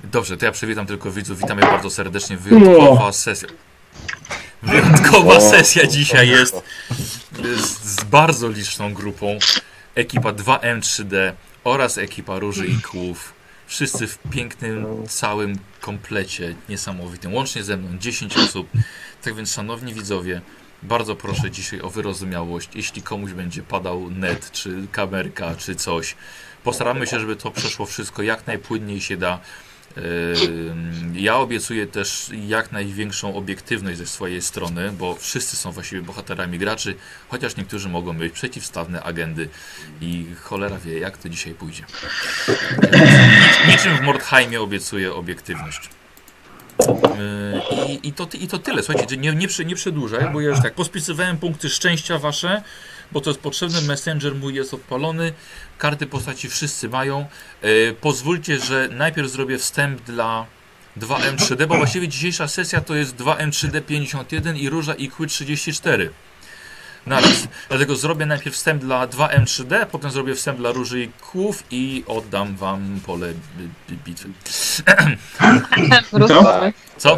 Dobrze, to ja przywitam tylko widzów. Witamy bardzo serdecznie. Wyjątkowa sesja. Wyjątkowa sesja dzisiaj jest z bardzo liczną grupą. Ekipa 2M3D oraz ekipa Róży i Kłów. Wszyscy w pięknym, całym komplecie niesamowitym. Łącznie ze mną 10 osób. Tak więc, szanowni widzowie, bardzo proszę dzisiaj o wyrozumiałość. Jeśli komuś będzie padał net, czy kamerka, czy coś, postaramy się, żeby to przeszło wszystko jak najpłynniej się da. Ja obiecuję też jak największą obiektywność ze swojej strony, bo wszyscy są właściwie bohaterami graczy, chociaż niektórzy mogą mieć przeciwstawne agendy i cholera wie, jak to dzisiaj pójdzie. Niczym w Mordheimie obiecuję obiektywność. I to tyle. Słuchajcie, nie przedłużaj, bo ja już tak pospisywałem punkty szczęścia wasze, bo to jest potrzebne. Messenger mój jest odpalony. Karty postaci wszyscy mają. Pozwólcie, że najpierw zrobię wstęp dla 2M3D, bo właściwie dzisiejsza sesja to jest 2M3D 51 i Róża i Kły 34. Naraz. Dlatego zrobię najpierw wstęp dla 2M3D, potem zrobię wstęp dla Róży i Kłów i oddam wam pole bitwy. Co?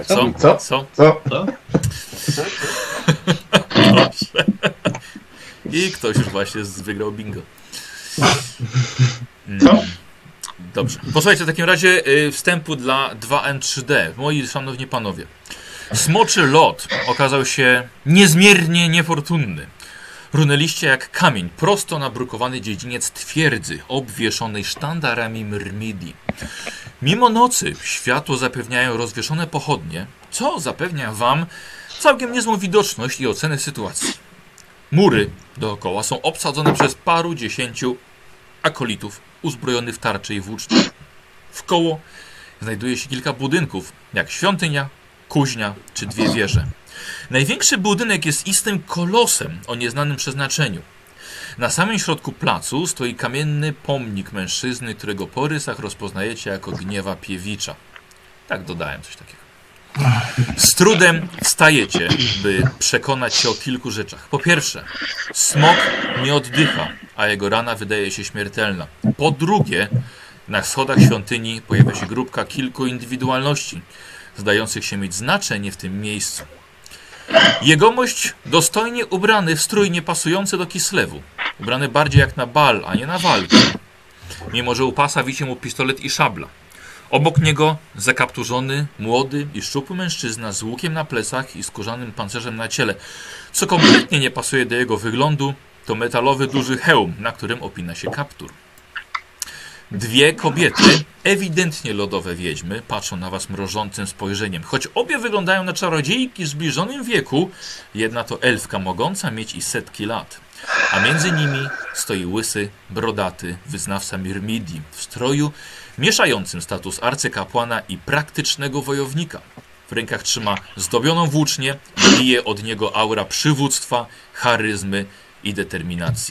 Dobrze. I ktoś już właśnie wygrał bingo. Dobrze. Posłuchajcie, w takim razie wstępu dla 2M3D. Moi szanowni panowie. Smoczy lot okazał się niezmiernie niefortunny. Runęliście jak kamień prosto na brukowany dziedziniec twierdzy, obwieszonej sztandarami Myrmidii. Mimo nocy światło zapewniają rozwieszone pochodnie, co zapewnia wam całkiem niezłą widoczność i ocenę sytuacji. Mury dookoła są obsadzone przez paru dziesięciu akolitów uzbrojonych w tarcze i włócznie. Wkoło znajduje się kilka budynków, jak świątynia, kuźnia czy dwie wieże. Największy budynek jest istym kolosem o nieznanym przeznaczeniu. Na samym środku placu stoi kamienny pomnik mężczyzny, którego po rysach rozpoznajecie jako Gniewa Piewicza. Tak, dodałem coś takiego. Z trudem wstajecie, by przekonać się o kilku rzeczach. Po pierwsze, smok nie oddycha, a jego rana wydaje się śmiertelna. Po drugie, na schodach świątyni pojawia się grupka kilku indywidualności, zdających się mieć znaczenie w tym miejscu. Jegomość dostojnie ubrany w strój niepasujący do Kislewu. Ubrany bardziej jak na bal, a nie na walkę. Mimo że u pasa wisi mu pistolet i szabla. Obok niego zakapturzony, młody i szczupły mężczyzna z łukiem na plecach i skórzanym pancerzem na ciele. Co kompletnie nie pasuje do jego wyglądu, to metalowy duży hełm, na którym opina się kaptur. Dwie kobiety, ewidentnie lodowe wiedźmy, patrzą na was mrożącym spojrzeniem. Choć obie wyglądają na czarodziejki w zbliżonym wieku, jedna to elfka mogąca mieć i setki lat. A między nimi stoi łysy, brodaty wyznawca Myrmidii w stroju mieszającym status arcykapłana i praktycznego wojownika. W rękach trzyma zdobioną włócznię i bije od niego aura przywództwa, charyzmy i determinacji.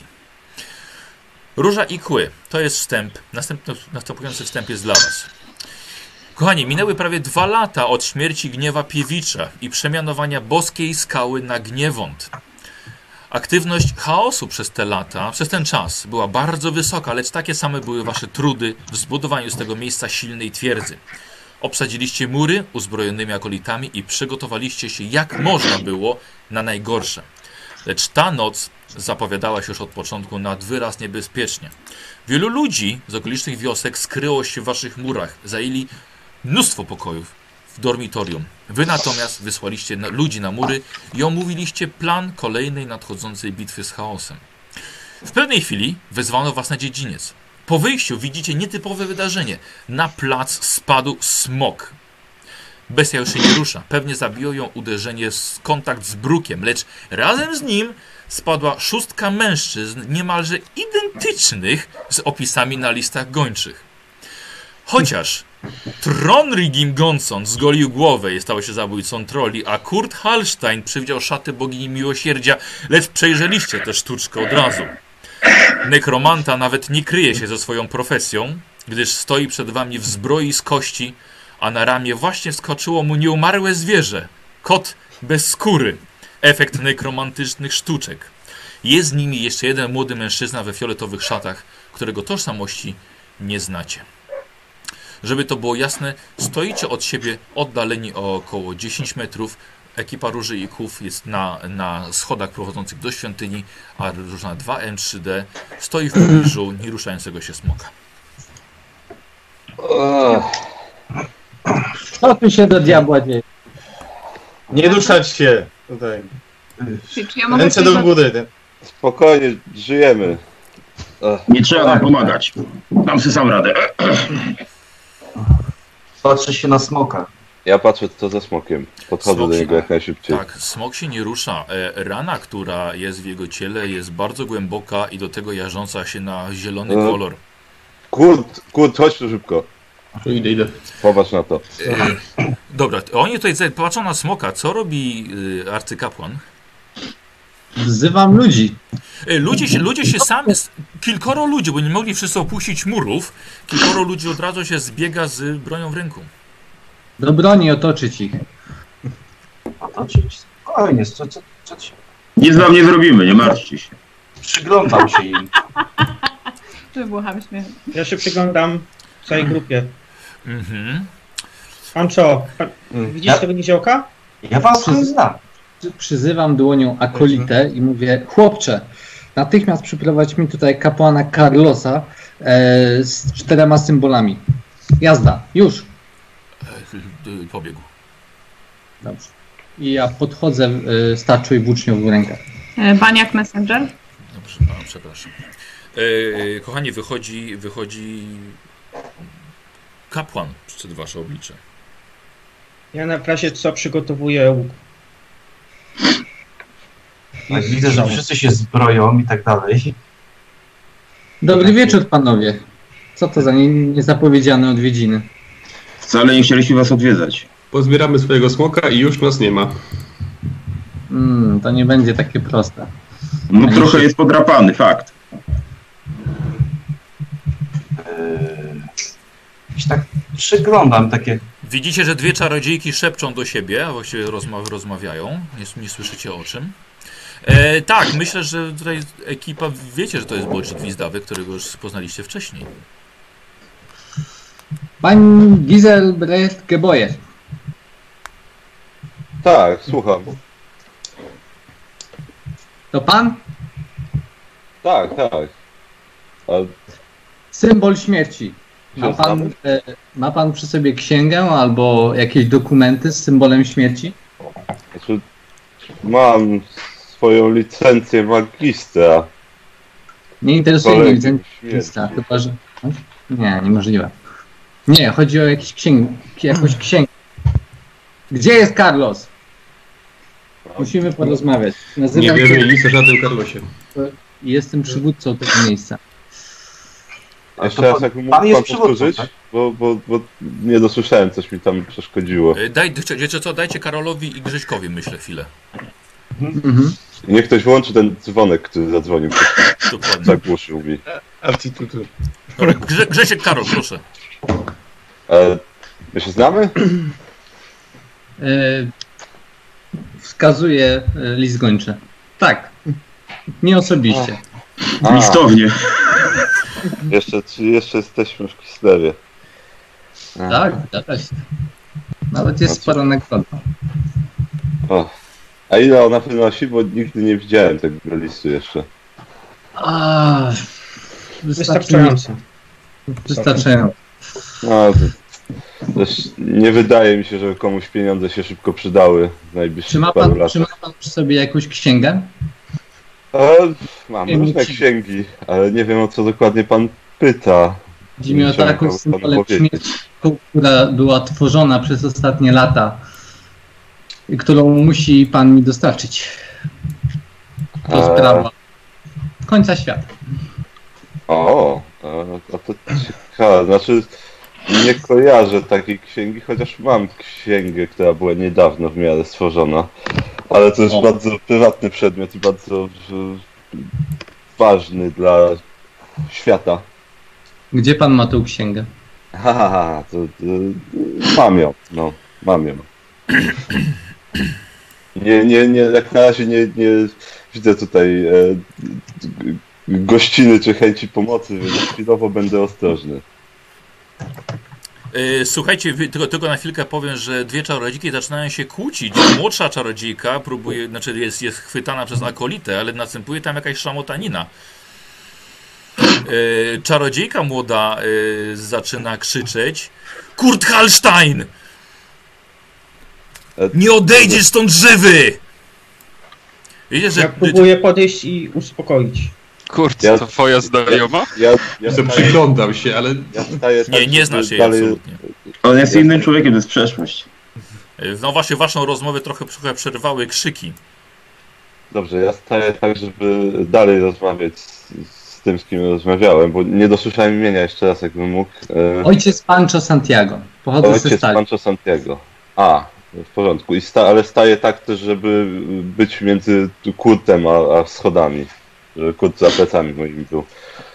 Róża i Kły. To jest wstęp. Następujący wstęp jest dla was. Kochani, minęły prawie 2 lata od śmierci Gniewa Piewicza i przemianowania boskiej skały na Gniewont. Aktywność chaosu przez te lata, przez ten czas była bardzo wysoka, lecz takie same były wasze trudy w zbudowaniu z tego miejsca silnej twierdzy. Obsadziliście mury uzbrojonymi akolitami i przygotowaliście się jak można było na najgorsze. Lecz ta noc zapowiadała się już od początku nad wyraz niebezpiecznie. Wielu ludzi z okolicznych wiosek skryło się w waszych murach, zajęli mnóstwo pokojów w dormitorium. Wy natomiast wysłaliście ludzi na mury i omówiliście plan kolejnej nadchodzącej bitwy z chaosem. W pewnej chwili wezwano was na dziedziniec. Po wyjściu widzicie nietypowe wydarzenie. Na plac spadł smok. Bestia już się nie rusza. Pewnie zabiło ją uderzenie z kontakt z brukiem, lecz razem z nim spadła 6 mężczyzn niemalże identycznych z opisami na listach gończych. Chociaż Tronrigim Gonson zgolił głowę i stał się zabójcą troli, a Kurt Hallstein przywdział szaty bogini miłosierdzia, lecz przejrzeliście tę sztuczkę od razu. Nekromanta nawet nie kryje się ze swoją profesją, gdyż stoi przed wami w zbroi z kości, a na ramię właśnie wskoczyło mu nieumarłe zwierzę. Kot bez skóry. Efekt nekromantycznych sztuczek. Jest z nimi jeszcze jeden młody mężczyzna we fioletowych szatach, którego tożsamości nie znacie. Żeby to było jasne, stoicie od siebie oddaleni o około 10 metrów. Ekipa Róży i Ków jest na schodach prowadzących do świątyni, a różna 2M3D stoi w pobliżu nieruszającego się smoka. Co tu się do diabła dzieje? Nie ruszać się tutaj. Czy ja mogę Ręce do góry. Spokojnie, żyjemy. Nie trzeba nam pomagać. Dam sobie sam radę. Patrzy się na smoka. Ja patrzę co za smokiem. Podchodzę Smok do się- niego jak najszybciej. Tak, smok się nie rusza. Rana, która jest w jego ciele, jest bardzo głęboka i do tego jarząca się na zielony kolor. Kurt, chodź tu szybko. Idę. Popatrz na to. Dobra, oni tutaj patrzą na smoka. Co robi arcykapłan? Wzywam ludzi. Ludzie się sami, kilkoro ludzi, bo nie mogli wszyscy opuścić murów, kilkoro ludzi od razu się zbiega z bronią w ręku. Do broni otoczyć ich. Otoczyć? Spokojnie, co ci... Nic wam nie zrobimy, nie martwcie się. Przyglądam się im. Wybucham śmiechem. Ja się przyglądam całej grupie. Mhm. Pancho, widzisz Ja- tego niziołka? Ja was nie znam. Przyzywam dłonią akolitę i mówię: chłopcze, natychmiast przyprowadź mi tutaj kapłana Carlosa z 4 symbolami. Jazda, już. Pobiegł. Dobrze. I ja podchodzę z tarczą i włócznią w rękach. Baniak Messenger. Dobrze, przepraszam. Kochani, wychodzi kapłan przed wasze oblicze. Ja na razie co przygotowuję łuk. Tak, widzę, że wszyscy się zbroją i tak dalej. Dobry wieczór, panowie. Co to za niezapowiedziane odwiedziny? Wcale nie chcieliśmy was odwiedzać. Pozbieramy swojego smoka i już nas nie ma. To nie będzie takie proste. No trochę jest podrapany, fakt. Się tak przyglądam, takie... Widzicie, że dwie czarodziejki szepczą do siebie, a właściwie rozmawiają. Nie słyszycie o czym. Tak, myślę, że tutaj ekipa, wiecie, że to jest Boży Gwizdawy, którego już poznaliście wcześniej. Pan Giselbrecht Geboje. Tak, słucham. To pan? Tak. A Symbol śmierci. Ma pan przy sobie księgę albo jakieś dokumenty z symbolem śmierci? znaczy, mam swoją licencję magistra. Nie interesuje mnie Kolegi licencja, śmierci. chyba że... Nie, niemożliwe. Nie, chodzi o jakąś księgę. Gdzie jest Carlos? Musimy porozmawiać. Nie Nazywam wiemy się nic o żadnym Carlosie. i jestem przywódcą tego miejsca. Jeszcze raz, jak mógł pan jest przywódcą, powtórzyć? tak? Bo nie dosłyszałem, coś mi tam przeszkodziło. Wiecie co, dajcie Karolowi i Grześkowi, myślę, chwilę. Mhm. Niech ktoś włączy ten dzwonek, który zadzwonił. Dokładnie. Zagłuszył mi. Dobra, Grzesiek, Karol, proszę. My się znamy? Wskazuje list gończy. Tak. Nie osobiście. Listownie. Jeszcze jesteśmy w Kislewie. Tak, zgadza się. Nawet jest sporo nagród. O. A ile ona wynosi? Bo nigdy nie widziałem tego listu jeszcze. Wystarczająco. Wystarczająco. No, też nie wydaje mi się, że komuś pieniądze się szybko przydały w najbliższych Czy ma paru latach. pan przy sobie jakąś księgę? Mam różne księgi, ale nie wiem, o co dokładnie pan pyta. Chodzi mi o Chciałem taką panu symbolem powiedzieć. śmierci, która była tworzona przez ostatnie lata i którą musi pan mi dostarczyć. To sprawa końca świata. A to ciekawe. Znaczy, nie kojarzę takiej księgi, chociaż mam księgę, która była niedawno w miarę stworzona. Ale to jest bardzo prywatny przedmiot i bardzo ważny dla świata. Gdzie pan ma tą księgę? To mam ją, no, mam ją. Nie, jak na razie nie widzę tutaj gościny czy chęci pomocy, więc chwilowo będę ostrożny. Słuchajcie, tylko na chwilkę powiem, że dwie czarodziejki zaczynają się kłócić. Młodsza czarodziejka próbuje, znaczy jest chwytana przez akolitę, ale następuje tam jakaś szamotanina. Czarodziejka młoda zaczyna krzyczeć: Kurt Hallstein! Nie odejdziesz stąd żywy! Wiecie, że... Ja próbuję podejść i uspokoić. Kurt, to twoja znajoma? Przyglądam się, ale... Nie znasz jej absolutnie. On jest innym człowiekiem, to jest przeszłość. No właśnie, waszą rozmowę trochę przerwały krzyki. Dobrze, ja staję tak, żeby dalej rozmawiać z tym, z kim rozmawiałem, bo nie dosłyszałem imienia jeszcze raz, jakbym mógł. Ojciec Pancho Santiago. Pochodzę ze Ojciec Stali. Pancho Santiago. W porządku. Ale staję tak też, żeby być między Kurtem a schodami. Żeby Kurt za plecami moimi był.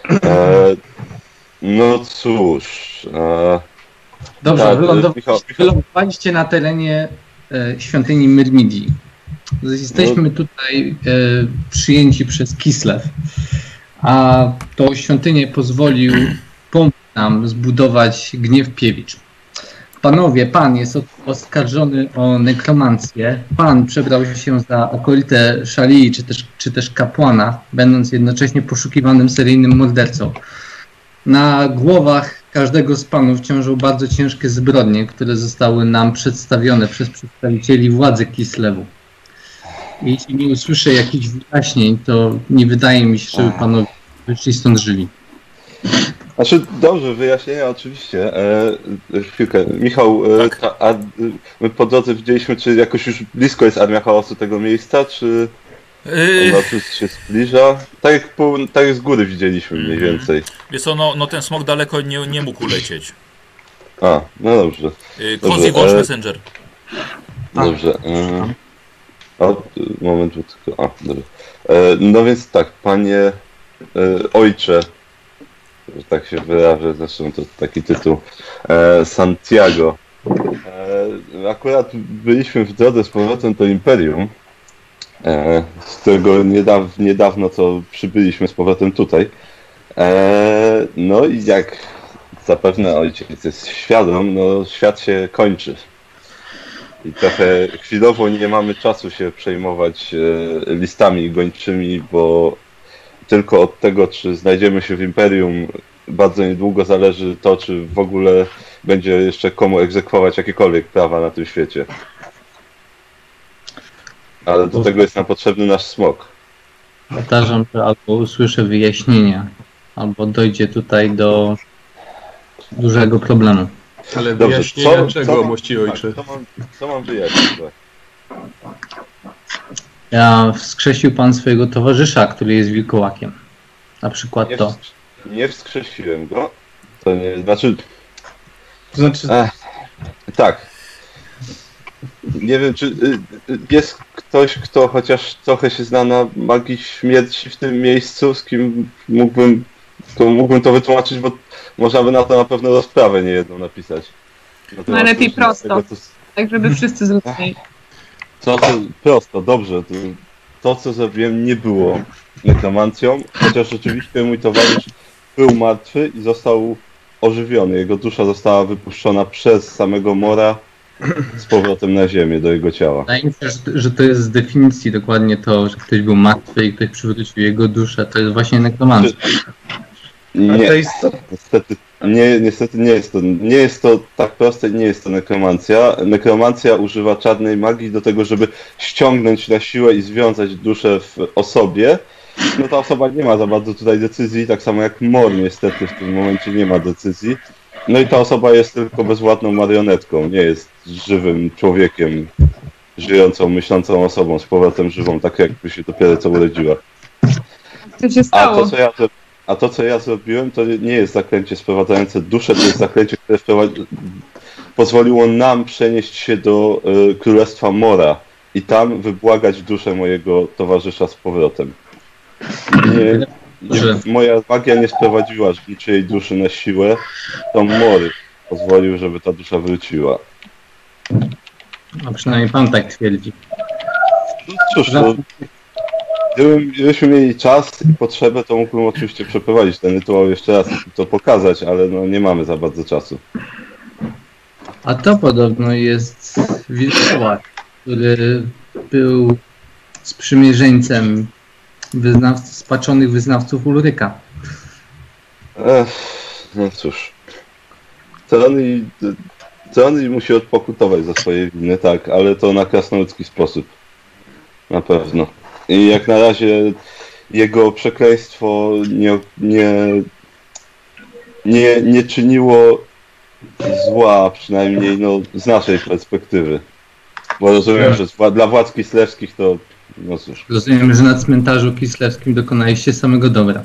No cóż. Dobrze, tak, wylądowaliście na terenie świątyni Myrmidii. Jesteśmy tutaj przyjęci przez Kislev, a tą świątynię pomógł nam zbudować Gniew Piewicz. Panowie, pan jest oskarżony o nekromancję. Pan przebrał się za akolitę Szalii, czy też kapłana, będąc jednocześnie poszukiwanym seryjnym mordercą. Na głowach każdego z panów ciążą bardzo ciężkie zbrodnie, które zostały nam przedstawione przez przedstawicieli władzy Kislewu. Jeśli nie usłyszę jakichś wyjaśnień, to nie wydaje mi się, żeby panowie wyszli stąd żyli. Znaczy, dobrze, wyjaśnienia oczywiście. Chwilkę. Michał, tak. My po drodze widzieliśmy, czy jakoś już blisko jest Armia Chaosu tego miejsca, czy ona tu się zbliża? Tak jak z góry widzieliśmy mniej więcej. Wiesz co, no ten smok daleko nie mógł ulecieć. No dobrze. Cozy włącz Messenger. Dobrze. Moment, tylko... dobrze. No więc tak, panie ojcze, że tak się wyrażę, zresztą to taki tytuł, Santiago. Akurat byliśmy w drodze z powrotem do Imperium, z którego niedawno co przybyliśmy z powrotem tutaj. No i jak zapewne ojciec jest świadom, no świat się kończy. I trochę chwilowo nie mamy czasu się przejmować listami gończymi, bo tylko od tego, czy znajdziemy się w Imperium, bardzo niedługo zależy to, czy w ogóle będzie jeszcze komu egzekwować jakiekolwiek prawa na tym świecie. Ale do tego jest nam potrzebny nasz smok. Powtarzam, że albo usłyszę wyjaśnienia, albo dojdzie tutaj do dużego problemu. Ale wyjaśnienia czego, mości ojcze? Co mam wyjaśnić? Wskrzesił pan swojego towarzysza, który jest wilkołakiem. Na przykład Nie wskrzesiłem go. To nie znaczy... tak. Nie wiem, czy jest ktoś, kto chociaż trochę się zna na magii śmierci w tym miejscu, z kim mógłbym to wytłumaczyć, bo można by na to na pewno rozprawę niejedną napisać. Najlepiej prosto, tak żeby wszyscy zrozumieli. Prosto, dobrze. To, co zrobiłem, nie było nekromancją, chociaż rzeczywiście mój towarzysz był martwy i został ożywiony. Jego dusza została wypuszczona przez samego Mora z powrotem na ziemię, do jego ciała. Wydaje mi się, że to jest z definicji dokładnie to, że ktoś był martwy i ktoś przywrócił jego duszę. To jest właśnie nekromancja. Niestety nie jest to tak proste i nie jest to nekromancja. Nekromancja używa czarnej magii do tego, żeby ściągnąć na siłę i związać duszę w osobie. No ta osoba nie ma za bardzo tutaj decyzji, tak samo jak Mor niestety w tym momencie nie ma decyzji. No i ta osoba jest tylko bezwładną marionetką, nie jest żywym człowiekiem, żyjącą, myślącą osobą, z powrotem żywą, tak jakby się dopiero co urodziła. Co się stało? A to, co ja zrobiłem, to nie jest zaklęcie sprowadzające duszę, to jest zaklęcie, które pozwoliło nam przenieść się do Królestwa Mora i tam wybłagać duszę mojego towarzysza z powrotem. Moja magia nie sprowadziła niczyjej duszy na siłę, to Mor pozwolił, żeby ta dusza wróciła. A przynajmniej pan tak twierdzi. Cóż, gdybyśmy mieli czas i potrzebę, to mógłbym oczywiście przeprowadzić ten rytuał jeszcze raz i to pokazać, ale no nie mamy za bardzo czasu. A to podobno jest wilkołak, który był sprzymierzeńcem spaczonych wyznawców Ulryka. No cóż. Celany musi odpokutować za swoje winy, tak, ale to na krasnoludzki sposób. Na pewno. I jak na razie jego przekleństwo nie czyniło zła, przynajmniej no, z naszej perspektywy. Bo rozumiem, że dla władz kislewskich to... No cóż. Rozumiem, że na cmentarzu kislewskim dokonaliście samego dobra.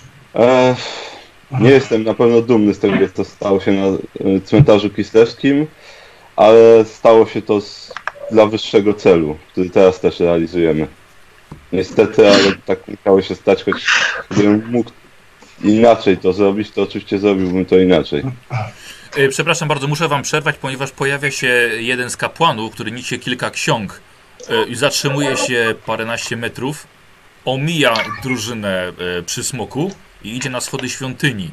Nie jestem na pewno dumny z tego, co stało się na cmentarzu kislewskim, ale stało się to dla wyższego celu, który teraz też realizujemy. Niestety, ale tak musiało się stać, choć gdybym mógł inaczej to zrobić, to oczywiście zrobiłbym to inaczej. Przepraszam bardzo, muszę wam przerwać, ponieważ pojawia się jeden z kapłanów, który niesie kilka ksiąg i zatrzymuje się paręnaście metrów, omija drużynę przy smoku i idzie na schody świątyni.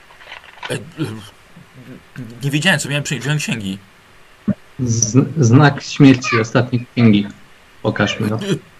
Nie wiedziałem, co miałem przynieść. Wziąłem księgi. Znak śmierci ostatniej księgi. Pokaż mi go.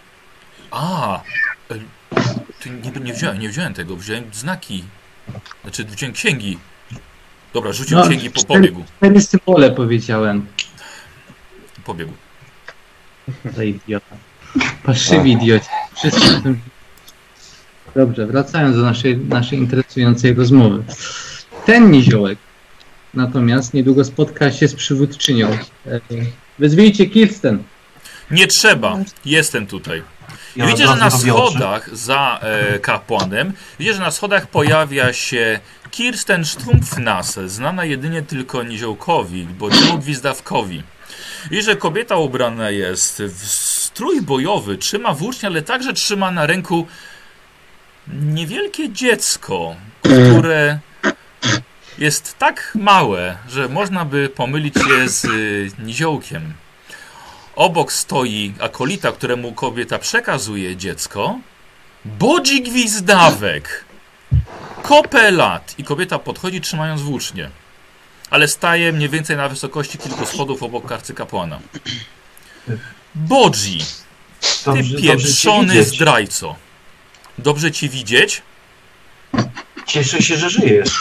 Nie wziąłem tego. Wziąłem znaki. Znaczy, wziąłem księgi. Dobra, rzucił księgi, pobiegł. 4 symbole powiedziałem. Pobiegł. Za idiota. Paszywi idioci. Wszyscy. Dobrze, wracając do naszej interesującej rozmowy. Ten niziołek natomiast niedługo spotka się z przywódczynią. Wezwijcie Kirsten. Nie trzeba. Jestem tutaj. I widzicie, że na schodach za kapłanem, widzicie, że na schodach pojawia się Kirsten Strumpfnasse, znana jedynie tylko niziołkowi, bądź gwizdawkowi. I że kobieta ubrana jest w strój bojowy, trzyma włócznie, ale także trzyma na ręku niewielkie dziecko, które jest tak małe, że można by pomylić je z niziołkiem. Obok stoi akolita, któremu kobieta przekazuje dziecko. Bodzi gwizdawek. Kopę lat. I kobieta podchodzi, trzymając włócznie. Ale staje mniej więcej na wysokości kilku schodów obok arcykapłana. Bodzi, ty pieprzony zdrajco. Dobrze ci widzieć? Cieszę się, że żyjesz.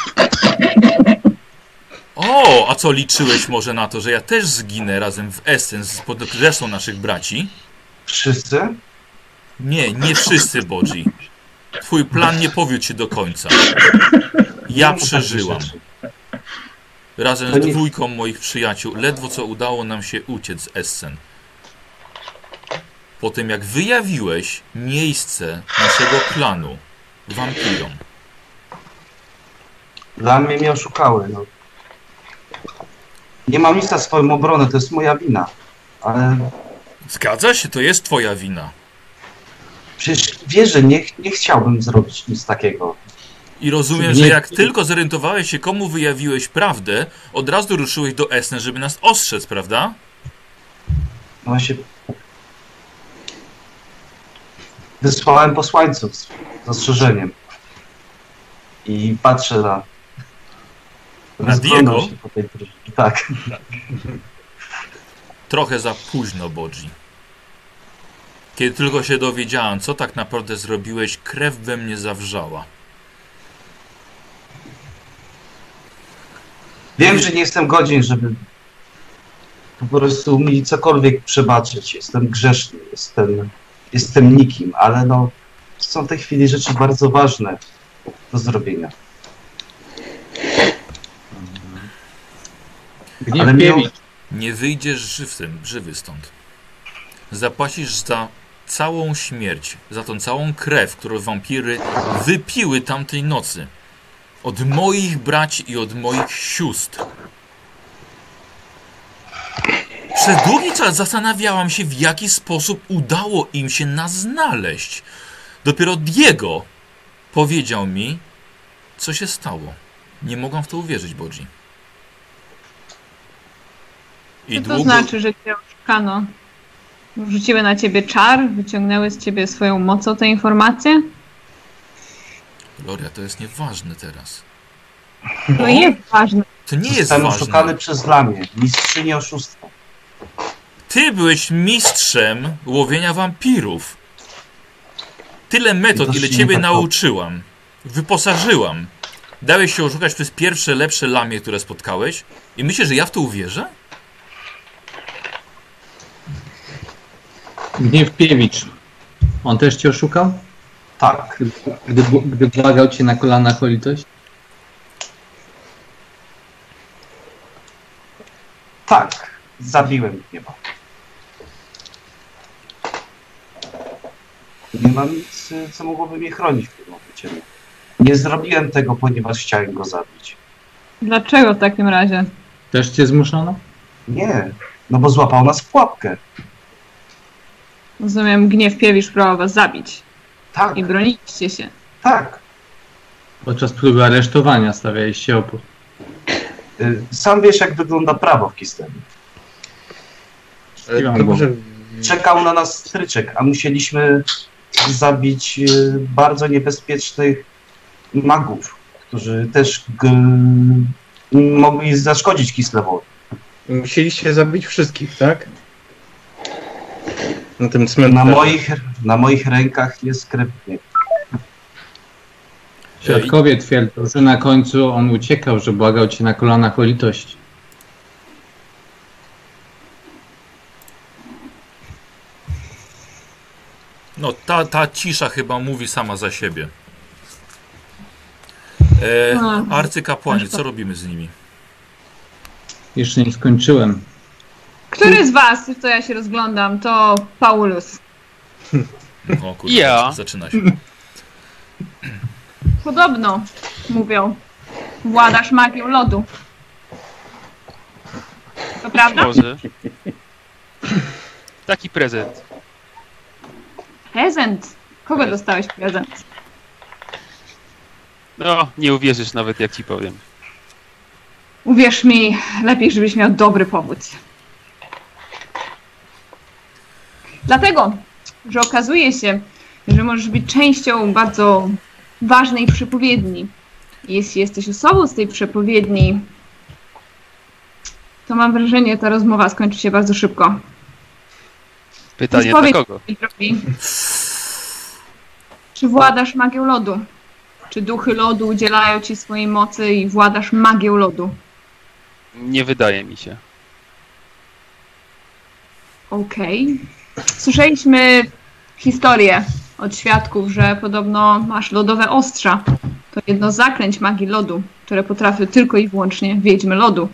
O, a co, liczyłeś może na to, że ja też zginę razem w Essen pod resztą naszych braci? Wszyscy? Nie wszyscy, Bodzi. Twój plan nie powiódł się do końca. Ja przeżyłam. Razem z dwójką moich przyjaciół ledwo co udało nam się uciec z Essen. Po tym jak wyjawiłeś miejsce naszego klanu wampirom. Dla mnie oszukały, no. Nie mam nic na swoją obronę, to jest moja wina. Ale... Zgadza się, to jest twoja wina. Przecież wiesz, że nie chciałbym zrobić nic takiego. I rozumiem, że jak tylko zorientowałeś się, komu wyjawiłeś prawdę, od razu ruszyłeś do Essen, żeby nas ostrzec, prawda? No właśnie... Wysłałem posłańców z ostrzeżeniem. I patrzę na Diego? Tak. Trochę za późno, Bodzi. Kiedy tylko się dowiedziałem, co tak naprawdę zrobiłeś, krew we mnie zawrzała. Wiem, że nie jestem godzien, żeby po prostu mi cokolwiek przebaczyć. Jestem grzeszny, jestem nikim, ale no są w tej chwili rzeczy bardzo ważne do zrobienia. Ale nie wyjdziesz żywy stąd. Zapłacisz za całą śmierć, za tą całą krew, którą wampiry wypiły tamtej nocy. Od moich braci i od moich sióstr. Przez długi czas zastanawiałam się, w jaki sposób udało im się nas znaleźć. Dopiero Diego powiedział mi, co się stało. Nie mogłam w to uwierzyć, Bodzi. I to znaczy, że cię oszukano? Wrzuciły na ciebie czar? Wyciągnęły z ciebie swoją mocą te informacje? Gloria, to jest nieważne teraz. To jest ważne. To nie jest Zostałem ważne. oszukany przez Lamię, mistrzynię oszustwa. Ty byłeś mistrzem łowienia wampirów. Tyle metod, To ile się ciebie nie tak nauczyłam. Wyposażyłam. Dałeś się oszukać przez pierwsze, lepsze lamie, które spotkałeś. I myślisz, że ja w to uwierzę? Gniewkiewicz. On też cię oszukał? Tak. Gdy błagał cię na kolanach o litość? Tak. Zabiłem nieba. Nie mam nic, co mogłoby mnie chronić w tym momencie. Nie zrobiłem tego, ponieważ chciałem go zabić. Dlaczego w takim razie? Też cię zmuszono? Nie. No bo złapał nas w pułapkę. Rozumiem, Gniewkiewicz próbował was zabić. Tak. I broniliście się. Tak. Podczas próby aresztowania stawiałeś opór. Sam wiesz, jak wygląda prawo w Kislewie. Czekał na nas stryczek, a musieliśmy zabić bardzo niebezpiecznych magów, którzy też mogli zaszkodzić Kislewowi. Musieliście zabić wszystkich, tak? Na tym cmentarzu. Na moich rękach jest krew. Świadkowie twierdzą, że na końcu on uciekał, że błagał cię na kolanach o litość. No, ta cisza chyba mówi sama za siebie. Arcykapłani, co robimy z nimi? Jeszcze nie skończyłem. Który z was, w co ja się rozglądam, to Paulus? O kurde, Ja. Zaczyna się. Podobno, mówią, władasz magią lodu. To prawda? Może. Taki prezent. Prezent. Kogo dostałeś prezent? No, nie uwierzysz nawet, jak ci powiem. Uwierz mi, lepiej, żebyś miał dobry powód. Dlatego, że okazuje się, że możesz być częścią bardzo ważnej przepowiedni. Jeśli jesteś osobą z tej przepowiedni, to mam wrażenie, ta rozmowa skończy się bardzo szybko. Pytanie dla kogo? Drogi, czy władasz magią lodu? Czy duchy lodu udzielają ci swojej mocy i władasz magią lodu? Nie wydaje mi się. Okej. Słyszeliśmy historię od świadków, że podobno masz lodowe ostrza. To jedno z zaklęć magii lodu, które potrafią tylko i wyłącznie wiedźmy lodu.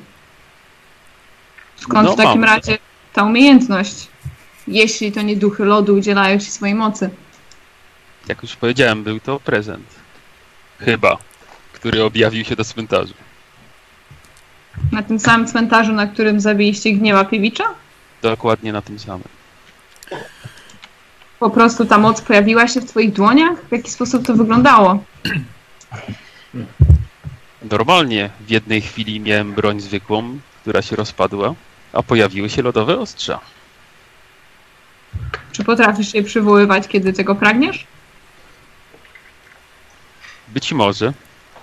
Skąd No, w takim mam. razie ta umiejętność? Jeśli to nie duchy lodu udzielają ci swojej mocy. Jak już powiedziałem, był to prezent. Chyba. Który objawił się do cmentarza. Na tym samym cmentarzu, na którym zabiliście Gniewakiewicza? Dokładnie na tym samym. Po prostu ta moc pojawiła się w twoich dłoniach? W jaki sposób to wyglądało? Normalnie w jednej chwili miałem broń zwykłą, która się rozpadła, a pojawiły się lodowe ostrza. Czy potrafisz je przywoływać, kiedy tego pragniesz? Być może.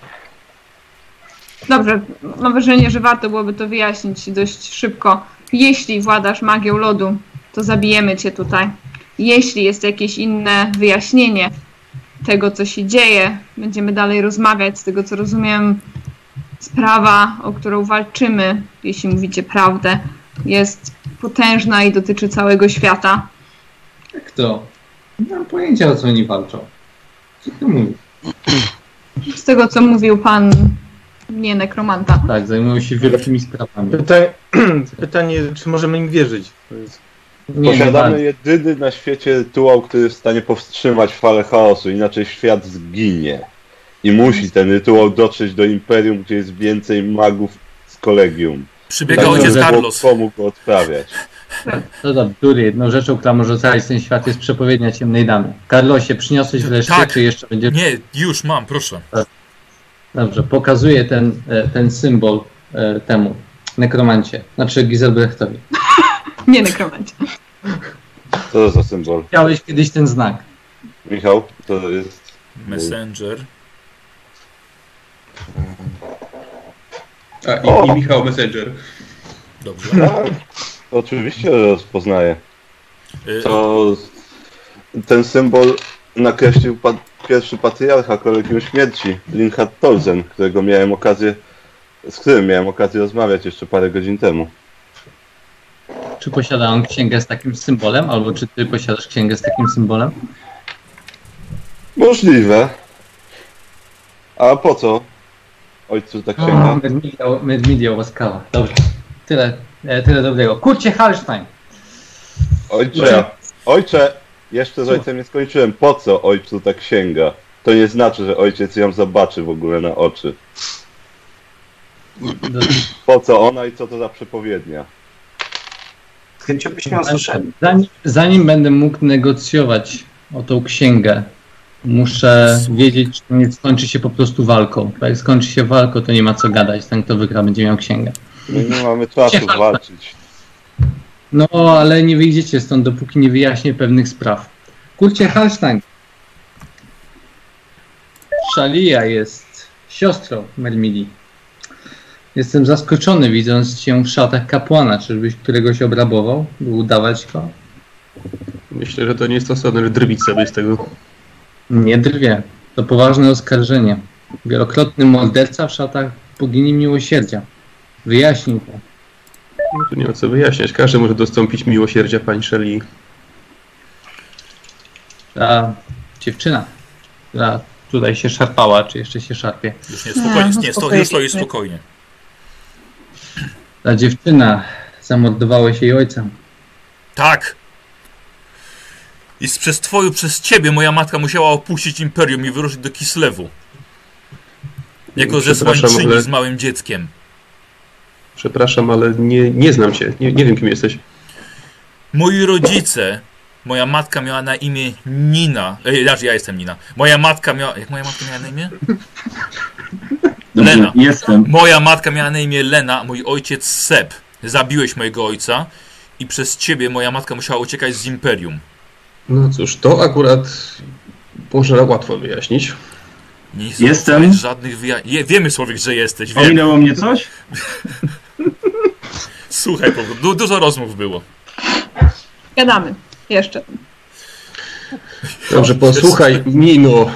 Dobrze, mam wrażenie, że warto byłoby to wyjaśnić dość szybko. Jeśli władasz magią lodu, to zabijemy cię tutaj. Jeśli jest jakieś inne wyjaśnienie tego, co się dzieje, będziemy dalej rozmawiać. Z tego, co rozumiem, sprawa, o którą walczymy, jeśli mówicie prawdę, jest potężna i dotyczy całego świata. Jak to? Nie mam pojęcia, o co oni walczą. Co ty mówisz? Z tego, co mówił pan, nie nekromanta. Tak, zajmują się wielkimi sprawami. Pytanie, czy możemy im wierzyć? To jest... Posiadamy jedyny na świecie rytuał, który jest w stanie powstrzymać falę chaosu, inaczej świat zginie. I musi ten rytuał dotrzeć do Imperium, gdzie jest więcej magów z kolegium. Przybiega tak, ojciec żeby Carlos. pomógł go odprawiać. To za bzdury. Jedną rzeczą, która może ocalić ten świat, jest przepowiednia ciemnej damy. Carlosie, przyniosłeś wreszcie, Tak. czy jeszcze będzie... Nie, już mam, proszę. Dobrze, pokazuję ten symbol temu nekromancie, znaczy Giselbrechtowi. Nie nekromancie. Co to za symbol? Chciałeś kiedyś ten znak. Michał, to jest... Messenger. I Michał Messenger. Dobrze. Tak, oczywiście rozpoznaję. To ten symbol nakreślił pierwszy patriarcha Kolegium Śmierci, Linhard Tolzen, z którym miałem okazję rozmawiać jeszcze parę godzin temu. Czy posiada on księgę z takim symbolem, albo czy ty posiadasz księgę z takim symbolem? Możliwe. A po co ojcu ta księga? Medmidia łaskawa. Dobrze. Tyle dobrego. Kurcie Hallstein. Ojcze, jeszcze z ojcem nie skończyłem. Po co ojcu ta księga? To nie znaczy, że ojciec ją zobaczy w ogóle na oczy. Po co ona i co to za przepowiednia? Z chęcią byśmy ją słyszeli. Zanim będę mógł negocjować o tą księgę, muszę wiedzieć, czy nie skończy się po prostu walką. Bo jak skończy się walką, to nie ma co gadać. Ten, kto wygra, będzie miał księgę. My nie mamy czasu walczyć. No, ale nie wyjdziecie stąd, dopóki nie wyjaśnię pewnych spraw. Kurcie Hallstein. Shalia jest siostrą Mermidii. Jestem zaskoczony, widząc cię w szatach kapłana. Czyżbyś któregoś obrabował, by udawać go? Myślę, że to nie jest stosowne drwić sobie z tego. Nie drwię. To poważne oskarżenie. Wielokrotny morderca w szatach bogini miłosierdzia. Wyjaśnij to. Tu nie ma co wyjaśniać. Każdy może dostąpić miłosierdzia pani Shelley. Ta dziewczyna, która tutaj się szarpała, czy jeszcze się szarpie. Już nie, spokojnie, już stoi spokojnie. Ta dziewczyna, zamordowałeś jej ojca. Tak. I przez ciebie moja matka musiała opuścić imperium i wyruszyć do Kislewu. Jako zesłańczyni z małym dzieckiem. Przepraszam, ale nie znam cię. Nie wiem, kim jesteś. Moi rodzice, moja matka miała na imię Nina. Ja jestem Nina. Moja matka miała... Jak moja matka miała na imię? Lena. Moja matka miała na imię Lena, mój ojciec Seb. Zabiłeś mojego ojca i przez ciebie moja matka musiała uciekać z imperium. No cóż, to akurat można łatwo wyjaśnić. Nie jestem. Żadnych wiemy, Słowik, że jesteś. Wiemy. Ominęło mnie coś? Słuchaj, dużo rozmów było. Gadamy. Jeszcze. Dobrze, posłuchaj, Nino.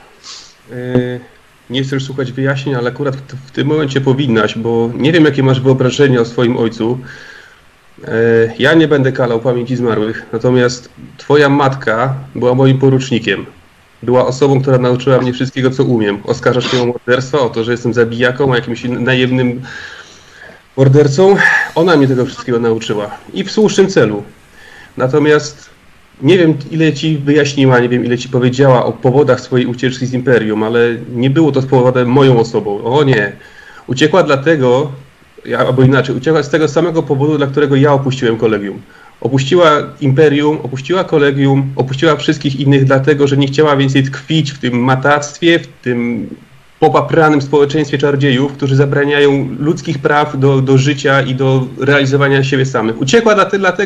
Nie chcesz słuchać wyjaśnień, ale akurat w tym momencie powinnaś, bo nie wiem, jakie masz wyobrażenie o swoim ojcu. Ja nie będę kalał pamięci zmarłych, natomiast twoja matka była moim porucznikiem. Była osobą, która nauczyła mnie wszystkiego, co umiem. Oskarżasz mnie o morderstwo, o to, że jestem zabijaką, jakimś najemnym mordercą. Ona mnie tego wszystkiego nauczyła. I w słusznym celu. Natomiast nie wiem, ile ci wyjaśniła, nie wiem, ile ci powiedziała o powodach swojej ucieczki z Imperium, ale nie było to spowodowane moją osobą. O nie. Uciekła dlatego, albo inaczej, uciekła z tego samego powodu, dla którego ja opuściłem kolegium. Opuściła Imperium, opuściła kolegium, opuściła wszystkich innych dlatego, że nie chciała więcej tkwić w tym matactwie, w tym popapranym społeczeństwie czarodziejów, którzy zabraniają ludzkich praw do życia i do realizowania siebie samych. Uciekła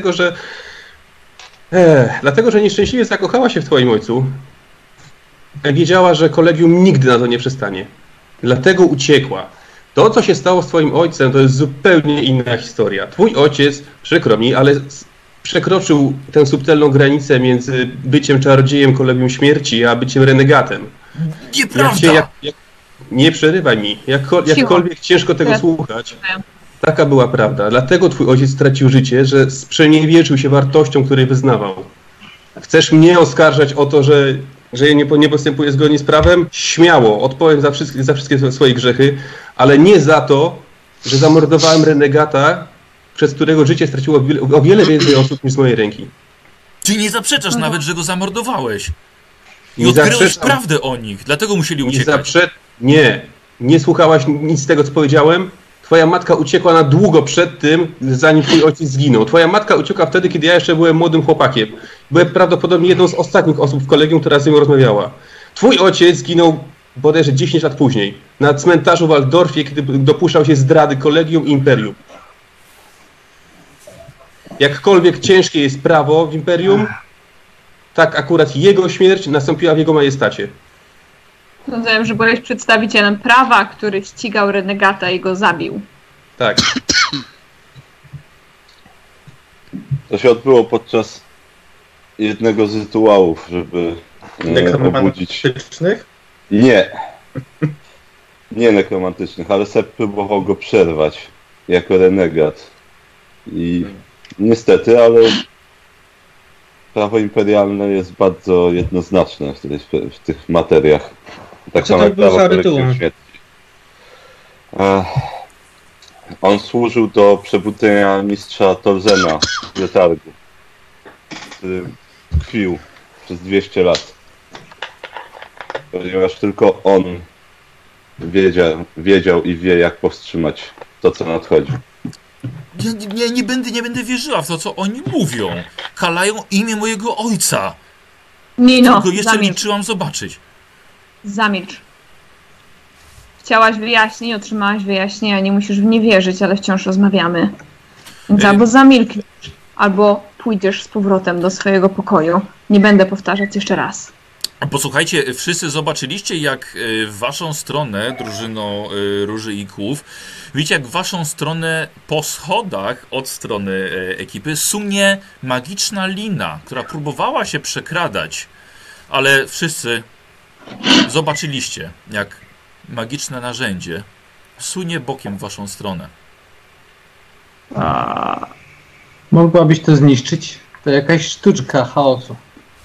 dlatego, że nieszczęśliwie zakochała się w twoim ojcu. Wiedziała, że kolegium nigdy na to nie przestanie. Dlatego uciekła. To, co się stało z twoim ojcem, to jest zupełnie inna historia. Twój ojciec, przykro mi, ale przekroczył tę subtelną granicę między byciem czarodziejem Kolegium Śmierci, a byciem renegatem. Nieprawda! Nie przerywaj mi. Jakkolwiek ciężko tego słuchać, taka była prawda. Dlatego twój ojciec stracił życie, że sprzeniewierzył się wartościom, której wyznawał. Chcesz mnie oskarżać o to, że nie postępuję zgodnie z prawem? Śmiało, odpowiem za wszystkie swoje grzechy, ale nie za to, że zamordowałem renegata, przez którego życie straciło o wiele więcej osób niż z mojej ręki. Ty nie zaprzeczasz nawet, że go zamordowałeś. I odkryłeś prawdę o nich, dlatego musieli uciekać. Nie słuchałaś nic z tego, co powiedziałem. Twoja matka uciekła na długo przed tym, zanim twój ojciec zginął. Twoja matka uciekła wtedy, kiedy ja jeszcze byłem młodym chłopakiem. Byłem prawdopodobnie jedną z ostatnich osób w kolegium, która z nią rozmawiała. Twój ojciec zginął bodajże 10 lat później, na cmentarzu w Waldorfie, kiedy dopuszczał się zdrady kolegium i imperium. Jakkolwiek ciężkie jest prawo w imperium, tak akurat jego śmierć nastąpiła w jego majestacie. Rozumiem, że byłeś przedstawicielem prawa, który ścigał renegata i go zabił. Tak. To się odbyło podczas jednego z rytuałów, żeby obudzić... Nekromantycznych? Nie. Nie nekromantycznych, ale Seb próbował go przerwać jako renegat. I niestety, ale prawo imperialne jest bardzo jednoznaczne w tych materiach. Tak Co to był za rytuał? On służył do przebudzenia mistrza Torzena z letargu, który tkwił przez 200 lat. Ponieważ tylko on wiedział i wie, jak powstrzymać to, co nadchodzi. Ja nie będę wierzyła w to, co oni mówią. Kalają imię mojego ojca. Nino, Tylko jeszcze zamilcz. liczyłam zobaczyć. Zamilcz. Chciałaś wyjaśnień, otrzymałaś wyjaśnienia, nie musisz w nie wierzyć, ale wciąż rozmawiamy. Więc albo zamilkniesz, albo pójdziesz z powrotem do swojego pokoju. Nie będę powtarzać jeszcze raz. Posłuchajcie, wszyscy zobaczyliście, jak w waszą stronę, drużyno Róży i Kłów, widzicie, jak w waszą stronę po schodach od strony ekipy sunie magiczna lina, która próbowała się przekradać, ale wszyscy zobaczyliście, jak magiczne narzędzie sunie bokiem w waszą stronę. Mogłabyś to zniszczyć? To jakaś sztuczka chaosu.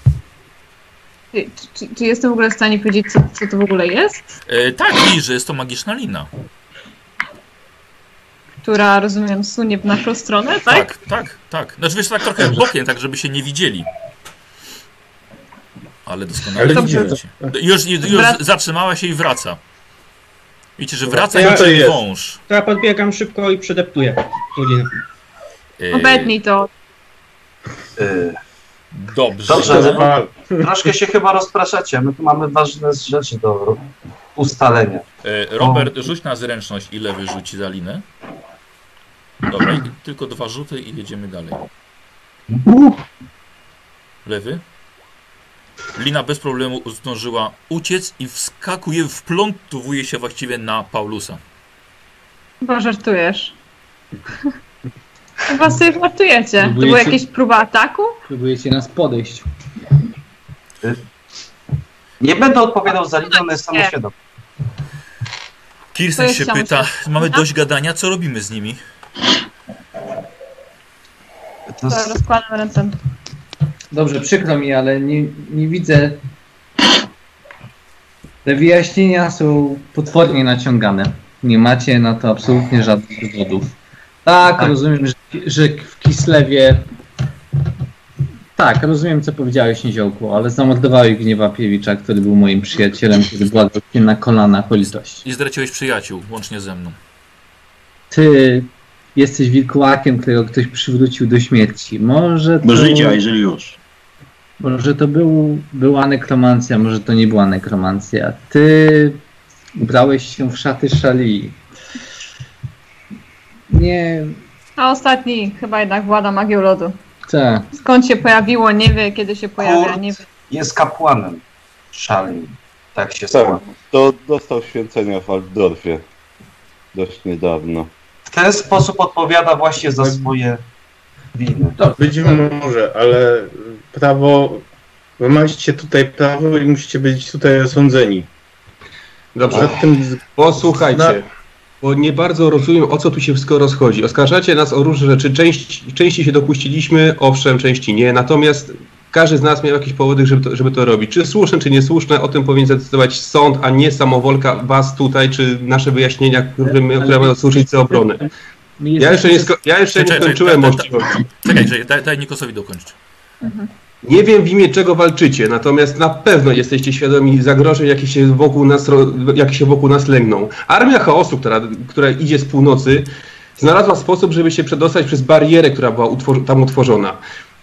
Czy jestem w ogóle w stanie powiedzieć, co to w ogóle jest? Tak, i że jest to magiczna lina. Która, rozumiem, sunie w naszą stronę, tak? Tak. Znaczy wiesz, tak trochę bokiem, tak żeby się nie widzieli. Ale doskonale widzicie. Już zatrzymała się i wraca. Widzicie, że wraca niczym wąż. To ja podbiegam szybko i przedeptuję Linę. Obetnij to. Dobrze. Troszkę się chyba rozpraszacie. My tu mamy ważne rzeczy do ustalenia. Robert, rzuć na zręczność, ile wyrzuci za linę. Dobra, tylko 2 rzuty i jedziemy dalej. Lewy. Lina bez problemu zdążyła uciec i wskakuje, wplątuje się właściwie na Paulusa. Chyba żartujesz. Chyba sobie żartujecie. To była jakaś próba ataku? Próbujecie nas podejść. Nie będę odpowiadał za Linę, ona jest samoświadoma. Kirsten się pyta, mamy dość gadania, co robimy z nimi? To rozkładam ręce. Dobrze, przykro mi, ale nie widzę. Te wyjaśnienia są potwornie naciągane. Nie macie na to absolutnie żadnych dowodów. Tak, rozumiem, że w Kislewie... Tak, rozumiem, co powiedziałeś, Niziołku, ale zamordowałeś Gniewapiewicza, który był moim przyjacielem, który błagał się na kolanach o litość. I zdradziłeś przyjaciół, łącznie ze mną. Ty jesteś wilkołakiem, którego ktoś przywrócił do śmierci. Może to... Do życia, jeżeli już. Może to była nekromancja, może to nie była nekromancja. Ty ubrałeś się w szaty Szali. Nie... A ostatni chyba jednak włada magią lodu. Tak. Skąd się pojawiło, nie wie, kiedy się pojawia, nie wie. Jest kapłanem Szali. Tak się składa. To dostał święcenia w Altdorfie dość niedawno. W ten sposób odpowiada właśnie za swoje winy. Być może, ale prawo... Wy macie tutaj prawo i musicie być tutaj osądzeni. Dobrze, posłuchajcie, bo nie bardzo rozumiem, o co tu się wszystko rozchodzi. Oskarżacie nas o różne rzeczy, części się dopuściliśmy, owszem, części nie, natomiast każdy z nas miał jakieś powody, żeby to robić. Czy słuszne, czy niesłuszne, o tym powinien zdecydować sąd, a nie samowolka was tutaj, czy nasze wyjaśnienia, które mają służyć za obronę. Ja jeszcze nie skończyłem możliwości. Czekaj, daj Nikosowi dokończyć. Nie wiem, w imię czego walczycie, natomiast na pewno jesteście świadomi zagrożeń, jakie się wokół nas lęgną. Armia chaosu, która idzie z północy, znalazła sposób, żeby się przedostać przez barierę, która była tam utworzona.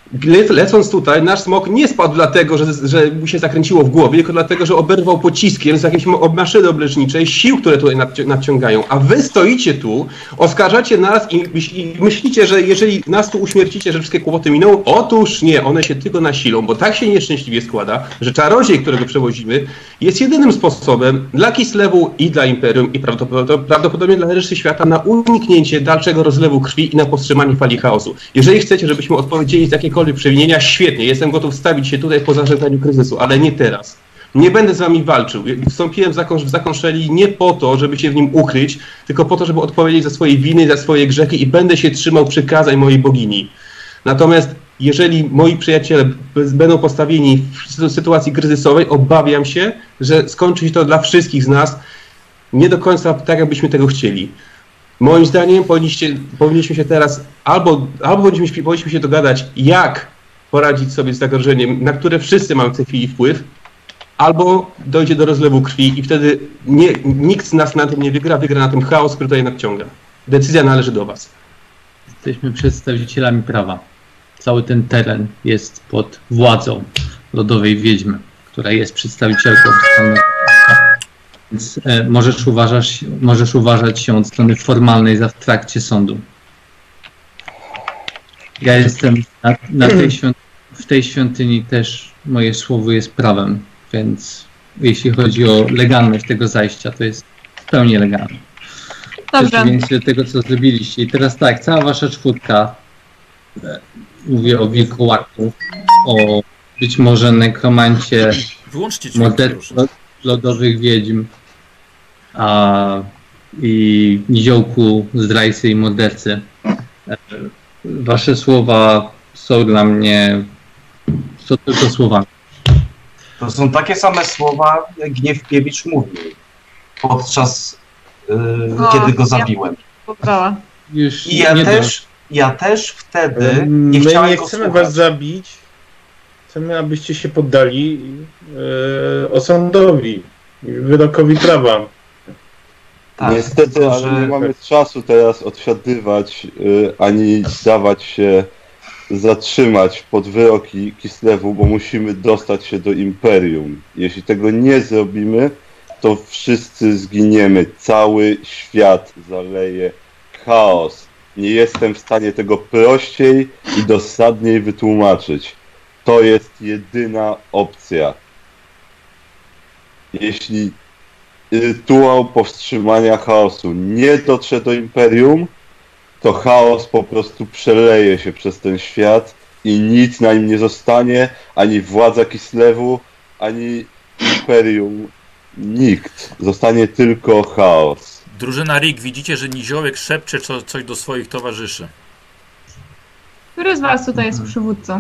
lecąc tutaj, nasz smok nie spadł dlatego, że mu się zakręciło w głowie, tylko dlatego, że oberwał pociskiem z jakiejś maszyny obleczniczej sił, które tutaj nadciągają. A wy stoicie tu, oskarżacie nas i myślicie, że jeżeli nas tu uśmiercicie, że wszystkie kłopoty miną. Otóż nie, one się tylko nasilą, bo tak się nieszczęśliwie składa, że czarodziej, którego przewozimy, jest jedynym sposobem dla Kislewu i dla Imperium i prawdopodobnie dla reszty świata na uniknięcie dalszego rozlewu krwi i na powstrzymanie fali chaosu. Jeżeli chcecie, żebyśmy odpowiedzieli za jakiekolwiek przewinienia, świetnie, jestem gotów stawić się tutaj po zażegnaniu kryzysu, ale nie teraz. Nie będę z wami walczył. Wstąpiłem w zakon Shelley nie po to, żeby się w nim ukryć, tylko po to, żeby odpowiedzieć za swoje winy, za swoje grzechy i będę się trzymał przykazań mojej bogini. Natomiast jeżeli moi przyjaciele będą postawieni w sytuacji kryzysowej, obawiam się, że skończy się to dla wszystkich z nas nie do końca tak, jakbyśmy tego chcieli. Moim zdaniem powinniśmy się teraz albo powinniśmy się dogadać, jak poradzić sobie z zagrożeniem, na które wszyscy mamy w tej chwili wpływ, albo dojdzie do rozlewu krwi i wtedy nikt z nas na tym nie wygra, wygra na tym chaos, który tutaj nadciąga. Decyzja należy do was. Jesteśmy przedstawicielami prawa. Cały ten teren jest pod władzą lodowej wiedźmy, która jest przedstawicielką strony. Więc możesz uważać się od strony formalnej w trakcie sądu. Ja jestem w tej świątyni też moje słowo jest prawem, więc jeśli chodzi o legalność tego zajścia, to jest w pełni legalne. W przeciwieństwie do tego, co zrobiliście. I teraz tak, cała wasza czwórka, mówię o wilkołaku, o być może nekromancie, lodowych wiedźm, i niziołku, zdrajcy i mordercy. Wasze słowa są dla mnie, są tylko słowami. To są takie same słowa, jak Gniewkiewicz mówił podczas, kiedy go zabiłem. I ja też wtedy nie chciałem nie chcemy was zabić, chcemy, abyście się poddali osądowi, wyrokowi prawa. Tak, niestety, ale nie mamy czasu teraz odsiadywać, ani dawać się zatrzymać pod wyroki Kislewu, bo musimy dostać się do Imperium. Jeśli tego nie zrobimy, to wszyscy zginiemy. Cały świat zaleje chaos. Nie jestem w stanie tego prościej i dosadniej wytłumaczyć. To jest jedyna opcja. Jeśli rytuał powstrzymania chaosu nie dotrze do Imperium, to chaos po prostu przeleje się przez ten świat i nic na nim nie zostanie, ani władza Kislewu, ani Imperium, nikt. Zostanie tylko chaos. Drużyna Rick, widzicie, że niziołek szepcze coś do swoich towarzyszy. Który z was tutaj jest przywódcą?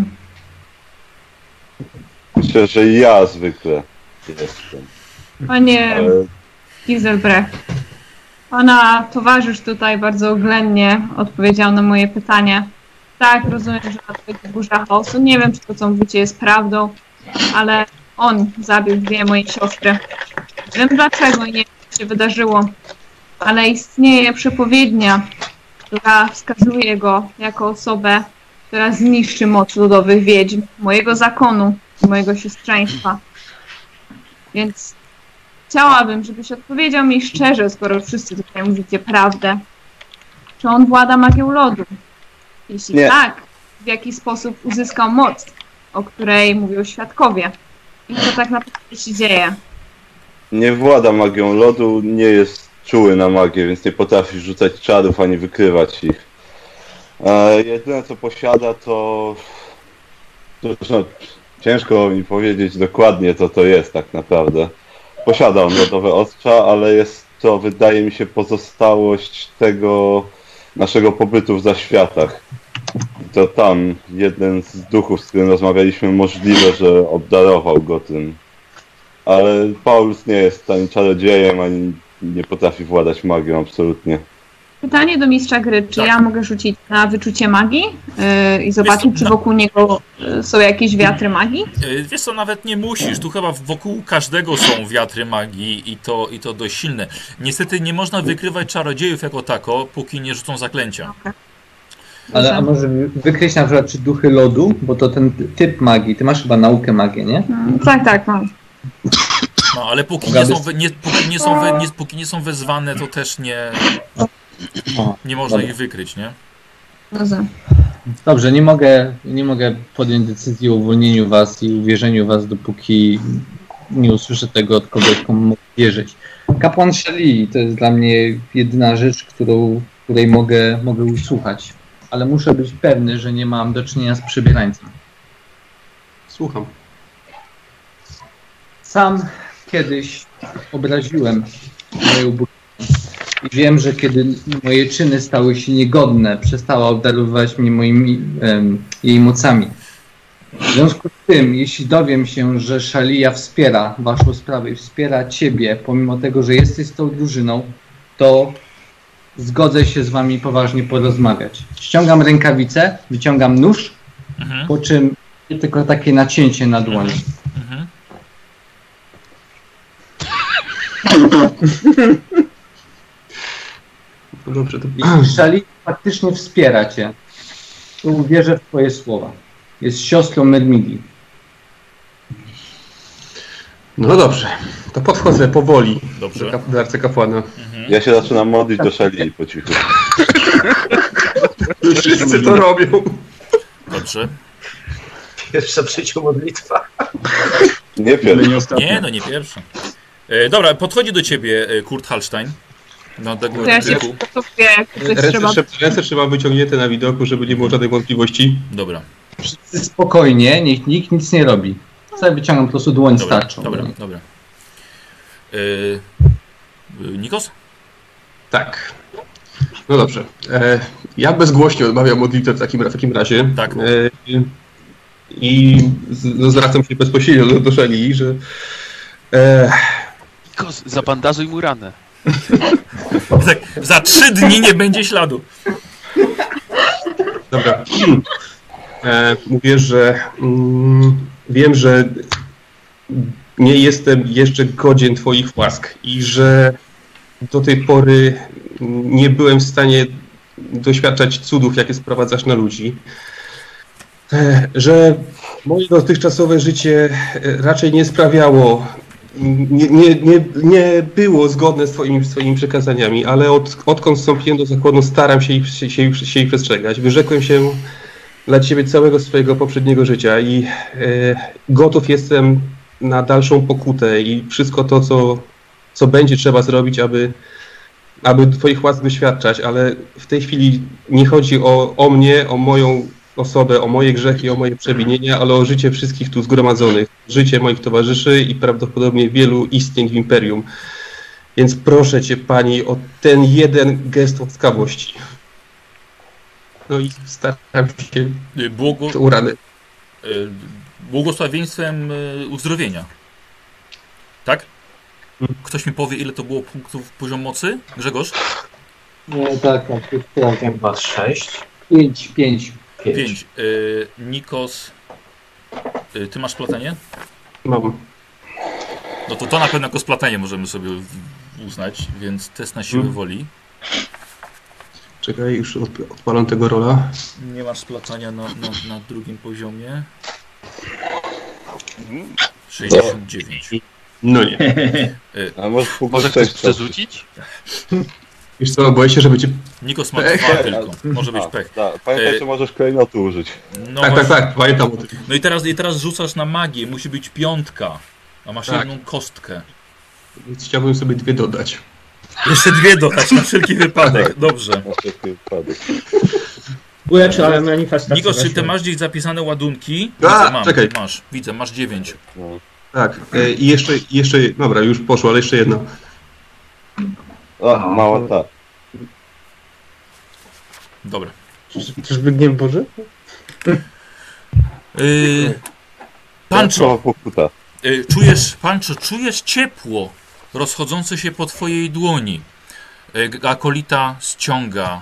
Myślę, że ja zwykle jestem. Panie Giselbrecht, pana towarzysz tutaj bardzo oględnie odpowiedział na moje pytanie. Tak, rozumiem, że nadchodzi burza chaosu. Nie wiem, czy to, co mówicie, jest prawdą, ale on zabił dwie moje siostry. Nie wiem dlaczego i nie wiem, co się wydarzyło, ale istnieje przepowiednia, która wskazuje go jako osobę, która zniszczy moc lodowych wiedźm, mojego zakonu i mojego siostrzeństwa. Więc chciałabym, żebyś odpowiedział mi szczerze, skoro wszyscy tutaj mówicie prawdę. Czy on włada magią lodu? Jeśli nie, tak, w jaki sposób uzyskał moc, o której mówią świadkowie? I co tak naprawdę się dzieje? Nie włada magią lodu, nie jest czuły na magię, więc nie potrafi rzucać czarów ani wykrywać ich. Jedyne co posiada to ciężko mi powiedzieć dokładnie co to jest tak naprawdę. Posiada on lodowe ostrza, ale jest to, wydaje mi się, pozostałość tego naszego pobytu w zaświatach. To tam jeden z duchów, z którym rozmawialiśmy, możliwe, że obdarował go tym. Ale Paulus nie jest ani czarodziejem, ani nie potrafi władać magią, absolutnie. Pytanie do mistrza gry. Czy ja mogę rzucić na wyczucie magii i zobaczyć, czy wokół niego są jakieś wiatry magii? Wiesz co, nawet nie musisz. Tu chyba wokół każdego są wiatry magii i to dość silne. Niestety nie można wykrywać czarodziejów jako tako, póki nie rzucą zaklęcia. Ale a może wykreślić na przykład czy duchy lodu, bo to ten typ magii, ty masz chyba naukę magii, nie? Tak, mam. No, ale póki nie są wezwane, to też nie można ich wykryć, nie? Dobrze, nie mogę podjąć decyzji o uwolnieniu was i uwierzeniu was, dopóki nie usłyszę tego od kogoś, komu mogę wierzyć. Kapłan Shali to jest dla mnie jedyna rzecz, której mogę usłuchać. Ale muszę być pewny, że nie mam do czynienia z przebierańcem. Słucham. Sam kiedyś obraziłem moją bóstwo i wiem, że kiedy moje czyny stały się niegodne, przestała obdarowywać mnie jej mocami. W związku z tym, jeśli dowiem się, że Shalia wspiera waszą sprawę i wspiera ciebie, pomimo tego, że jesteś z tą drużyną, to zgodzę się z wami poważnie porozmawiać. Ściągam rękawice, wyciągam nóż, po czym tylko takie nacięcie na dłoni. No dobrze, to... Jeśli Shali faktycznie wspiera cię, to uwierzę w twoje słowa. Jest siostrą Myrmidii. No dobrze, to podchodzę powoli Dobrze. do arcykapłana. Ja się zaczynam modlić do Shali po cichu. Wszyscy to robią. Dobrze. Pierwsza w życiu modlitwa. Nie pierwsza. Nie pierwsza. Dobra, podchodzi do ciebie Kurt Hallstein. Na To ja się przygotuję, jak coś trzeba. Ręce trzeba wyciągnięte na widoku, żeby nie było żadnej wątpliwości. Dobra. Wszyscy spokojnie, niech nikt nic nie robi. Sobie wyciągam po prostu dłoń starczą. Dobra. Nikos? Tak. No dobrze. Ja bezgłośnie odmawiam modlitwę w takim razie. Tak. I zwracam się bezpośrednio do Shali, że... Nikos, zabandażuj mu ranę. Tak, za 3 dni nie będzie śladu. Dobra. Mówię, że wiem, że nie jestem jeszcze godzien twoich łask i że do tej pory nie byłem w stanie doświadczać cudów, jakie sprowadzasz na ludzi. Że moje dotychczasowe życie raczej nie sprawiało, nie było zgodne z twoimi przekazaniami, ale odkąd wstąpiłem do zakładu, staram się ich przestrzegać. Wyrzekłem się dla ciebie całego swojego poprzedniego życia i gotów jestem na dalszą pokutę i wszystko to, co będzie trzeba zrobić, aby twoich łask doświadczać, ale w tej chwili nie chodzi o mnie, o moją osobę, o moje grzechy, o moje przewinienia, ale o życie wszystkich tu zgromadzonych, życie moich towarzyszy i prawdopodobnie wielu istnień w Imperium. Więc proszę cię, pani, o ten jeden gest łaskawości. No i staram się urany. Błogosławieństwem uzdrowienia. Tak? Ktoś mi powie, ile to było punktów poziom mocy? Grzegorz? Nie, tak, sprawdzam. Chyba 6. 5. Nikos, ty masz splatanie? Mam. No to na pewno jako splatanie możemy sobie uznać, więc test na siłę woli. Czekaj, już odpalam tego rola. Nie masz splatania na drugim poziomie. 69. No nie. A może chcesz przerzucić? Wiesz co, boję się, żeby cię... Nikos ma 2 tylko. Może być pech. Pamiętaj, że możesz klejnotu użyć. No tak, pamiętam o tym. No i teraz rzucasz na magię. Musi być 5, a masz jedną kostkę. Więc chciałbym sobie 2 dodać. Jeszcze 2 dodać na wszelki wypadek. Dobrze. Na wszelki wypadek. Ale manifestacja. Nikos, czy ty masz gdzieś zapisane ładunki? Czekaj. Widzę, masz 9. No. Tak, i jeszcze, dobra, już poszło, ale jeszcze jedno. Mała ta. Dobra. Czyżby gniew Boży? Pancho, czujesz ciepło rozchodzące się po twojej dłoni. Akolita ściąga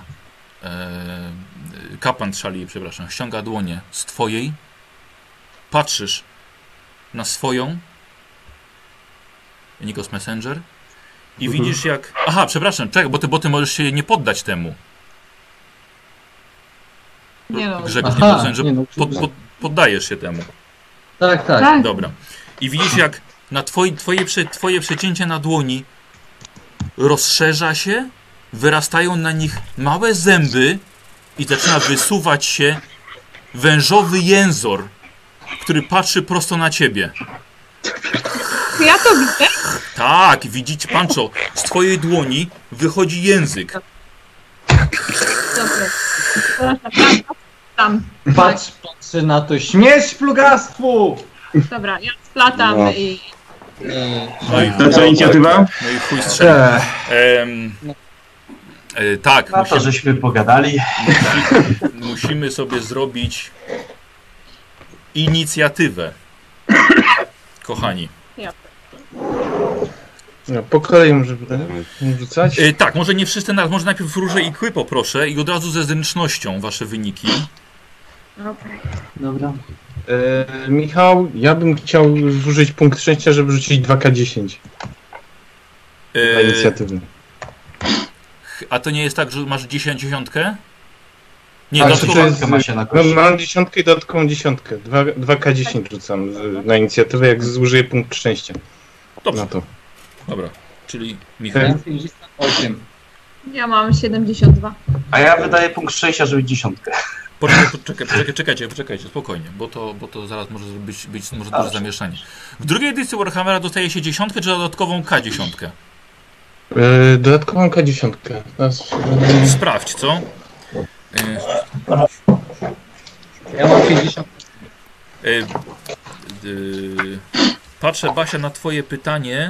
kapłan Shali, przepraszam, ściąga dłonie z twojej. Patrzysz na swoją Nikos Messenger i widzisz jak... Aha, przepraszam, czekaj, bo ty możesz się nie poddać temu. Nie no. Grzegorz, Aha, nie, że nie no, poddajesz się temu. Tak. Tak. Dobra. I widzisz, jak na twoje przecięcie na dłoni rozszerza się, wyrastają na nich małe zęby i zaczyna wysuwać się wężowy jęzor, który patrzy prosto na ciebie. Ja to widzę? Tak, widzicie, Pancho, z twojej dłoni wychodzi język. Dobra. Teraz tam. Patrzy na to. Śmierć plugastwu! Dobra, ja splatam No. i... To co, inicjatywa? No i chuj strzela. Tak, Na to, żeśmy pogadali. musimy sobie zrobić inicjatywę. Kochani. No, po kolei może rzucać? Tak, może nie wszyscy, może najpierw róże i kły poproszę i od razu ze zręcznością wasze wyniki. Okay. Dobra. Michał, ja bym chciał zużyć punkt szczęścia, żeby rzucić 2K10 na inicjatywę. A to nie jest tak, że masz dziesiątkę? Nie, A, dodatkowo... to jest, ma się na kości. mam 10 i dodatkową 10. 2K10 rzucam na inicjatywę, jak zużyję punkt szczęścia. Dobrze. Na to. Dobra, czyli Michał. 58. Ja mam 72. A ja wydaję punkt szczęścia, żeby 10. Poczekajcie, spokojnie, bo to zaraz może być może duże zamieszanie. W drugiej edycji Warhammera dostaje się 10 czy dodatkową K10? Dodatkową K10. Sprawdź, co? Ja mam 50. Patrzę, Basia, na twoje pytanie.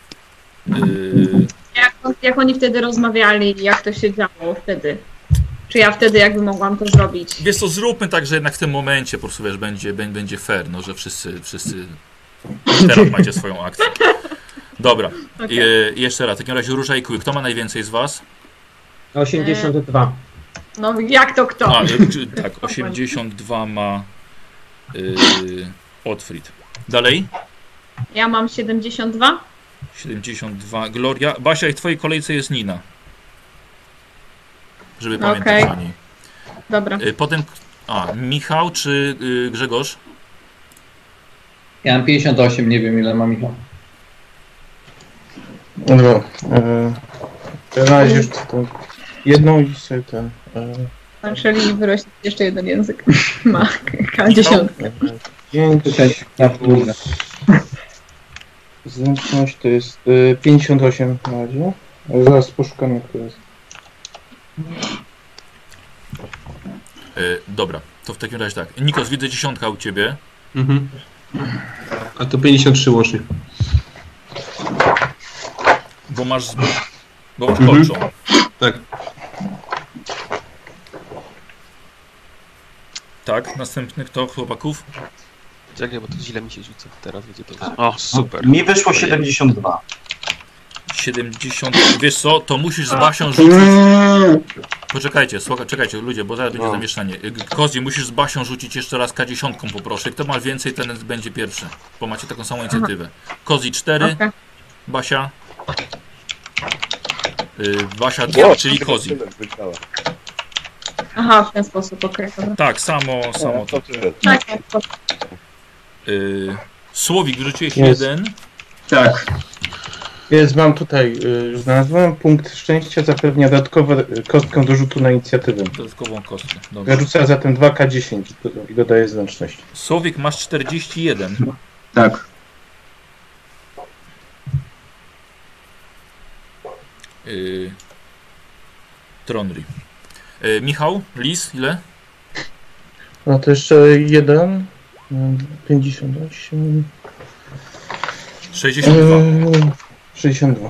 Jak oni wtedy rozmawiali, jak to się działo wtedy? Czy ja wtedy jakby mogłam to zrobić? Wiesz co, zróbmy tak, że jednak w tym momencie po prostu wiesz, będzie fair, no, że wszyscy teraz macie swoją akcję. Dobra, Okay. Jeszcze raz, w takim razie Róża i Kły. Kto ma najwięcej z was? 82. No jak to kto? Tak, 82 ma Otfrid. Dalej? Ja mam 72. 72. Gloria. Basia, i w twojej kolejce jest Nina. Żeby pamiętać o niej. Dobra. Potem Michał czy Grzegorz? Ja mam 58, nie wiem ile ma Michał. No, na razie już to jedną i sobie ten... Czyli wyrośnie jeszcze jeden język. Ma K10. 5 plus zręczność to jest 58 na razie. Zaraz poszukam, jak to jest. Dobra, to w takim razie tak. Nikos, widzę 10 u ciebie. Mhm. A to 53 łącznie. Bo masz kolczą. Tak. Tak, następny kto, chłopaków? Czekaj, bo to źle mi się rzuca. Teraz będzie dobrze. O, super. Mi wyszło 72. 70. Wiesz co, to musisz z Basią rzucić. Poczekajcie, czekajcie ludzie, bo zaraz będzie zamieszanie. Kozi, musisz z Basią rzucić jeszcze raz K10, poproszę. Kto ma więcej, ten będzie pierwszy. Bo macie taką samą inicjatywę. Kozi 4, okay. Basia. Basia 2, czyli Kozi. Aha, w ten sposób, okej. Okay, tak, samo to. Tak, Słowik, wrzuciłeś jeden. Tak. Jest, mam tutaj, już znalazłem, punkt szczęścia zapewnia dodatkową kostkę do rzutu na inicjatywę. Dodatkową kostkę, dobrze. Ja rzucę zatem 2K10 i dodaję zręczność. Słowik, masz 41. Tak. Tronry. Michał, Lis, ile? No to jeszcze jeden. 58. 62. 62.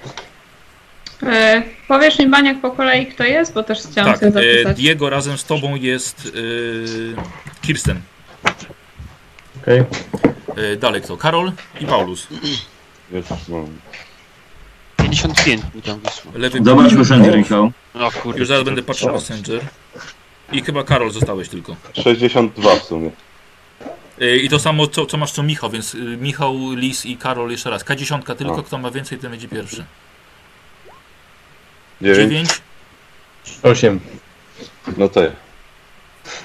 Powiesz mi, Baniak, po kolei kto jest? Bo też chciałam sobie zapisać. Diego, razem z tobą jest Kirsten. Okej. Dalej kto? Karol i Paulus. 55 mi tam wyszło. Zobacz Messenger, Michał. O kurde. Już zaraz będę patrzył Messenger. I chyba Karol zostałeś tylko. 62 w sumie. I to samo co masz co Michał, więc Michał, Lis i Karol jeszcze raz. K10 tylko, kto ma więcej, ten będzie pierwszy. 9. 8. No to ja.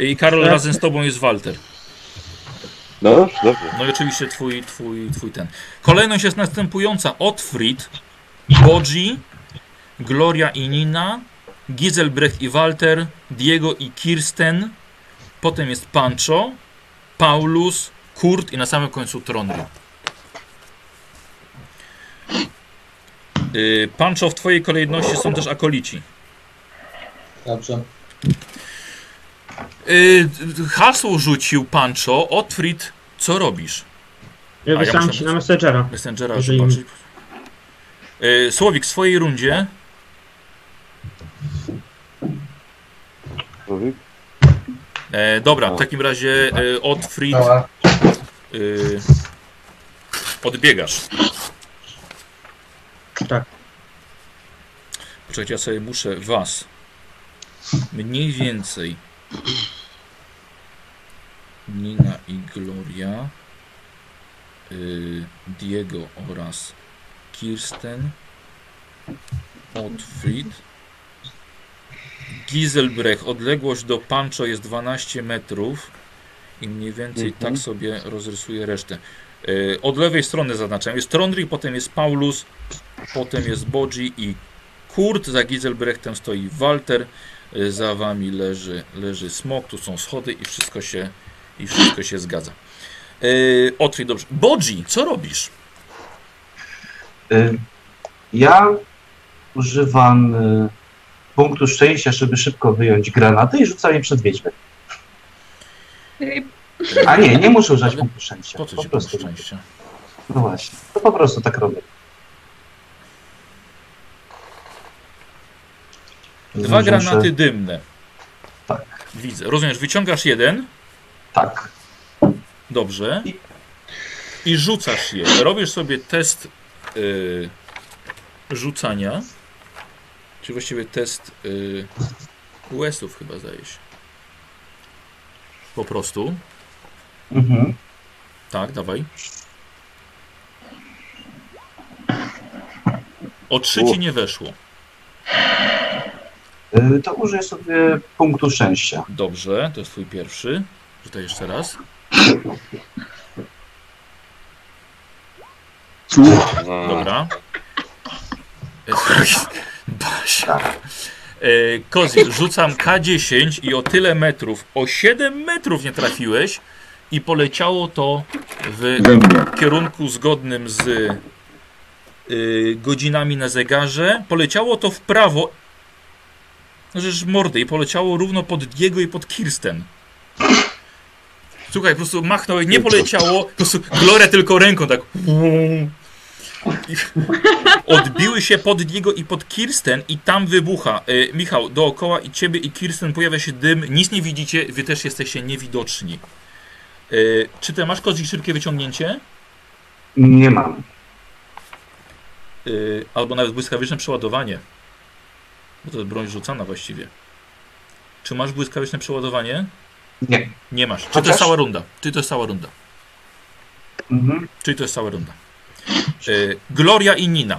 I Karol, razem z tobą jest Walter. No dobrze. No i oczywiście twój ten. Kolejność jest następująca. Otfrid, Bodzi, Gloria i Nina, Giselbrecht i Walter, Diego i Kirsten, potem jest Pancho, Paulus, Kurt i na samym końcu Tronry. Pancho, w twojej kolejności są też akolici. Dobrze. Hasło rzucił Pancho. Otfrid, co robisz? Ja wysłałem ci na Messengera. Messengera zobaczyć. Słowik, w swojej rundzie. Dobra, w takim razie Otfrid odbiegasz. Tak. Poczekajcie, ja sobie muszę was mniej więcej Nina i Gloria, Diego oraz Kirsten, Otfrid, Giselbrecht. Odległość do Pancho jest 12 metrów i mniej więcej tak sobie rozrysuję resztę. Od lewej strony zaznaczam. Jest Trondri, potem jest Paulus, potem jest Bodzi i Kurt. Za Giselbrechtem stoi Walter. Za wami leży smok. Tu są schody i wszystko się zgadza. Otwórz, dobrze. Bodzi, co robisz? Ja używam punktu szczęścia, żeby szybko wyjąć granaty i rzucam je przed wiedźmę. A nie muszę używać punktu szczęścia. Po co ci punkt szczęścia? No właśnie, to po prostu tak robię. Dwa granaty dymne. Tak. Widzę. Rozumiesz, wyciągasz jeden. Tak. Dobrze. I rzucasz je. Robisz sobie test rzucania. Czy właściwie test US-ów chyba zdaje się. Po prostu. Mhm. Tak, dawaj. O 3 ci nie weszło. To użyję sobie punktu szczęścia. Dobrze, to jest twój pierwszy. Rzucaj jeszcze raz. Dobra. Basia. Kozi, rzucam K10 i o tyle metrów, o 7 metrów nie trafiłeś i poleciało to w kierunku zgodnym z godzinami na zegarze. Poleciało to w prawo, rzecz mordy, i poleciało równo pod Diego i pod Kirsten. Słuchaj, po prostu machnął, nie poleciało, po prostu Gloria tylko ręką tak. I odbiły się pod Diego i pod Kirsten i tam wybucha. Michał, dookoła i ciebie i Kirsten pojawia się dym, nic nie widzicie, wy też jesteście niewidoczni. Czy ty masz Kozi szybkie wyciągnięcie? Nie mam. Albo nawet błyskawiczne przeładowanie. Bo to jest broń rzucana właściwie. Czy masz błyskawiczne przeładowanie? Nie. Nie masz. Czy to jest cała runda? Czy to jest cała runda? Mhm. Czyli to jest cała runda. Gloria i Nina.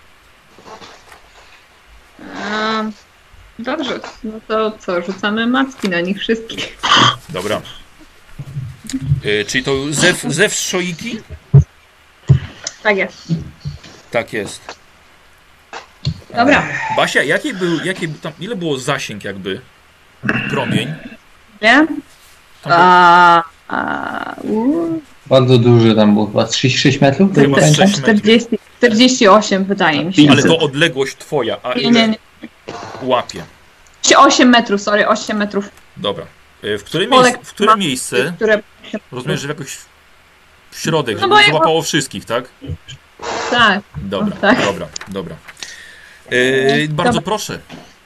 Dobrze, no to co, rzucamy macki na nich wszystkich. Dobra. Czyli to zew szoiki? Tak jest. Tak jest. Dobra. Basia, ile było zasięg jakby? Promień? Nie? Bardzo duży tam było, chyba 36 metrów? 48 wydaje mi się. Ale to odległość twoja, a ile nie. łapie? 8 metrów, sorry, 8 metrów. Dobra. W które miejsce? Rozumiesz, że jakoś w środek, żeby złapało wszystkich, tak? Tak. Dobra, tak. dobra. Bardzo proszę.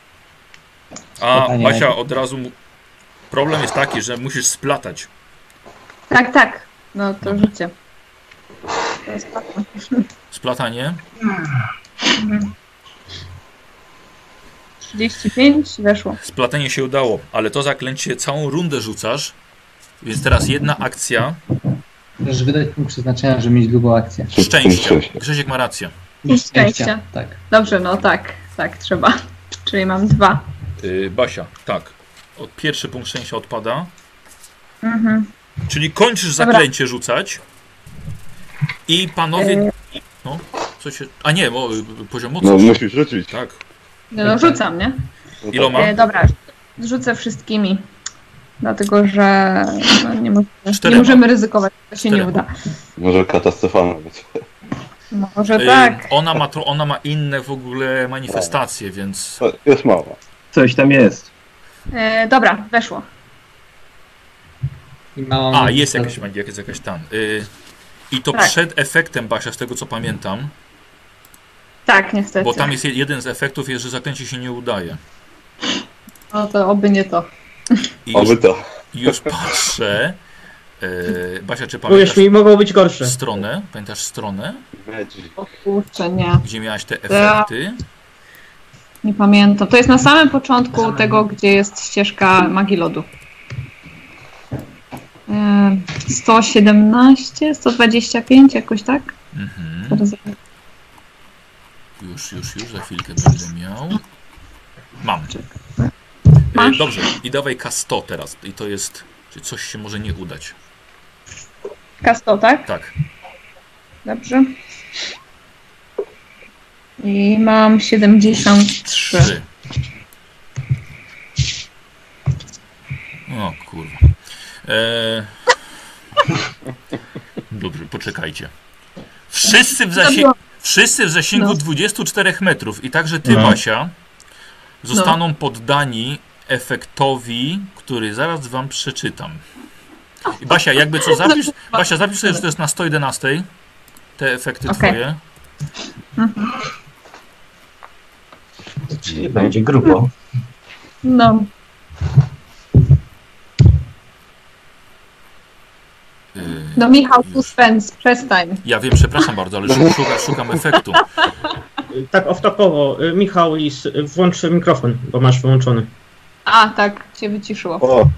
A Basia, od razu problem jest taki, że musisz splatać. Tak. No to rzucę. Splatanie? 35 weszło. Splatanie się udało, ale to zaklęcie całą rundę rzucasz, więc teraz jedna akcja. Możesz wydać punkt przeznaczenia, żeby mieć drugą akcję. Szczęścia. Grzesiek ma rację. Szczęścia. Tak. Dobrze, no tak trzeba. Czyli mam 2. Basia, tak. Pierwszy punkt szczęścia odpada. Mhm. Czyli kończysz zaklęcie rzucać. I panowie... No, co się... A nie, bo poziom mocy. No musisz rzucić. Tak. No rzucam, nie? Iloma? Dobra, rzucę wszystkimi. Dlatego, że no, nie możemy ryzykować, to się nie uda. Może katastrofalne być. Może tak. Ona ma inne w ogóle manifestacje, więc... Jest mała. Coś tam jest. Dobra, weszło. Jest jakaś tam. I to przed efektem, Basia, z tego co pamiętam. Tak, niestety. Bo tam jest jeden z efektów, jest, że zaklęcie się nie udaje. No to oby nie to. Już patrzę. Basia, czy pamiętasz? Mi mogło być gorsze. Stronę? Pamiętasz stronę? O kurczę, nie. Gdzie miałaś te efekty? Nie pamiętam. To jest na samym początku tego, gdzie jest ścieżka magii lodu. 117, 125, jakoś tak? Już, za chwilkę będę miał. Mam. Dobrze, i dawaj K100 teraz. I to jest, czy coś się może nie udać. K100, tak? Tak. Dobrze. I mam 73. O kurwa. Dobrze, poczekajcie. Wszyscy w zasięgu 24 metrów i także ty, Basia, zostaną poddani efektowi, który zaraz wam przeczytam. I Basia, jakby co zapisz, zapisz sobie, że to jest na 111 te efekty twoje. Czyli będzie grubo. No. No Michał, suspens, przestań. Ja wiem, przepraszam bardzo, ale szukam efektu. Tak off-topowo. Michał, włącz mikrofon, bo masz wyłączony. A, tak, cię wyciszyło.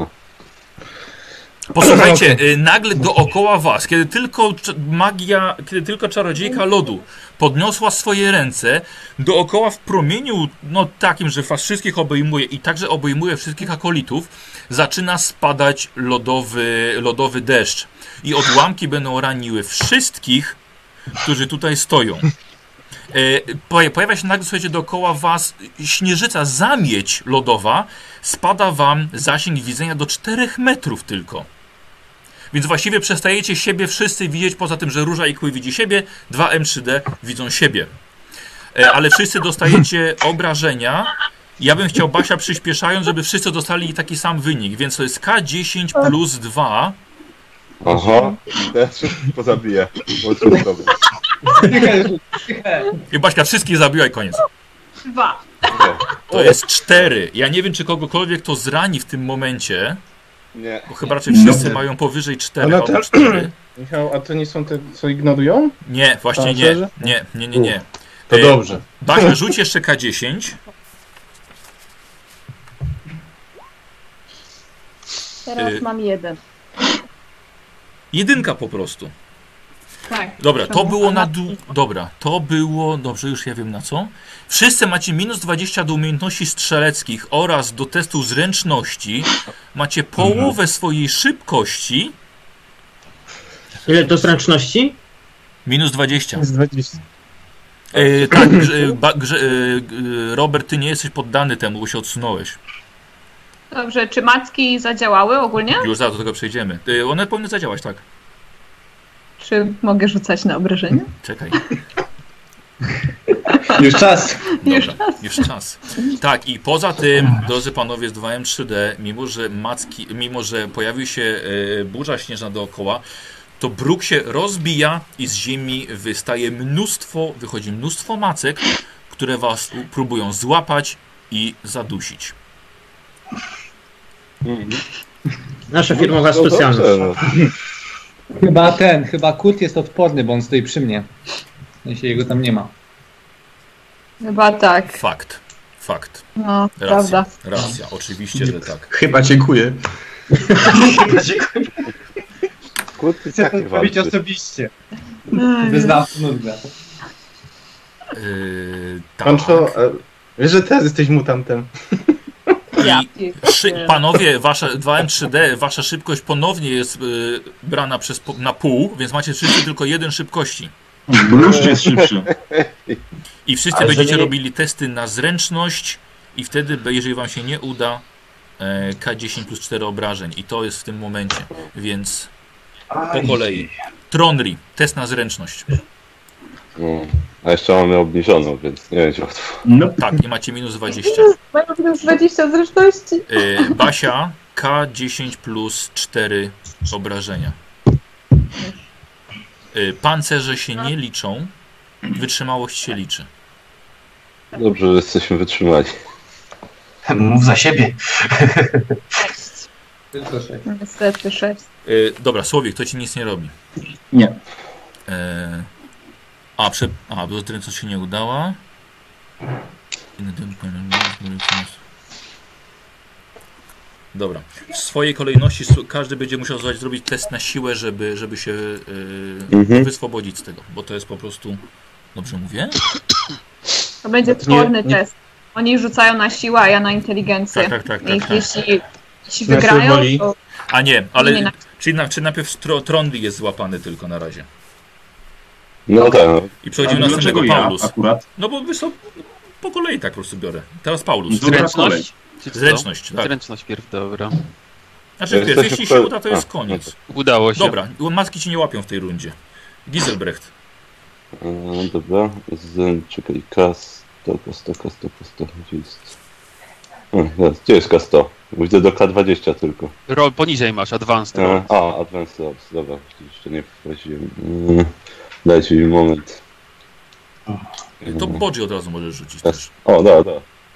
Posłuchajcie, nagle dookoła was, kiedy tylko czarodziejka lodu podniosła swoje ręce, dookoła w promieniu takim, że was wszystkich obejmuje i także obejmuje wszystkich akolitów, zaczyna spadać lodowy deszcz. I odłamki będą raniły wszystkich, którzy tutaj stoją. Pojawia się nagle, słuchajcie, dookoła was śnieżyca, zamieć lodowa, spada wam zasięg widzenia do 4 metrów tylko. Więc właściwie przestajecie siebie wszyscy widzieć, poza tym, że Róża i Kły widzi siebie, 2M3D widzą siebie. Ale wszyscy dostajecie obrażenia. Ja bym chciał, Basia, przyspieszając, żeby wszyscy dostali taki sam wynik, więc to jest K10 plus 2. Aha, teraz wszystkich pozabiję. I Baśka, wszystkich zabiła i koniec. 2. To jest 4. Ja nie wiem, czy kogokolwiek to zrani w tym momencie. Nie. Bo chyba raczej wszyscy mają powyżej 4. Ale 4. Michał, a to nie są te, co ignorują? Nie, właśnie nie. Nie. To dobrze. Basia, rzuć jeszcze K10. Teraz mam 1. Jedynka po prostu. Tak. Dobra, to było na dół. Dobra, to było. Dobrze, już ja wiem na co. Wszyscy macie minus 20 do umiejętności strzeleckich oraz do testu zręczności. Macie połowę swojej szybkości. Ile do zręczności? Minus 20. Minus 20. Tak, Robert, ty nie jesteś poddany temu, bo się odsunąłeś. Dobrze, czy macki zadziałały ogólnie? Już zaraz do tego przejdziemy. One powinny zadziałać, tak. Czy mogę rzucać na obrażenia? Czekaj. Już czas. Dobra, już czas. Tak, i poza tym, drodzy panowie z 2M3D, mimo że pojawił się burza śnieżna dookoła, to bruk się rozbija i z ziemi wychodzi mnóstwo macek, które was próbują złapać i zadusić. Nasza firmowa specjalność. Chyba Kurt jest odporny, bo on stoi przy mnie. W sensie jego tam nie ma. Chyba tak. Fakt. No, Racja, prawda. oczywiście, że tak. Chyba dziękuję. Kurt, chcę to zrobić osobiście. Wyznawcy nudne. Tak. Wiesz, że teraz jesteś mutantem. Panowie, wasze 2M3D, wasza szybkość ponownie jest brana na pół, więc macie wszyscy tylko 1 szybkości. Bluszcz jest szybszy. I wszyscy będziecie robili testy na zręczność i wtedy, jeżeli wam się nie uda, K10 plus 4 obrażeń. I to jest w tym momencie, więc po kolei. Tronri, test na zręczność. No, a jeszcze mamy obniżoną, więc nie będzie łatwo. No. Tak, nie macie minus 20. Mają minus 20 zręczności. Basia, K10 plus 4 obrażenia. Pancerze się nie liczą, wytrzymałość się liczy. Dobrze, że jesteśmy wytrzymali. Mów za siebie. 6. Niestety 6. Dobra, Słowik, to ci nic nie robi. Nie. Bo zręczność się nie udała. Dobra. W swojej kolejności każdy będzie musiał zrobić test na siłę, żeby się wyswobodzić z tego, bo to jest po prostu... Dobrze mówię? To będzie tworny test. Oni rzucają na siłę, a ja na inteligencję. Tak. Jeśli wygrają, to... A nie, ale... Czy najpierw Tronli jest złapany tylko na razie? No tak. I przechodzimy do następnego Paulus. Akurat? No bo po kolei tak po prostu biorę. Teraz Paulus. Zręczność? Zręczność, tak. Zręczność pierw, dobra. Znaczy pierw, jeśli się uda, to jest koniec. Udało się. Dobra, maski ci nie łapią w tej rundzie. Giselbrecht. Dobra, czekaj, K100, gdzie jest? Gdzie jest K100? Widzę do K20 tylko. Poniżej masz, Advanced Roll. Advanced Rolls, dobra, jeszcze nie wchodziłem. Dajcie mi moment. To Bodzi od razu możesz rzucić też. Dobra.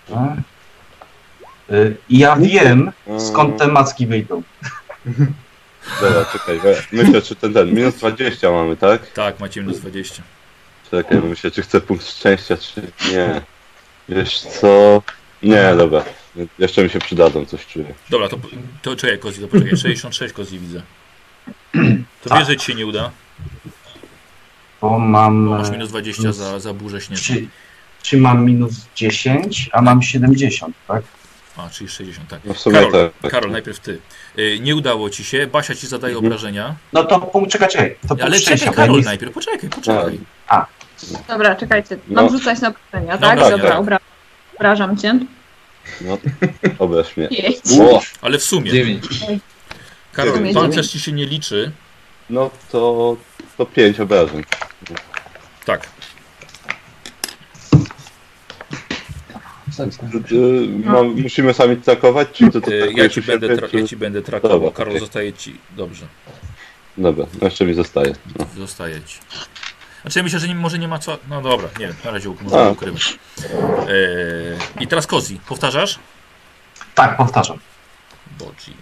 Ja wiem, skąd te macki wyjdą. Dobra, czekaj, myślę, czy ten minus 20 mamy, tak? Tak, macie minus 20. Czekaj, myślę, czy chcę punkt szczęścia, czy nie. Wiesz co? Nie, dobra. Jeszcze mi się przydadzą, coś czuję. Dobra, to czekaj, Kozi, to poczekaj. 66 Kozi widzę. To wiesz, że ci się nie uda? Bo mam... Masz minus 20 za burzę śnieżną. Czy mam minus 10, a mam 70, tak? Czyli 60, tak. No w sumie tak. Karol, najpierw ty. Nie udało ci się, Basia ci zadaje obrażenia. No to czekaj. Ale czekaj, Karol najpierw, poczekaj. Dobra, czekajcie. Mam rzucać na obrażenia, tak? Dobra, obrażam cię. No, obraź mnie. 5. Ale w sumie. 9. Karol, pancerz ci się nie liczy. No to 5 obrażeń. Tak. Musimy sami trakować, czy to ja ci będę trakował. Dobra, Karol, zostaje ci. Dobrze. Dobra, no jeszcze mi zostaje. No. Zostaje ci. Znaczy ja myślę, że może nie ma co... No dobra, nie wiem, na razie można ukrywać. I teraz Kozi, powtarzasz? Tak, powtarzam. Bodzi.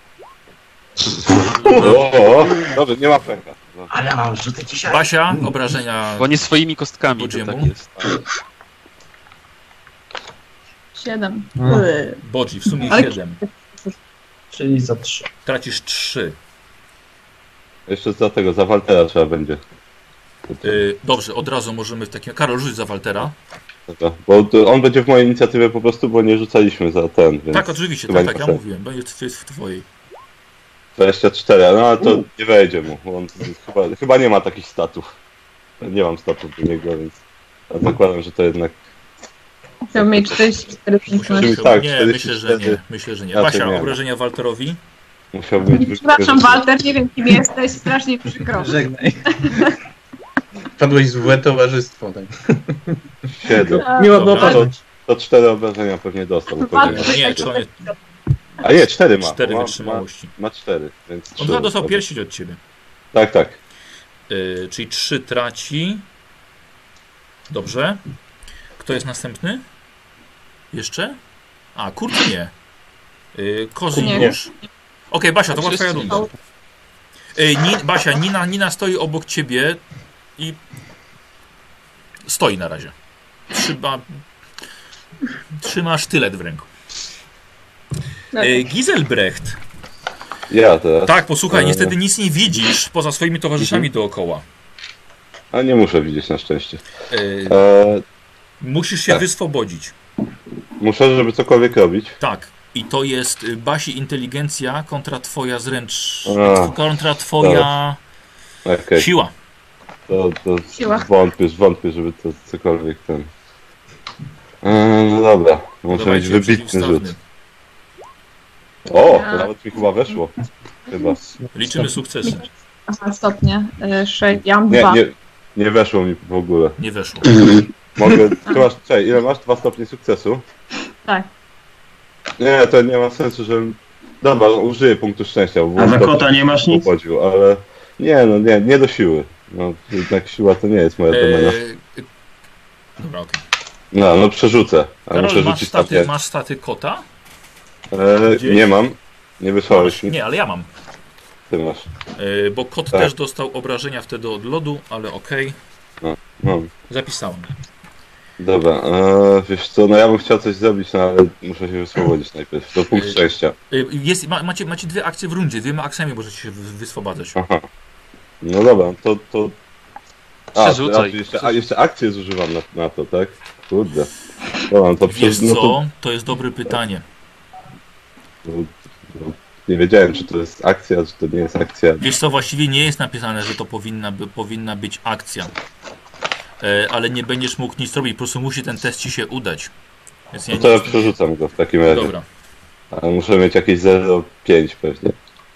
Dobrze, nie ma pęka. No. Ale mam rzuty dzisiaj. Basia, obrażenia... Bo nie swoimi kostkami, to tak jest. 7. Bodzi, w sumie 7. Czyli za 3. Tracisz 3. Jeszcze za Waltera trzeba będzie. Dobrze, od razu możemy w takim... Karol, rzuć za Waltera. Dobra, bo on będzie w mojej inicjatywie po prostu, bo nie rzucaliśmy za ten, więc... Tak, oczywiście, tak, ja mówiłem, będzie w twojej. 24, no ale to nie wejdzie mu, on chyba nie ma takich statów. Nie mam statów do niego, więc zakładam, że to jednak... Chciałbym mieć 44 punkty. Tak, nie, myślę, że nie. Basia, obrażenia Walterowi. Musiałby mieć... Przepraszam, Walter, nie wiem kim jesteś, strasznie przykro. Żegnaj. Wpadłeś w złe towarzystwo. Tak. 7. Miło było poznać. To 4 obrażenia pewnie dostał. Nie, to nie. A nie, 4 ma. 4 wytrzymałości. Ma 4, więc 3. On 2 dostał pierścień od ciebie. Tak. Czyli 3 traci. Dobrze. Kto jest następny? Jeszcze? Kurt nie. Kozi już. Okej, Basia, to była twoja runda. Basia, Nina stoi obok ciebie i stoi na razie. Trzyma sztylet w ręku. Giselbrecht. Ja teraz. Tak, posłuchaj, niestety nic nie widzisz poza swoimi towarzyszami dookoła. A nie muszę widzieć na szczęście. Musisz się wyswobodzić. Muszę, żeby cokolwiek robić? Tak. I to jest Basi inteligencja kontra twoja kontra twoja siła. To Siła. wątpię, żeby to cokolwiek ten... No dobra, muszę mieć wybitny rzut. O, to nawet mi chyba weszło. Chyba. Liczymy sukcesy. Aha, stopnie. 6. Ja mam 2. Nie weszło mi w ogóle. Nie weszło. Mogę... ile masz? 2 stopnie sukcesu? Tak. Nie, to nie ma sensu, żebym... Dobra, użyję punktu szczęścia. A za kota nie masz nic? Pochodził, ale... Nie do siły. No, jednak siła to nie jest moja domena. Dobra, okej. No przerzucę. Ale Karol, muszę rzucić takie... masz staty kota? Nie mam. Nie wysłałeś mi. Nie, ale ja mam. Ty masz. Bo kot też dostał obrażenia wtedy od lodu, ale okej. Mam. Zapisałem. Dobra, wiesz co, no ja bym chciał coś zrobić, no ale muszę się wyswobodzić najpierw. To punkt szczęścia. Macie 2 akcje w rundzie, 2 akcjami możecie się wyswobadzać. Aha. No dobra, to... Przerzucaj. Jeszcze akcje zużywam na to, tak? Kurde. Dobra, to Wiesz co? To jest dobre pytanie. Nie wiedziałem, czy to jest akcja, czy to nie jest akcja. Wiesz co, właściwie nie jest napisane, że to powinna być akcja. Ale nie będziesz mógł nic robić, po prostu musi ten test ci się udać. Więc No to ja przerzucam go w takim razie. Dobra. Ale muszę mieć jakieś 0,5 pewnie.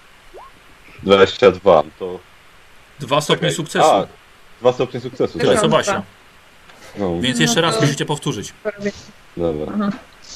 22, to... 2 stopnie sukcesu. 2 stopnie sukcesu, Tyle co Basia. No. Więc jeszcze raz musicie powtórzyć. Dobra. Aha.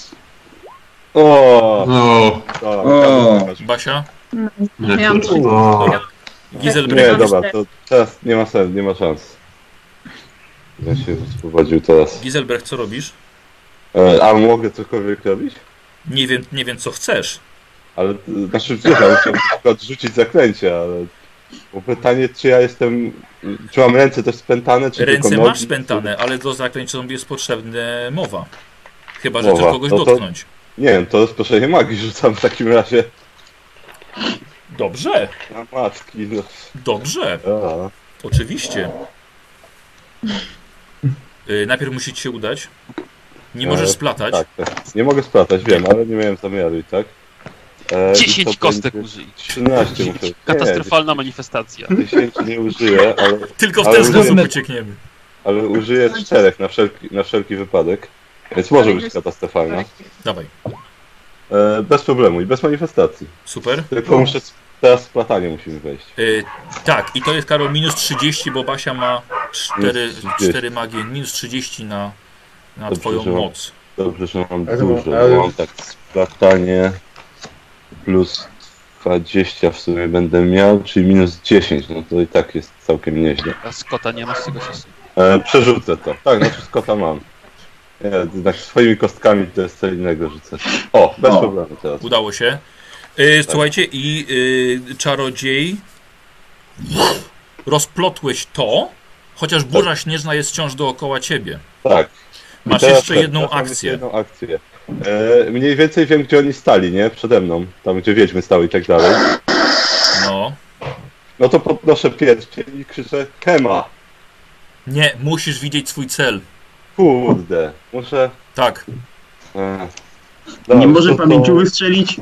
Basia? Ja mam 3. Giselbrecht. Nie, dobra, to teraz nie ma sensu, nie ma szans. Ja się wyswobodził teraz. Giselbrecht, co robisz? A mogę cokolwiek robić? Nie wiem co chcesz. Ale, znaczy, chciałem na przykład rzucić zaklęcie, ale... Bo pytanie, czy ja jestem... Czy mam ręce też spętane, czy Ręce tylko nogi? masz spętane, ale do zaklęciom jest potrzebna mowa. Chyba, że chcesz kogoś dotknąć. Nie wiem, to rozproszenie magii rzucam w takim razie. Dobrze. Na matki, no. Dobrze. Oczywiście. Najpierw musi ci się udać. Nie możesz splatać. Tak. Nie mogę splatać, wiem, ale nie miałem zamiaru i tak. 10 kostek użyj. 13 muszę. Katastrofalna manifestacja. 10 nie użyję, ale... Tylko w ten sposób uciekniemy. Ale użyję 4 na wszelki wypadek. Więc może być katastrofalna. Dawaj. Bez problemu i bez manifestacji. Super. Tylko muszę... Teraz splatanie musimy wejść. Tak, i to jest, Karol, minus 30, bo Basia ma 4 magii. Minus 30 na twoją moc. Dobrze, że mam dużo. Mam tak splatanie plus 20 w sumie będę miał, czyli minus 10. No to i tak jest całkiem nieźle. A z kota nie masz tego czasu? Przerzucę to. Tak, znaczy z kota mam. Nie, jednak swoimi kostkami to jest co innego rzucę. O, bez problemu teraz. Udało się. Słuchajcie, i czarodziej, rozplotłeś to, chociaż burza śnieżna jest wciąż dookoła ciebie. Tak. Masz jeszcze jedną akcję. Mniej więcej wiem, gdzie oni stali, nie? Przede mną. Tam, gdzie wiedźmy stały i tak dalej. No to podnoszę pierścień i krzyczę Kema. Nie, musisz widzieć swój cel. Kurde, muszę... Tak. Dobra, nie może pamięciu wystrzelić?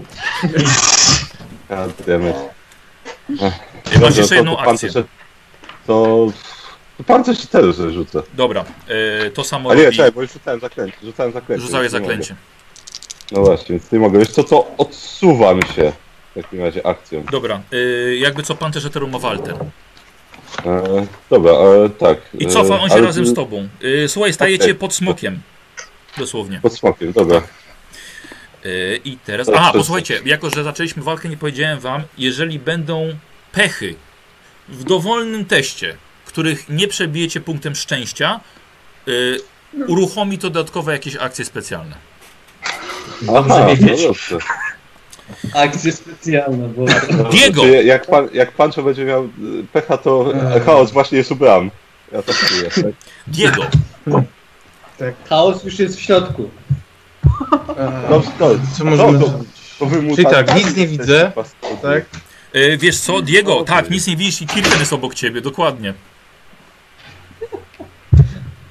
Masz jeszcze jedną akcję. To pancerz czy teraz rzucę? Dobra, to samo. A nie, czekaj, bo już rzucałem zaklęcie. Rzucałeś zaklęcie. No właśnie, więc nie mogę. Wiesz co, to odsuwam się w takim razie akcją. Dobra, jakby co pancerz eteru ma Walter. Dobra, tak. I cofa on się razem z tobą. Słuchaj, stajecie pod smokiem. Dosłownie. Pod smokiem, dobra. I teraz... Aha, posłuchajcie, jako że zaczęliśmy walkę, nie powiedziałem wam, jeżeli będą pechy w dowolnym teście, których nie przebijecie punktem szczęścia, uruchomi to dodatkowe jakieś akcje specjalne. Dobrze wiedzieć. Akcje specjalne, bo... Diego! Jak Pancho będzie miał pecha, to chaos właśnie jest u bram. Ja to czuję. Tak? Diego! Tak. Chaos już jest w środku. Co możemy zrobić? Czyli tak, nic nie widzę, tak? Wiesz co, Diego, tak, nic nie widzisz i Kirsten jest obok ciebie, dokładnie.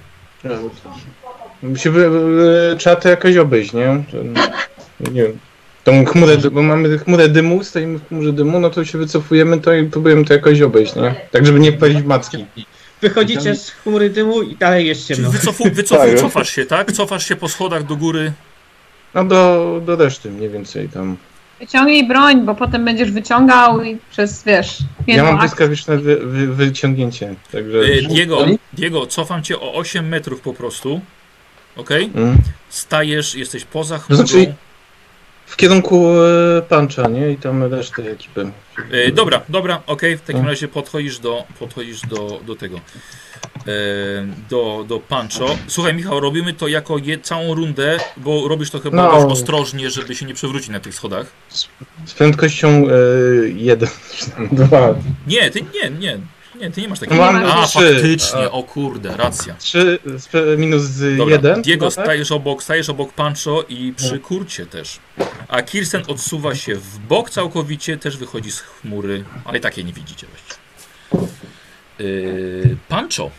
Trzeba to jakoś obejść, nie? Nie wiem. Tą chmurę, bo mamy chmurę dymu, stoimy w chmurze dymu, no to się wycofujemy to i próbujemy to jakoś obejść, nie? Tak, żeby nie wpaść w macki. Wychodzicie z chmury dymu i dalej jest Czyli ciemno. cofasz się, tak? Cofasz się po schodach do góry. No do reszty mniej więcej tam. Wyciągnij broń, bo potem będziesz wyciągał i przez, wiesz, Ja jedną mam akcję. błyskawiczne wyciągnięcie, także... Diego, cofam cię o 8 metrów po prostu. Okej? Stajesz, jesteś poza To chmurą. znaczy w kierunku puncha, nie? I tam resztę ekipy. Dobra, okej. W takim razie podchodzisz do tego. Do Pancho. Słuchaj, Michał, robimy to jako całą rundę, bo robisz to chyba dość ostrożnie, żeby się nie przewrócić na tych schodach. Z prędkością 1, 2. Nie, ty nie masz takiego. Mam 3. Faktycznie, o kurde, racja. 3 minus Dobra, 1. Diego, stajesz obok Pancho i przy kurcie też. A Kirsten odsuwa się w bok całkowicie, też wychodzi z chmury, ale i tak jej nie widzicie właściwie. Pancho.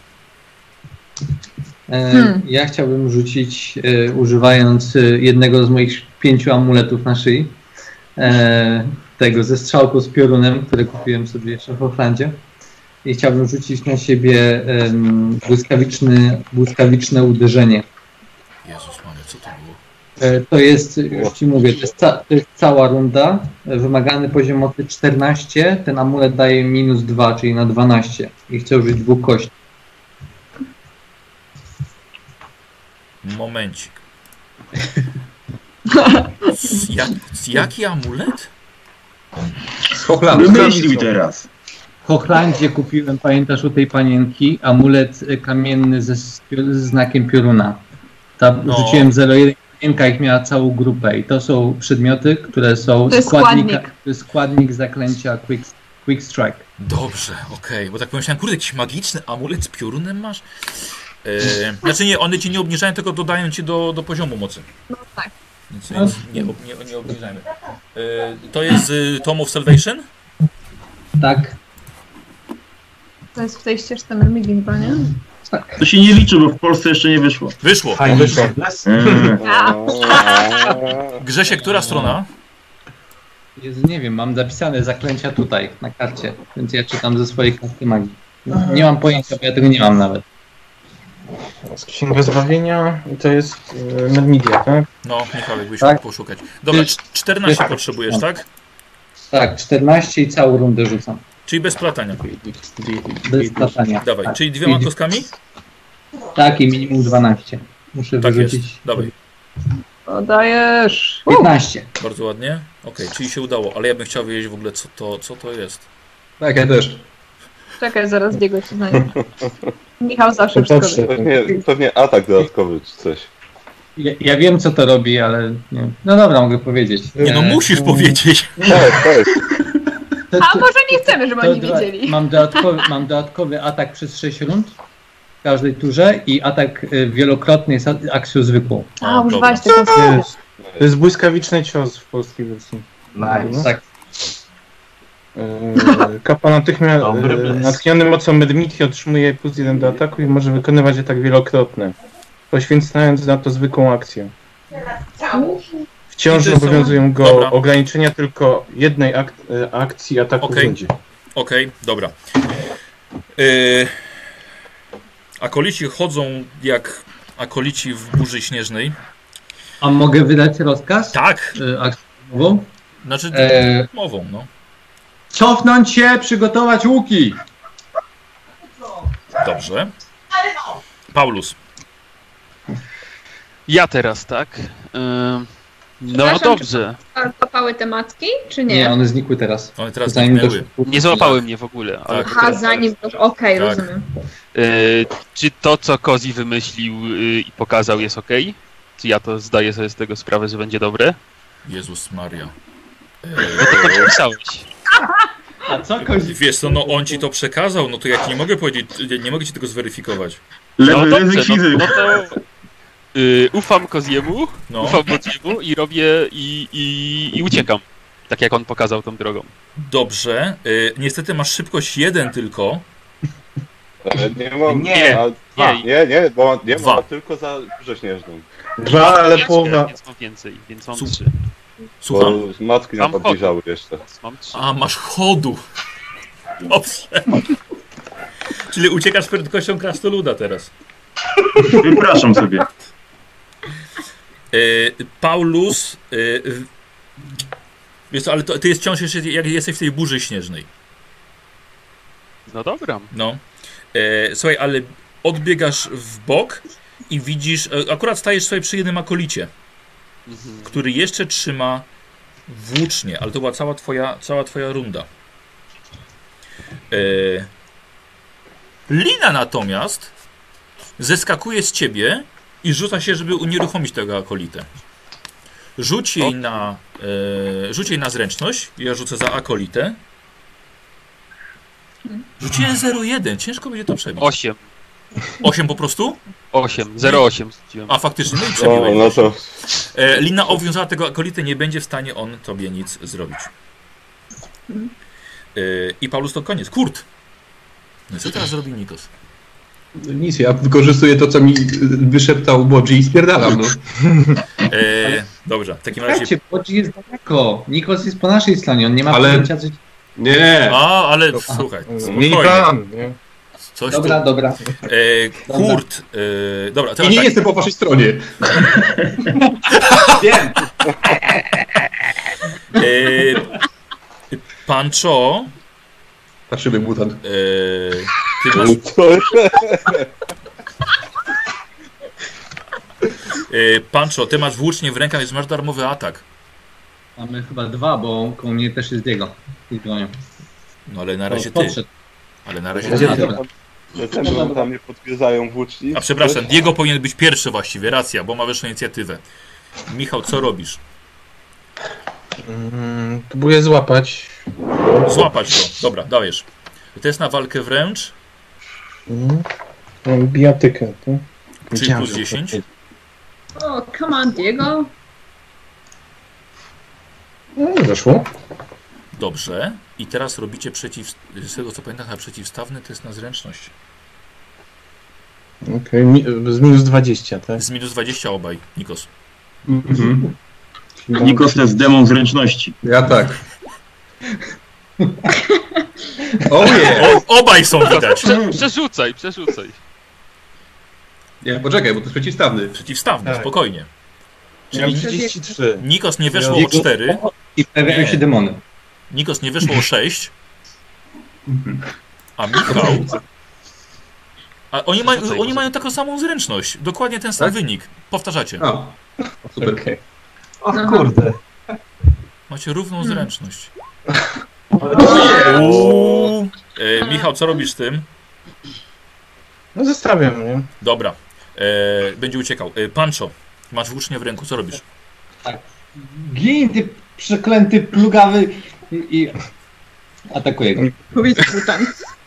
Ja chciałbym rzucić, używając jednego z moich 5 amuletów na szyi, tego ze strzałką z piorunem, które kupiłem sobie jeszcze w Hochlandzie. I chciałbym rzucić na siebie błyskawiczne uderzenie. Jezus Maria, co to było? To jest, już ci mówię, to jest cała runda. Wymagany poziom mocy 14, ten amulet daje -2, czyli na 12. I chcę użyć 2 kości. Momencik. Jaki amulet? Z Hochlandu. Wymyślił teraz. W Hochlandzie kupiłem, pamiętasz, u tej panienki, amulet kamienny ze znakiem pioruna. Rzuciłem 0,1, panienka ich miała całą grupę i to są przedmioty, które są składnik zaklęcia Quick Strike. Dobrze, okej, bo tak pomyślałem, kurde, jakiś magiczny amulet z piorunem masz? Znaczy nie, one ci nie obniżają, tylko dodają ci do poziomu mocy. No tak. Więc nie obniżajmy. To jest Tome of Salvation? Tak. To jest w tej ścieżce Mermigi chyba, nie? Tak. To się nie liczy, bo w Polsce jeszcze nie wyszło. Wyszło. Wyszło. Grzesie, która strona? Nie wiem, mam zapisane zaklęcia tutaj na karcie, więc ja czytam ze swojej karty magii. Nie mam pojęcia, bo ja tego nie mam nawet. Z Księga Zbawienia i to jest Mermidia, tak? No, Michał, jakbyś mógł poszukać. Dobra, 14 potrzebujesz, tak? Tak, 14 i całą rundę rzucam. Czyli bez platania. Bez platania. Dawaj, tak. czyli 2 kostkami? Tak, i minimum 12. Muszę wyrzucić. Jest. Dawaj. Dodajesz 15. Bardzo ładnie. Okej, czyli się udało, ale ja bym chciał wiedzieć w ogóle, co to jest. Tak, ja też. Czekaj, zaraz Diego ci znajdzie. Michał zawsze wszystko wie. Pewnie atak dodatkowy czy coś. Ja wiem, co to robi, ale nie. No dobra, mogę powiedzieć. Nie, no musisz powiedzieć. Tak. A może nie chcemy, żeby oni wiedzieli. Mam dodatkowy atak przez 6 rund w każdej turze i atak wielokrotny jest akcją zwykłą. A, używałeś tego. To jest błyskawiczny cios w polskiej wersji. Nice. Tak. Kapłan natychmiast natchniony mocą Mermidii otrzymuje +1 do ataku i może wykonywać atak wielokrotny, poświęcając na to zwykłą akcję. Wciąż obowiązują go ograniczenia tylko jednej akcji ataku w rundzie. Okej, dobra. Akolici chodzą jak akolici w burzy śnieżnej. A mogę wydać rozkaz? Tak. Akcją? Znaczy mową, no. Cofnąć się, przygotować łuki. Dobrze. Paulus. Ja teraz, tak? No dobrze. Złapały te macki, czy nie? Nie, one znikły teraz. One teraz zniknęły. Nie złapały mnie w ogóle. Ale Aha, zanim... Okej, rozumiem. Czy to, co Kozi wymyślił i pokazał, jest okej? Czy ja to zdaję sobie z tego sprawę, że będzie dobre? Jezus Maria. No to napisałeś. A co Kozi? Wiesz co, no on ci to przekazał, no to ja ci nie mogę powiedzieć, nie mogę ci tego zweryfikować. No dobrze, no to ufam Koziemu, ufam Bodziemu i robię i uciekam. Tak jak on pokazał tą drogą. Dobrze. Niestety masz szybkość 1 tylko. Nie mam. Nie, bo nie mam tylko za burzę śnieżną. 2, ale połowa. Więc mam więcej, więc mam 3. Słucham? Bo matki nam Mam podbliżały jeszcze. Mam 3. A, masz chodu. Dobrze. Czyli uciekasz z prędkością krasnoluda teraz. Wypraszam sobie. Paulus, wiesz co, ale ty jest wciąż jeszcze, jak jesteś w tej burzy śnieżnej. No dobra. No. Słuchaj, ale odbiegasz w bok i widzisz, akurat stajesz sobie przy jednym akolicie, który jeszcze trzyma włócznie, ale to była cała twoja runda. Lina natomiast zeskakuje z ciebie i rzuca się, żeby unieruchomić tego akolitę. Rzuć jej na zręczność. Ja rzucę za akolitę. Rzuciłem 0,1. Ciężko będzie to przebić. 8. 8 po prostu? 8. 0,8 rzuciłem. A faktycznie, no i przebiłeś. No to... Lina obwiązała tego akolity, nie będzie w stanie on tobie nic zrobić. I Paulus to koniec. Kurt! No co teraz zrobi Nikos? Nic, ja wykorzystuję to, co mi wyszeptał Bodzi i spierdalam. No. Dobrze, w takim razie... Słuchajcie, Bodzi jest daleko. Nikos jest po naszej stronie, on nie ma pojęcia, co... Nie! A, ale słuchaj, Mieli plan, nie? Coś dobra, tu... dobra. Kurt, dobra. I nie tak. jestem po waszej stronie. Wiem. Pancho... Patrzymy, mutant. Ty masz... Pancho, ty masz włócznie w rękach, więc masz darmowy atak. Mamy chyba 2, bo koło mnie też jest Diego. No ale na razie ty. Podszedł. Ale na razie Dlaczego tam nie podgryzają włóczni? A przepraszam, Diego powinien być pierwszy właściwie, racja, bo ma wyższą inicjatywę. Michał, co robisz? Próbuję złapać. Złapać to. Dobra, dajesz. To jest na walkę wręcz. Mam bijatykę. Czyli plus 10. O, come on, Diego. No, weszło. Dobrze. I teraz robicie z tego co pamiętam, na przeciwstawny to jest na zręczność. Okej, z minus 20, tak? Z minus 20 obaj, Nikos. Nikos to jest demon zręczności. Ja tak. Obaj są widać. Przerzucaj. Nie, poczekaj, bo to jest przeciwstawny. Przeciwstawny, Tak. spokojnie. Czyli 33. Nikos nie weszło o 4. I pojawiają się demony. Nikos nie weszło o 6. A Michał... A oni mają taką samą zręczność. Dokładnie ten sam wynik. Powtarzacie. A, super. Okay. O kurde. Macie równą zręczność. Michał, co robisz z tym? No zostawiam, nie? Dobra. Będzie uciekał. Pancho, masz włócznie w ręku, co robisz? Tak. Gin, ty przeklęty, plugawy i atakuje go. Powiedz mutant.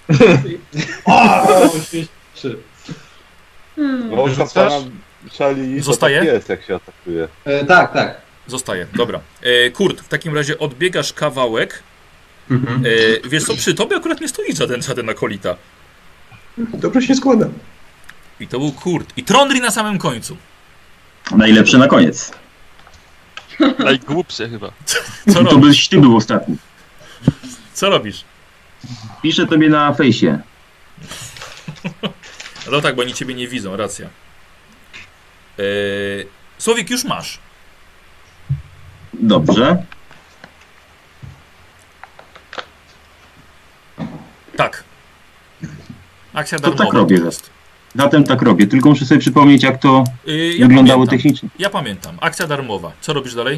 Bo pana szali Zostaje? Tak jest, jak się atakuje. Tak. Zostaje, dobra. Kurt, w takim razie odbiegasz kawałek. Wiesz co, przy tobie akurat nie stoi żaden akolita. Dobrze się składa. I to był Kurt. I Trondri na samym końcu. Najlepszy na koniec. Najgłupszy chyba. Co To robisz? byś ty był ostatni. Co robisz? Piszę tobie na fejsie. No tak, bo oni ciebie nie widzą, racja. Słowik już masz. Dobrze. Tak. Akcja To darmowa. tak robię. jest. Zatem tak robię, tylko muszę sobie przypomnieć, jak to wyglądało technicznie. Ja pamiętam. Akcja darmowa. Co robisz dalej?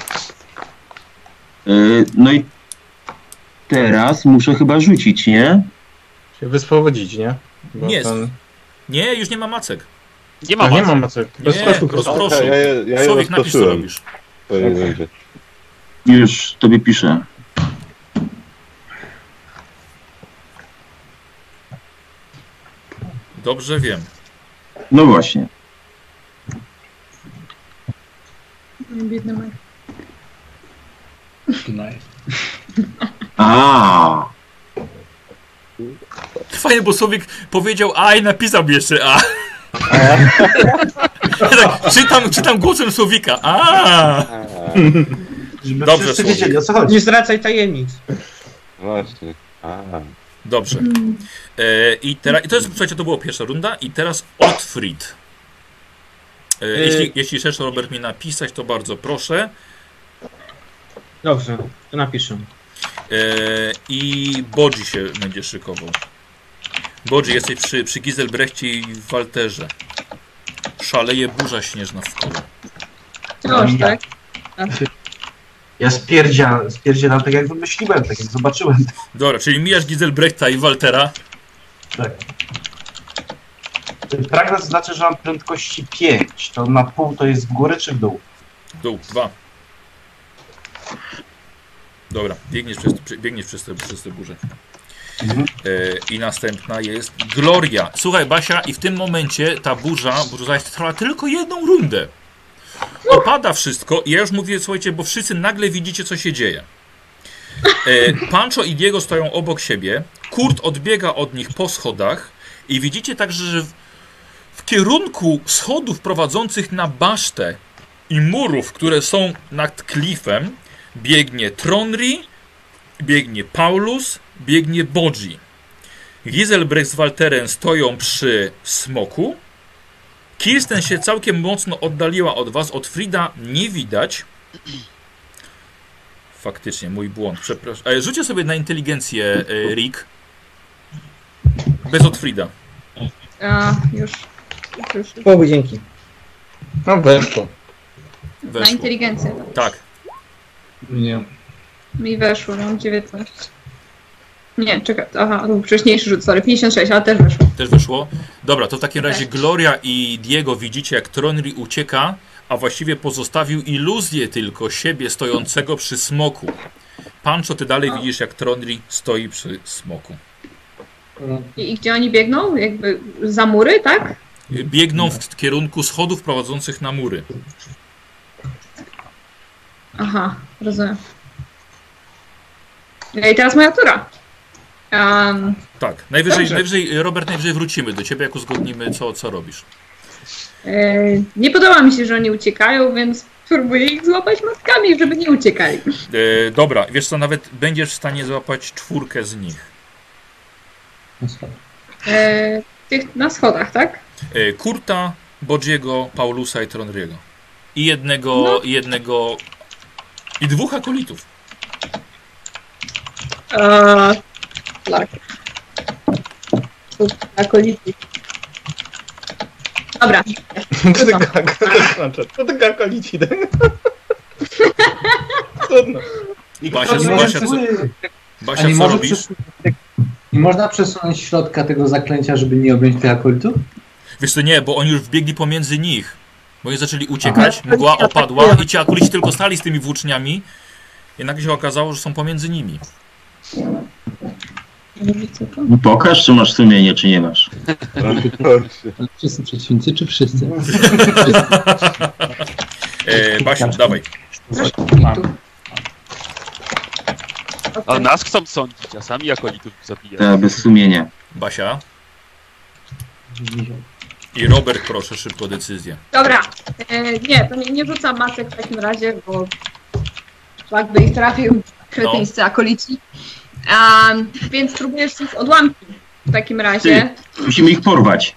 No i teraz muszę chyba rzucić, nie? Się wyswobodzić, nie? Bo Nie, ten... nie, już nie ma macek. Nie ma nie macek. ma macek. Nie, rozproszę. Ja Słowik, napisz, co rozproszyłem. robisz. To nie będzie. Już tobie piszę. Dobrze wiem. No właśnie. Biedny Mike. A. Fajnie, bo Słowik powiedział A i napisał jeszcze A. Ja tak, czytam głosem Słowika. A. Żeby Dobrze, wszyscy Słowik. wiedzieli, o co chodzi. Nie zdradzaj tajemnic. Właśnie. Dobrze. I to jest, słuchajcie, to była pierwsza runda i teraz Otfrid. Jeśli chcesz, Robert, mi napisać, to bardzo proszę. Dobrze, to napiszę. I Bodzi się będzie szykował. Bodzi, jesteś przy Giselbrechcie i Walterze. Szaleje burza śnieżna w kole. Już, tak? Ja spierdzielam tak jak wymyśliłem, tak jak zobaczyłem. Dobra, czyli mijasz Giselbrechta i Waltera. Tak. Ten fragment znaczy, że mam prędkości 5. To na pół to jest w górę czy w dół? Dół, 2. Biegniesz przez te burze. I następna jest Gloria. Słuchaj, Basia, i w tym momencie ta burza trwała tylko jedną rundę. Opada wszystko i ja już mówię, słuchajcie, bo wszyscy nagle widzicie, co się dzieje. Pancho i Diego stoją obok siebie. Kurt odbiega od nich po schodach i widzicie także, że w kierunku schodów prowadzących na basztę i murów, które są nad klifem, biegnie Tronri, biegnie Paulus, biegnie Bodzi. Giselbrecht z Walterem stoją przy smoku. Kirsten się całkiem mocno oddaliła od was. Od Frida nie widać. Faktycznie, mój błąd, przepraszam. Rzućcie sobie na inteligencję, Rick. Bez Otfrida. Już. O, dzięki. No weszło. Na inteligencję. Tak. Nie. Mi weszło, mam 19. Nie, czekaj, aha, to był wcześniejszy rzut, sorry, 56, ale też weszło. Też wyszło? Dobra, to w takim razie Gloria i Diego widzicie, jak Tronri ucieka, a właściwie pozostawił iluzję tylko siebie stojącego przy smoku. Pancho, ty dalej widzisz, jak Tronri stoi przy smoku. I gdzie oni biegną? Jakby za mury, tak? Biegną w kierunku schodów prowadzących na mury. Aha, rozumiem. I teraz moja tura. Tak, najwyżej, Robert, najwyżej wrócimy do ciebie, jak uzgodnimy, co robisz. Nie podoba mi się, że oni uciekają, więc próbuję ich złapać matkami, żeby nie uciekali. Dobra, wiesz co, nawet będziesz w stanie złapać 4 z nich. Tych na schodach, tak? Kurta, Bodziego, Paulusa i Tronriego. I jednego i 2 akolitów. Tak. Akolity. Dobra. To tylko akolici. Trudno. Basia, co robisz? Nie można przesunąć środka tego zaklęcia, żeby nie objąć tych akolitów? Wiesz co, nie, bo oni już wbiegli pomiędzy nich. Bo oni zaczęli uciekać, mgła opadła i ci akolici tylko stali z tymi włóczniami. I nagle się okazało, że są pomiędzy nimi. No pokaż, czy masz sumienie, czy nie masz. Wszyscy przeciwnicy, czy wszyscy? Basiu, dawaj. A nas chcą sądzić, a sami akolitów zabijają. Tak, bez sumienia. Basia. I Robert, proszę, szybko decyzję. Dobra. Nie, to nie rzucam masek w takim razie, bo tak by ich trafił kretyńscy akolici. Więc próbujesz ich odłamki w takim razie. Musimy ich porwać.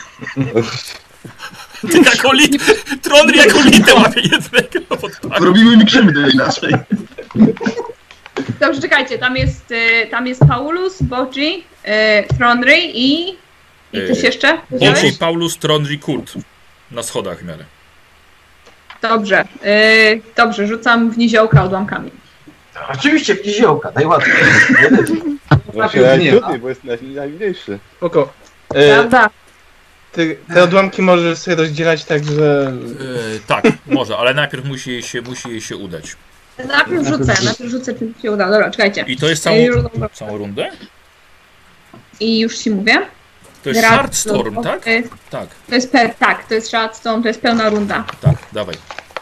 Ty Tronri akolitę łapie jednego. Robimy mi krzywdę inaczej. Dobrze, czekajcie, tam jest Paulus, Bodzi, Tronri i ktoś jeszcze? Bodzi, Paulus, Tronri, Kurt. Na schodach w miarę. Dobrze, dobrze, rzucam w niziołka odłamkami. Oczywiście w niziołka, najłatwiej. Właśnie najtrudniej, bo jest najmniejszy. Spoko. Prawda? Te odłamki możesz sobie rozdzielać tak, że... Tak, może, ale najpierw musi jej się udać. Najpierw rzucę, czy się uda. Dobra, czekajcie. I to jest całą rundę? I już ci mówię. To jest Shardstorm, tak? Tak. To jest Shardstorm, to jest pełna runda. Tak, dawaj.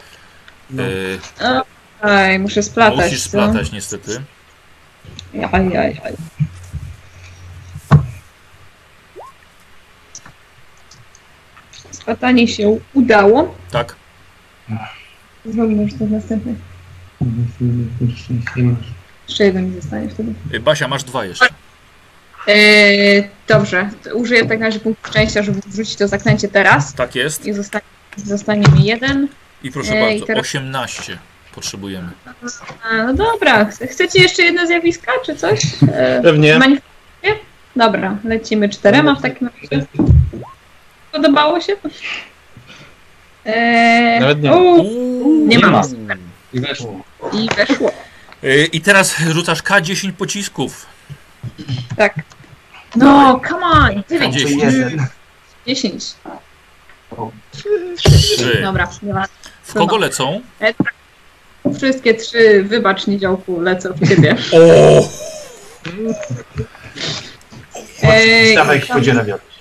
Muszę splatać. Musisz splatać, niestety. Jaj. Splatanie się udało. Tak. Zrobimy już to następny. Jeszcze jeden mi zostanie wtedy. Basia, masz 2 jeszcze. Dobrze, to użyję w takim razie punktu szczęścia, żeby wrzucić to zaklęcie teraz. Tak jest. I zostanie mi 1. I proszę bardzo, teraz... 18 potrzebujemy. No dobra, chcecie jeszcze jedno zjawiska, czy coś? Pewnie. Dobra, lecimy 4 w takim razie. Podobało się? Nawet nie. Nie ma. I weszło. I weszło. I teraz rzucasz K10 pocisków. Tak. No, come on! 9. 10. 10. 3. Dobra, nie ma. W kogo lecą? Wszystkie 3, wybacz Niziołku, lecą w ciebie. O! Stawaj w wodzie na wiatr.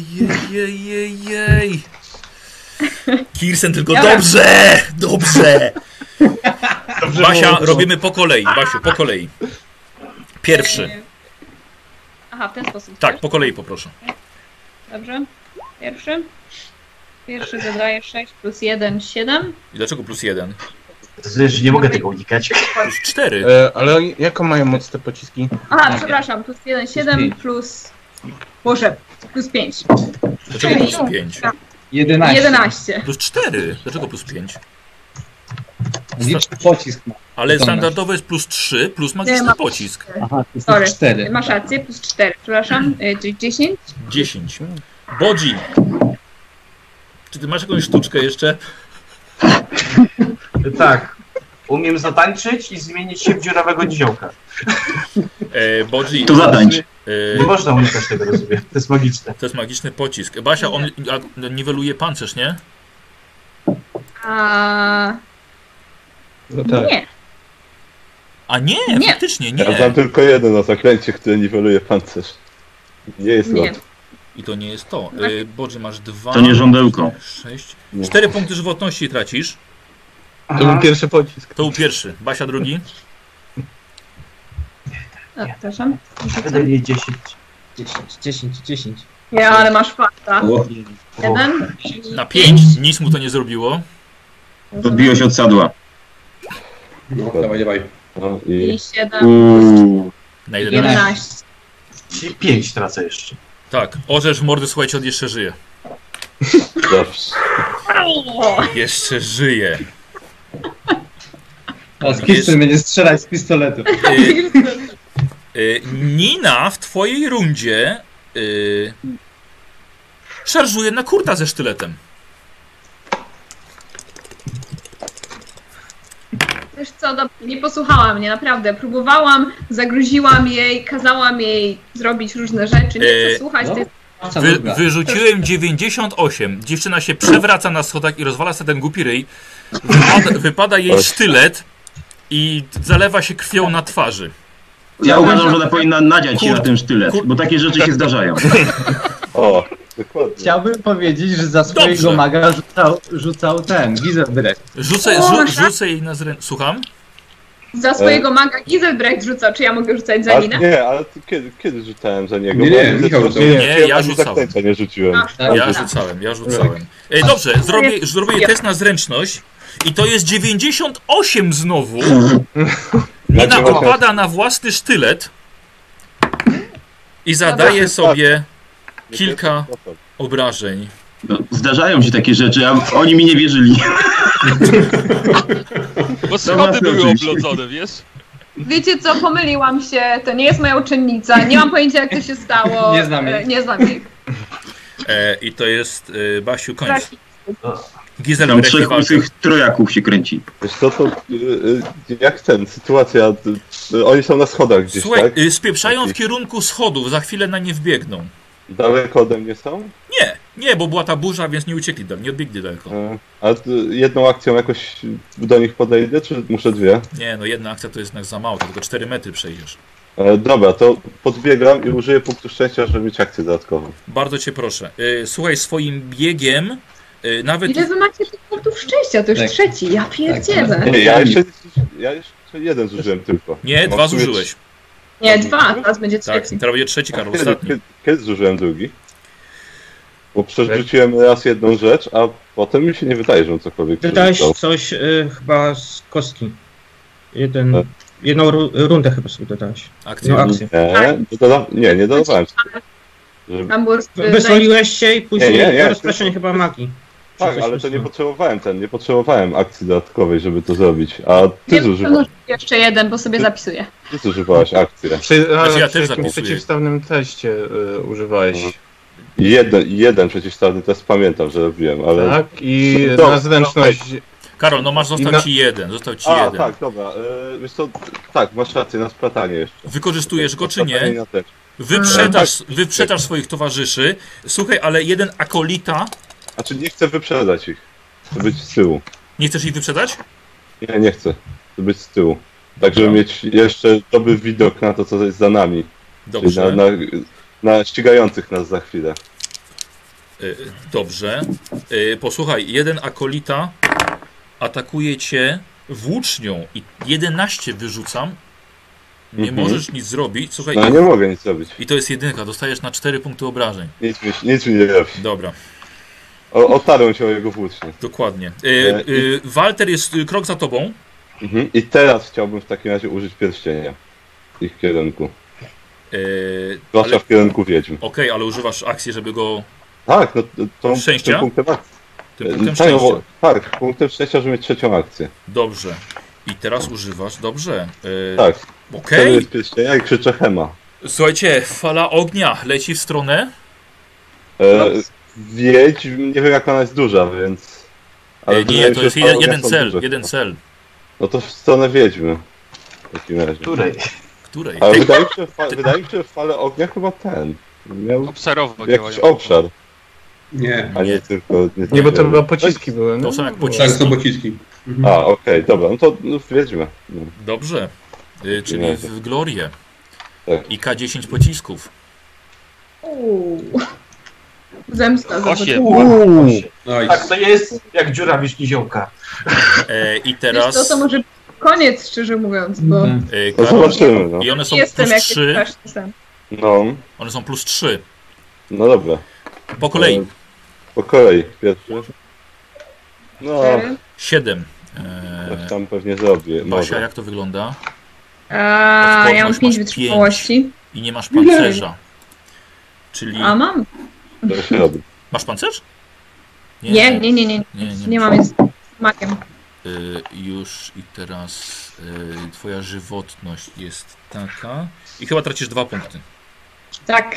Ojej. Kirsten, tylko dobrze! Dobrze! Basia, robimy po kolei. Basiu, po kolei. Pierwszy. Aha, w ten sposób. Tak, po kolei poproszę. Dobrze. Pierwszy zadaje 6 plus 1, 7. I dlaczego plus 1? Zresztą nie mogę tego unikać. Plus 4. Ale jaką mają moc te pociski? Aha, przepraszam, plus 1, 7 plus... Boże, plus 5. Dlaczego plus 5? 11. Plus 4. Dlaczego plus 5? Licz pocisk ma. Ale standardowe jest plus 3 plus magiczny pocisk. Aha, plus Sorry, 4. masz rację, plus 4, przepraszam, czyli 10. 10. Bodzi. Czy ty masz jakąś sztuczkę jeszcze? Tak. Umiem zatańczyć i zmienić się w dziurawego niziołka. Bodzi. To zatańcz. Nie można unikać tego, rozumiem. To jest magiczne. To jest magiczny pocisk. Basia, on niweluje pancerz, nie? No tak. Nie. A nie, faktycznie nie. Ja znam tylko jeden na zaklęcie, które niweluje pancerz. Nie jest Nie. lot. I to nie jest to. Bodzi, masz 2. To nie żądełko. 6. 4 punkty żywotności tracisz. To był pierwszy pocisk. To był pierwszy. Basia drugi. Przepraszam. Wtedy nie 10. 10. Nie, ale masz fakta. 1. Na 5. Nic mu to nie zrobiło. Odbiłeś od sadła. Dawaj. No I i 7. Na 11. Czyli 5 tracę jeszcze. Tak. Orzesz mordy, słuchajcie, on jeszcze żyje. dobrze. Jeszcze żyje. O, Kirsten będzie strzelać z pistoletu. Nina w twojej rundzie szarżuje na Kurta ze sztyletem. Wiesz co, nie posłuchała mnie, naprawdę. Próbowałam, zagroziłam jej, kazałam jej zrobić różne rzeczy, nie chcę słuchać. no. To jest... Wyrzuciłem 98. Dziewczyna się przewraca na schodach i rozwala sobie ten głupi ryj. Wypada jej sztylet i zalewa się krwią na twarzy. Ja uważam, że ona powinna nadziać się na ten sztylet, bo takie rzeczy się zdarzają. O, dokładnie. Chciałbym powiedzieć, że za swojego maga rzucał ten, Giselbrecht. Rzucę jej na zręczność. Słucham? Za swojego maga Giselbrecht rzucał, czy ja mogę rzucać za Ninę? Nie, ale kiedy rzucałem za niego? Nie, Michał rzucał. Nie, ja rzucałem. Nie rzuciłem. Ja rzucałem. Dobrze, zrobię test na zręczność i to jest 98 znowu. Nina opada na własny sztylet i zadaje sobie kilka obrażeń. No, zdarzają się takie rzeczy, a oni mi nie wierzyli. Bo schody były oblodzone, wiesz? Wiecie co, pomyliłam się, to nie jest moja uczennica, nie mam pojęcia jak to się stało. Nie znam jej. Nie znam jej. I to jest Basiu koniec. Tam 3 łysych trojaków się kręci. Wiesz co, to jak sytuacja, oni są na schodach gdzieś, Słuchaj, tak? spieprzają w kierunku schodów, za chwilę na nie wbiegną. Daleko ode mnie są? Nie, bo była ta burza, więc nie uciekli, nie odbiegli daleko. A jedną akcją jakoś do nich podejdę, czy muszę 2? Nie, no jedna akcja to jest jednak za mało, to tylko 4 metry przejdziesz. Dobra, to podbiegam i użyję punktu szczęścia, żeby mieć akcję dodatkową. Bardzo cię proszę. Słuchaj, swoim biegiem nawet... Ile wy macie tych punktów szczęścia? To już Tak. trzeci, ja pierdzielę. Nie, ja jeszcze jeden zużyłem tylko. Nie, 2 zużyłeś. Nie, 2, teraz będzie Tak, trzeci. teraz będzie trzeci, Karol, ostatni. Kiedy zużyłem drugi? Bo przerzuciłem raz jedną rzecz, a potem mi się nie wydaje, że on cokolwiek Wydałeś przerzucał. coś chyba z kostki. Jedną rundę chyba sobie dodałeś. Akcję. No, akcję. Nie dodawałem. Wysoliłeś się i później rozproszenie chyba magii. Tak, ale to nie potrzebowałem akcji dodatkowej, żeby to zrobić. A ty zużywałaś. Jeszcze jeden, bo sobie zapisuję. Ty zużywałeś akcję. Ja też zapisuję. W przeciwstawnym teście używałeś. Jeden przeciwstawny test pamiętam, że robiłem, ale... Tak, i na zręczność... Karol, no został ci jeden. Tak, dobra. Wiesz co, tak, masz rację, na splatanie jeszcze. Wykorzystujesz go czy nie? Wyprzedasz swoich towarzyszy. Słuchaj, ale jeden akolita... Znaczy nie chcę wyprzedać ich. Chcę być z tyłu. Nie chcesz ich wyprzedać? Nie chcę. Chcę być z tyłu. Tak, żeby mieć jeszcze dobry widok na to, co jest za nami. Dobrze. Na ścigających nas za chwilę. Dobrze. Posłuchaj, jeden akolita atakuje cię włócznią i 11 wyrzucam. Nie możesz nic zrobić. Słuchaj, no nie mogę nic zrobić. I to jest jedynka, dostajesz na 4 punkty obrażeń. Nic mi nie robi. Dobra. Otarłem się o jego włócznię. Dokładnie. Walter jest krok za tobą. I teraz chciałbym w takim razie użyć pierścienia w ich kierunku. Zwłaszcza w kierunku wiedźm. Okej, ale używasz akcji, żeby go... Tak, no to szczęścia? Tym punktem akcji. szczęścia. Tak, punktem szczęścia, żeby mieć trzecią akcję. Dobrze. I teraz używasz, dobrze. Tak. Okej. Pierścienia i krzyczę Hema. Słuchajcie, fala ognia leci w stronę. Wiedźm, nie wiem jak ona jest duża, więc... Ale nie, to jest jeden cel. No to w stronę wiedźmy. W takim razie. Której? Ale wydaje mi się, że w fale ognia chyba miał obszarowo jakiś obszar. Nie. A nie tylko... Nie, bo to chyba pociski były. To są jak pociski. Tak, są pociski. Okej, dobra, no to wiedźmy. Dobrze. Czyli w Glorię. Tak. I K10 pocisków. Zemsta. 8. Tak, to jest jak dziura wiśniziołka. I teraz... To może koniec, szczerze mówiąc, bo... Zobaczymy, no. I one są Jestem plus 3. No. One są plus 3. No dobra. Po kolei. Po kolei. Pierwszy. No. 7. Tak tam pewnie zrobię. Basia, jak to wygląda? Ja mam 5 wytrzymałości. I nie masz pancerza. Czyli... A mam. To się robi. Masz pancerz? Nie mam, jest magiem. Już i teraz twoja żywotność jest taka. I chyba tracisz 2 punkty. Tak.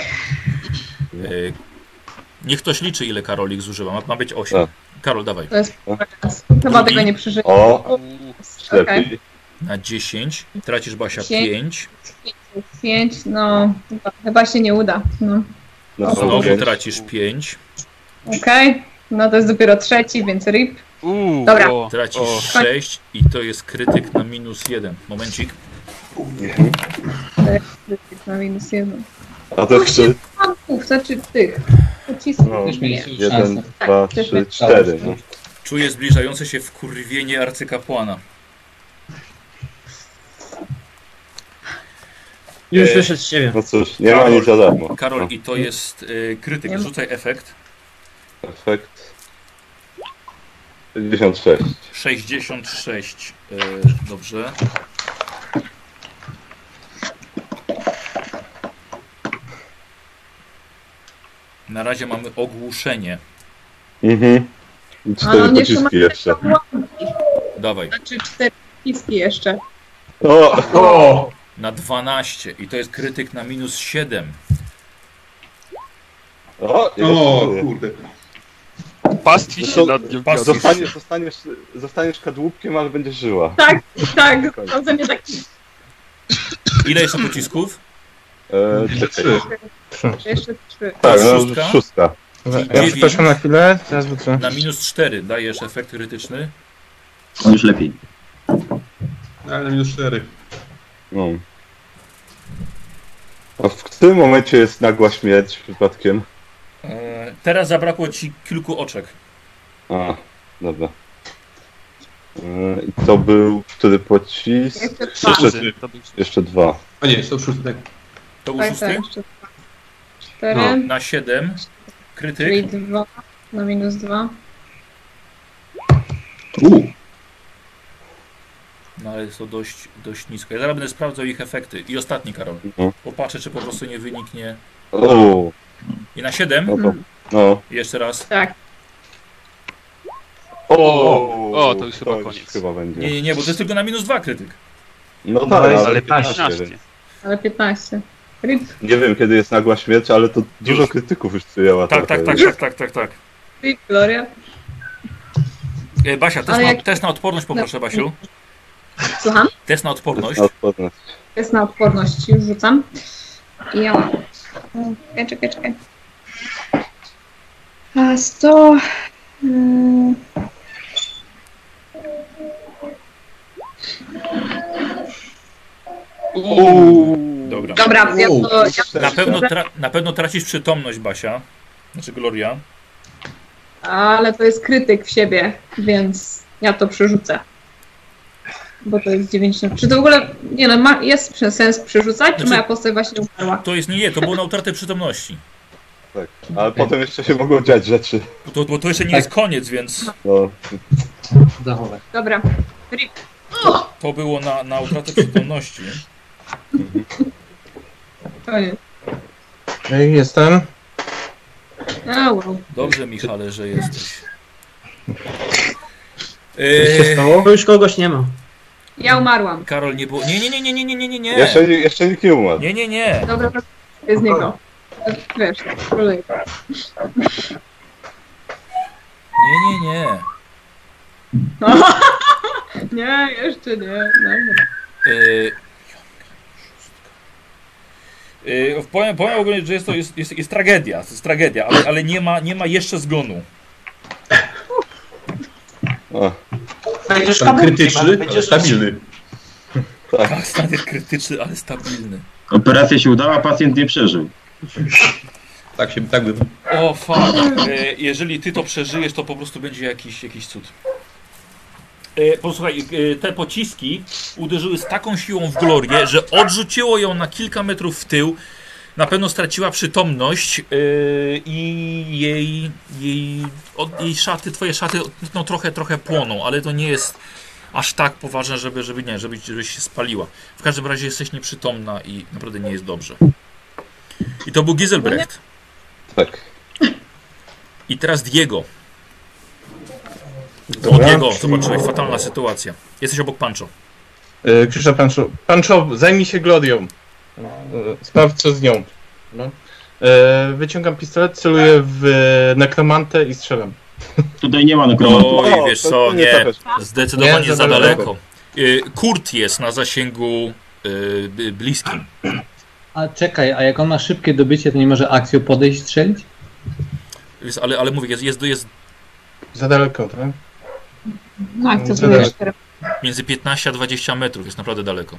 Niech ktoś liczy, ile Karolik zużywa. Ma być 8. Tak. Karol, dawaj. To jest chyba tego nie przeżyję. Lepiej. Na 10. Tracisz, Basia, 5. 5, no chyba się nie uda. No. Znowu tracisz 5. Okej. No to jest dopiero trzeci, więc RIP. Dobra. Tracisz 6 i to jest krytyk na -1. Momencik. To jest krytyk na -1. A to jest... Znaczy tych pocisków. No, 1, 2, 3, 4. No. Czuję zbliżające się wkurwienie arcykapłana. Już wyszedł z siebie. No cóż, nie ma nic za darmo. Karol, i to jest krytyk. Rzucaj efekt. Efekt. 66. 66. Dobrze. Na razie mamy ogłuszenie. 4 pociski jeszcze. Dawaj. Znaczy 4 pociski jeszcze. Na 12 i to jest krytyk na -7. Kurde. Pastwi się nad nią. Zostaniesz kadłubkiem, ale będziesz żyła. Tak. To za mnie tak... Ile jeszcze pocisków? 3. Jeszcze 3. Tak, no 6. Ja przepraszam na chwilę, teraz wrócę. Na -4 dajesz efekt krytyczny. No już lepiej. Ale na -4. No. A w którym momencie jest nagła śmierć przypadkiem? Teraz zabrakło ci kilku oczek. Dobra. I to był który pocisk? Jeszcze 2. A nie, to 6. To był 6? Tak, jeszcze 2. 4. Na 7. Krytyk. Czyli 2 na -2. No ale jest to dość nisko. Ja zaraz będę sprawdzał ich efekty. I ostatni, Karol. Popatrzę, czy po prostu nie wyniknie. I na 7? No. Jeszcze raz. Tak. O, to już chyba koniec. Chyba będzie. Nie, bo to jest tylko na -2 krytyk. No tak, ale 15. Ale 15. Rip. Nie wiem, kiedy jest nagła śmierć, ale to dużo krytyków już przyjęła. Tak. Rip, Gloria. Basia, test na odporność poproszę, Basiu. Słucham? Test na odporność. Test na odporność. Już rzucam. I ja mam. Czekaj. 100... Dobra, Na pewno tracisz przytomność, Basia. Znaczy Gloria. Ale to jest krytyk w siebie, więc ja to przerzucę. Bo to jest 90. Czy to w ogóle, jest sens przerzucać, czy moja postać właśnie umarła? To jest to było na utratę przytomności. Tak, ale potem jeszcze się mogą dziać rzeczy. Bo to jeszcze nie jest koniec, więc... No. Zachować. Dobra. Rip. To było na utratę przytomności. Koniec. Jestem. Wow. Dobrze, Michale, że jesteś. Co się stało? Bo już kogoś nie ma. Ja umarłam. Karol, nie było... Nie. Jeszcze nikt nie umarł. Nie. Dobra, z niego. Wiesz, kolej. Nie. Nie, jeszcze nie. Dobra. Powiem ogólnie, że jest tragedia. To jest tragedia, ale nie ma jeszcze zgonu. Będziesz krytyczny, ale stabilny. Tak, stan jest krytyczny, ale stabilny. Operacja się udała, pacjent nie przeżył. Tak by. O fuck. Jeżeli ty to przeżyjesz, to po prostu będzie jakiś cud. Posłuchaj, te pociski uderzyły z taką siłą w Glorię, że odrzuciło ją na kilka metrów w tył. Na pewno straciła przytomność i jej szaty, twoje szaty no trochę płoną, ale to nie jest aż tak poważne, żebyś się spaliła. W każdym razie jesteś nieprzytomna i naprawdę nie jest dobrze. I to był Giselbrecht. Tak. I teraz Diego. Diego, zobaczyłeś, fatalna sytuacja. Jesteś obok Pancho. Krzysztof Pancho. Pancho, zajmij się Glorią. Sprawdź co z nią. No. Wyciągam pistolet, celuję w nekromantę i strzelam. Tutaj nie ma nekromantów. Oj, wiesz co, nie. Zdecydowanie za daleko. Kurt jest na zasięgu bliskim. A czekaj, a jak on ma szybkie dobycie, to nie może akcją podejść i strzelić? Ale mówię, jest za daleko, tak? No, co zrobisz teraz? Między 15 a 20 metrów, jest naprawdę daleko.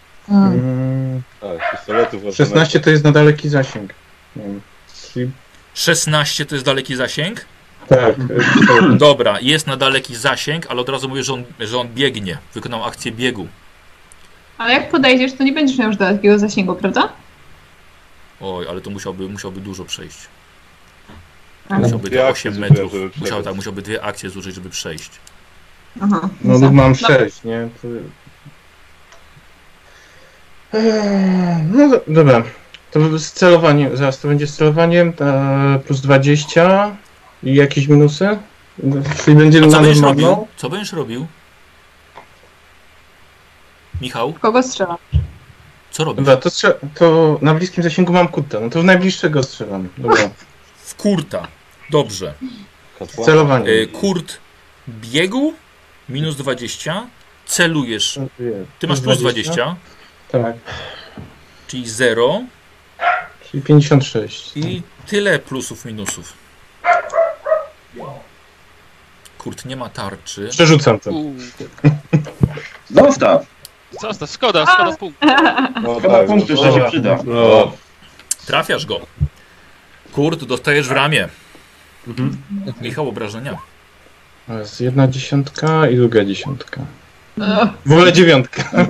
Tak, pistoletów 16 to jest na daleki zasięg. Czyli... 16 to jest daleki zasięg? Tak. Dobra, jest na daleki zasięg, ale od razu mówię, że on biegnie. Wykonał akcję biegu. Ale jak podejdziesz, to nie będziesz miał już dalekiego zasięgu, prawda? Oj, ale to musiałby dużo przejść. Ale... Musiałby 8 metrów. Musiałby 2 akcje zużyć, żeby przejść. Aha. No mam 6, nie? No dobra. To z celowaniem, zaraz to będzie z celowaniem plus 20 i jakieś minusy. Czyli będzie na normalną. Co będziesz robił? Michał? Kogo strzela? Co robisz? Dobra, to na bliskim zasięgu mam kurta, no to w najbliższego strzelam. Dobra. W kurta. Dobrze. Celowanie. Kurt biegł, minus 20. Celujesz. Ty masz plus 20. Tak. Czyli 0. Czyli 56. I tyle plusów, minusów. Kurt nie ma tarczy. Przerzucam to. Zostaw. Szkoda punktu. No, Szkoda punktu, że się przyda. No. Trafiasz go. Kurt, dostajesz w ramię. Michał, obrażenia. Jest jedna dziesiątka i druga dziesiątka. W ogóle 9.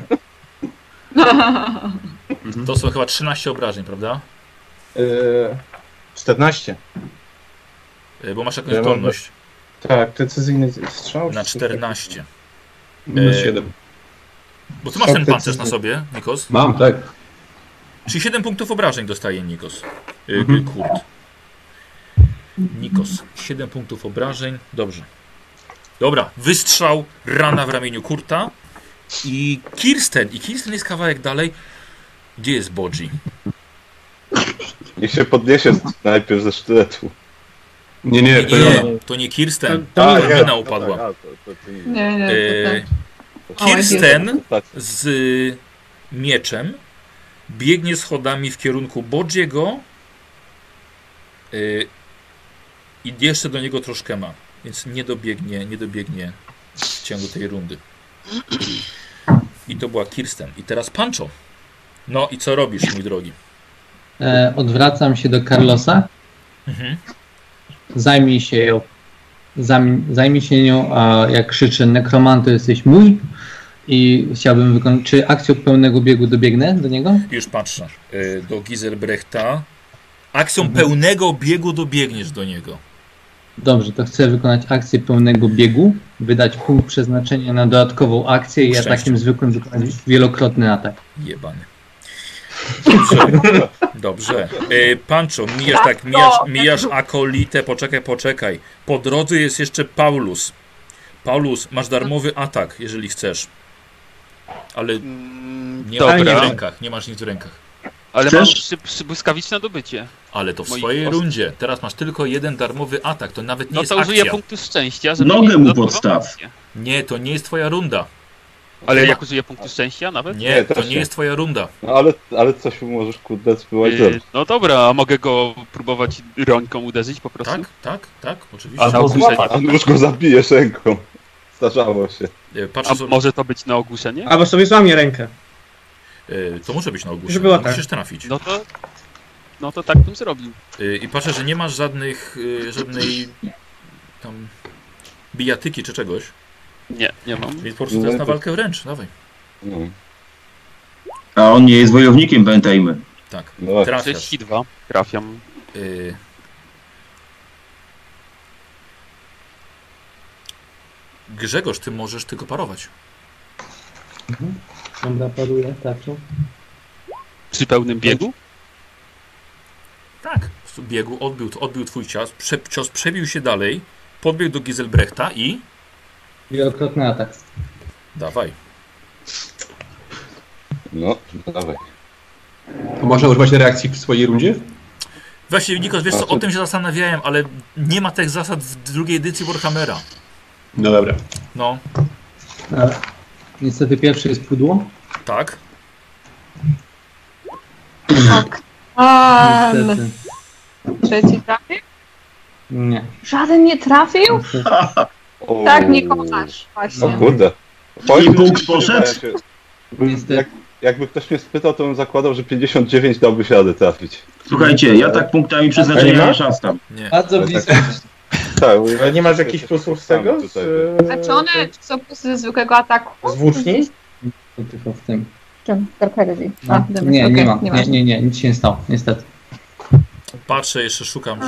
To są chyba 13 obrażeń, prawda? 14. Bo masz jakąś zdolność. Tak, precyzyjny strzał. Na 14. Minus 7. Bo ty masz ten pancerz na sobie, Nikos. Mam, tak. Czyli 7 punktów obrażeń dostaje Nikos. Kurt. Nikos. 7 punktów obrażeń. Dobrze. Dobra, wystrzał, rana w ramieniu Kurta. I Kirsten jest kawałek dalej. Gdzie jest Bodzi? Niech się podniesie najpierw ze sztyletu. Nie, to nie Kirsten. To Mina upadła. Nie. Kirsten z mieczem biegnie schodami w kierunku Bodgiego i jeszcze do niego troszkę ma, więc nie dobiegnie w ciągu tej rundy. I to była Kirsten. I teraz Pancho. No i co robisz, mój drogi? Odwracam się do Carlosa. Zajmij się nią, a jak krzyczę nekromanto jesteś mój i chciałbym wykonać, czy akcją pełnego biegu dobiegnę do niego? Już patrzę. Do Giselbrechta. Akcją pełnego biegu dobiegniesz do niego. Dobrze, to chcę wykonać akcję pełnego biegu, wydać punkt przeznaczenia na dodatkową akcję i atakiem zwykłym wykonać wielokrotny atak. Jebany. Dobrze. Pancho, mijasz akolitę, poczekaj. Po drodze jest jeszcze Paulus. Paulus, masz darmowy atak, jeżeli chcesz. Ale nie masz nic w rękach. Ale mam błyskawiczne dobycie. Ale to w swojej rundzie. Teraz masz tylko jeden darmowy atak, to nawet nie jest akcja. No to użyję punktu szczęścia, żeby... Nogę mu podstaw. Nie, to nie jest twoja runda. Ale jak użyję punktu szczęścia nawet? Nie, to nie jest twoja runda. No, ale coś możesz kurde spróbować zrobić. No dobra, a mogę go próbować ręką uderzyć po prostu? Tak, oczywiście. A już go zabijesz ręką. Zdarzało się. Może to być na ogłuszenie? Albo sobie złamie rękę. To może być na ogłuszenie, Żeby było tak. Musisz trafić. No to tak bym zrobił. I patrzę, że nie masz żadnej tam bijatyki czy czegoś. Nie mam. Więc po prostu to jest na walkę wręcz, dawaj. No. A on nie jest wojownikiem, pamiętajmy. Tak, no, trafiasz. 32, trafiam. Grzegorz, ty możesz tylko parować. Dobra, paruję, tarczą. Przy pełnym biegu? Tak, w biegu odbił twój cios, przebił się dalej, podbiegł do Giselbrechta i... Wielokrotny atak. Dawaj. No, dawaj. A można używać reakcji w swojej rundzie? Właściwie, Nikos, wiesz co, o tym się zastanawiałem, ale nie ma tych zasad w drugiej edycji Warhammera. No dobra. No. Niestety pierwszy jest pudło. Tak. Niestety. Trzeci trafił? Nie. Żaden nie trafił? Tak, nie kochasz, właśnie. O kurde. I punkt poszedł? Jakby ktoś mnie spytał, to bym zakładał, że 59 dałby się radę trafić. Słuchajcie, ja tak punktami przeznaczenia nie szastam. Nie. Bardzo blisko. Tak, ale nie masz jakichś plusów z tego? A czy one są plusy ze zwykłego ataku? Z włóczni? Tylko w tym. Czym? Darkherezji. Nie, nie ma. Nie, nic się nie stało, niestety. Patrzę, jeszcze szukam,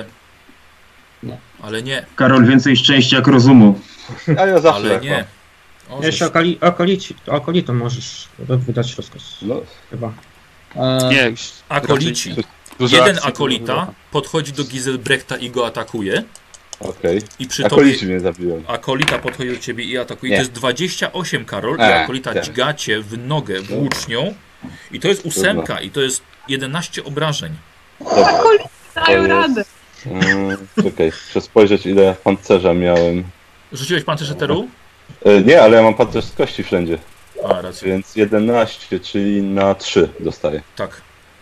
ale nie. Karol, więcej szczęścia jak rozumu. A ja zawsze Ale nie. Jeszcze akolitą możesz wydać rozkaz. No. Chyba. Nie, już. Akolici. Jeden akolita podchodzi do Giselbrechta i go atakuje. Okej. I przy Akolici mnie zabiją. Akolita podchodzi do ciebie i atakuje. Nie. To jest 28, Karol. I akolita dźga cię w nogę włócznią. I to jest 8 i to jest 11 obrażeń. Akolity dają radę. Czekaj, muszę spojrzeć, ile pancerza miałem. Rzuciłeś pancerz eteru? Nie, ale ja mam pancerz z kości wszędzie. A, racja. Więc 11, czyli na 3 dostaję. Tak.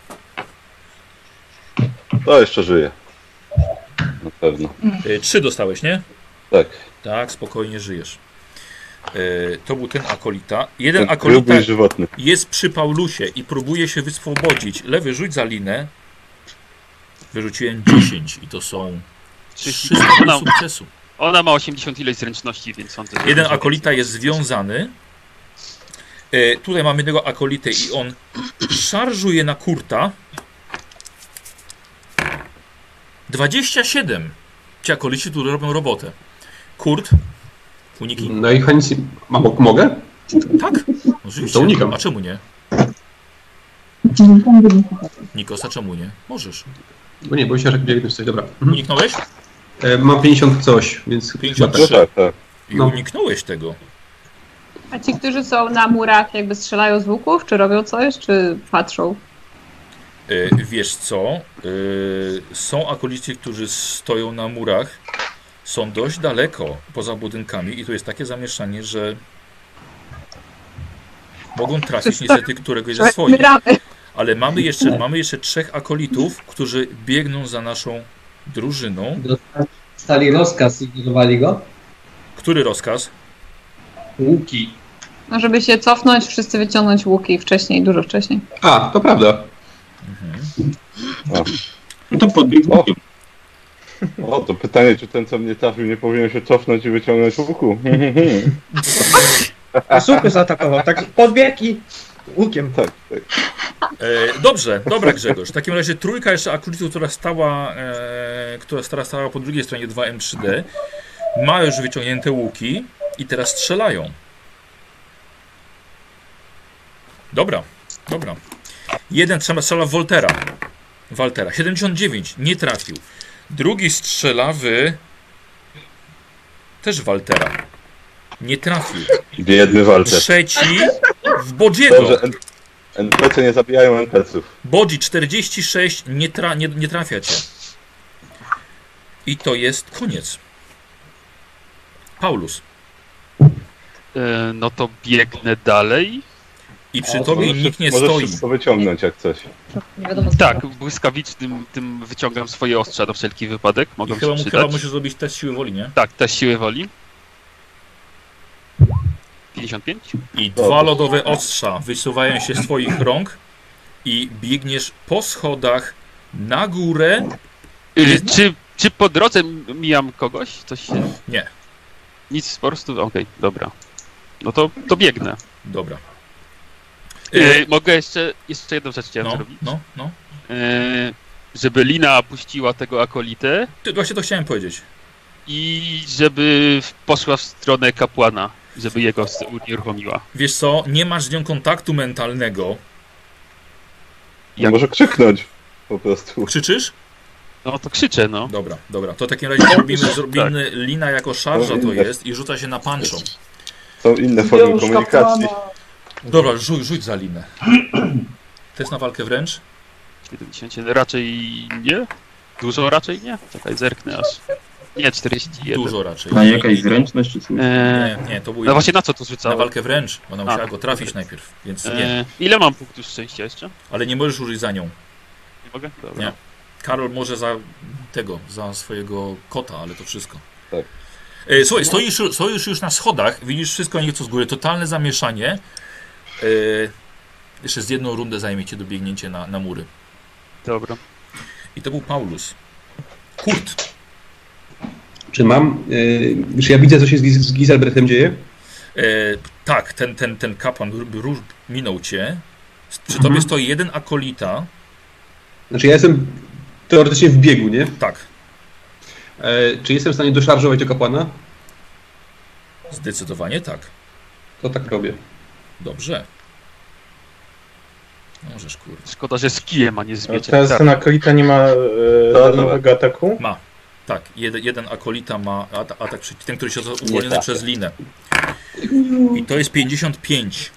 To jeszcze żyje. Na pewno. 3 dostałeś, nie? Tak. Tak, spokojnie żyjesz. To był ten akolita. Jeden akolita jest przy Paulusie i próbuje się wyswobodzić. Lewy, rzuć za linę. Wyrzuciłem 10 i to są 3 stopnie sukcesu. Ona ma 80 ileś zręczności, więc sądzę, że... Jeden akolita jest związany. Tutaj mamy jednego akolitę i on szarżuje na Kurta. 27. Ci akolici, którzy robią robotę. Kurt, uniki. No i chęć... Mogę? Tak, oczywiście. To unikam. A czemu nie? Nikos, a czemu nie? Możesz. Bo nie, bo myślałem, że biegnę coś, dobra. Uniknąłeś? Mam 50 coś, więc... 53. No tak. I uniknąłeś tego. A ci, którzy są na murach, jakby strzelają z łuków, czy robią coś, czy patrzą? Wiesz co? Są akolici, którzy stoją na murach. Są dość daleko poza budynkami i tu jest takie zamieszanie, że mogą trafić niestety któregoś ze swoich. Ale mamy jeszcze 3 akolitów, którzy biegną za naszą drużyną. Dostali rozkaz i ignorowali go? Który rozkaz? Łuki. No, żeby się cofnąć, wszyscy wyciągnąć łuki wcześniej, dużo wcześniej. A, to prawda. No to podbiegł. O, to pytanie, czy ten, co mnie trafił, nie powinien się cofnąć i wyciągnąć łuku? A słupy zaatakował, tak podbieg i łukiem. Tak. Dobrze, dobra Grzegorz. W takim razie trójka jeszcze akolitów, która stała po drugiej stronie 2M3D, ma już wyciągnięte łuki i teraz strzelają. Dobra. Jeden strzela w Waltera. 79, nie trafił. Drugi strzela też Waltera. Nie trafił. Biedny Walter. Trzeci w Bodziego. Dobrze, NPC nie zabijają NPC-ów. Bodzi 46, nie trafia cię. I to jest koniec. Paulus. No to biegnę dalej. I przy tobie nikt nie możesz stoi. wszystko wyciągnąć jak coś. Tak, błyskawicznym tym wyciągam swoje ostrza na wszelki wypadek. Mogą się przydać. Chyba musisz zrobić test siły woli, nie? Tak, test siły woli. 55. I 2 lodowe ostrza wysuwają się z twoich rąk i biegniesz po schodach na górę. Czy po drodze mijam kogoś? Coś się... Nie. Nic, po prostu... Okej, dobra. No to biegnę. Dobra. Mogę jeszcze jedną rzecz chciałem zrobić. No. Żeby Lina puściła tego akolitę. Właśnie to chciałem powiedzieć. I żeby poszła w stronę kapłana, żeby jego unieruchomiła. Wiesz co, nie masz z nią kontaktu mentalnego. Może krzyknąć po prostu. Krzyczysz? No to krzyczę, no. Dobra. To w takim razie zrobimy tak. Lina jako szarża to jest i rzuca się na panczą. Są inne formy komunikacji. Dobra, rzuć za Linę. Test na walkę wręcz? 70 raczej nie? Dużo raczej nie? Czekaj, zerknę aż. Nie, 41. Dużo raczej. A jakaś zręczność czy coś? Nie, to był... No właśnie na co to rzucałem? Na walkę wręcz. Ona musiała go trafić najpierw, więc nie. Ile mam punktów szczęścia jeszcze? Ale nie możesz użyć za nią. Nie mogę? Dobra. Nie. Karol może za swojego kota, ale to wszystko. Tak. Słuchaj, stoisz już na schodach, widzisz wszystko nieco z góry, totalne zamieszanie. Jeszcze z jedną rundę zajmie cię dobiegnięcie na mury. Dobra. I to był Paulus. Kurt. Czy czy ja widzę, co się z Giselbrechem dzieje? Tak, ten kapłan minął cię. Przy tobie stoi jeden akolita. Znaczy ja jestem teoretycznie w biegu, nie? Tak. Czy jestem w stanie doszarżować do kapłana? Zdecydowanie tak. To tak robię. Dobrze. Możesz, kurde. Szkoda, że z kijem, a nie z mieczem. Teraz ten akolita nie ma nowego ataku? Ma. Tak, jeden akolita ma atak, ten, który się uwolniony przez Linę. I to jest 55.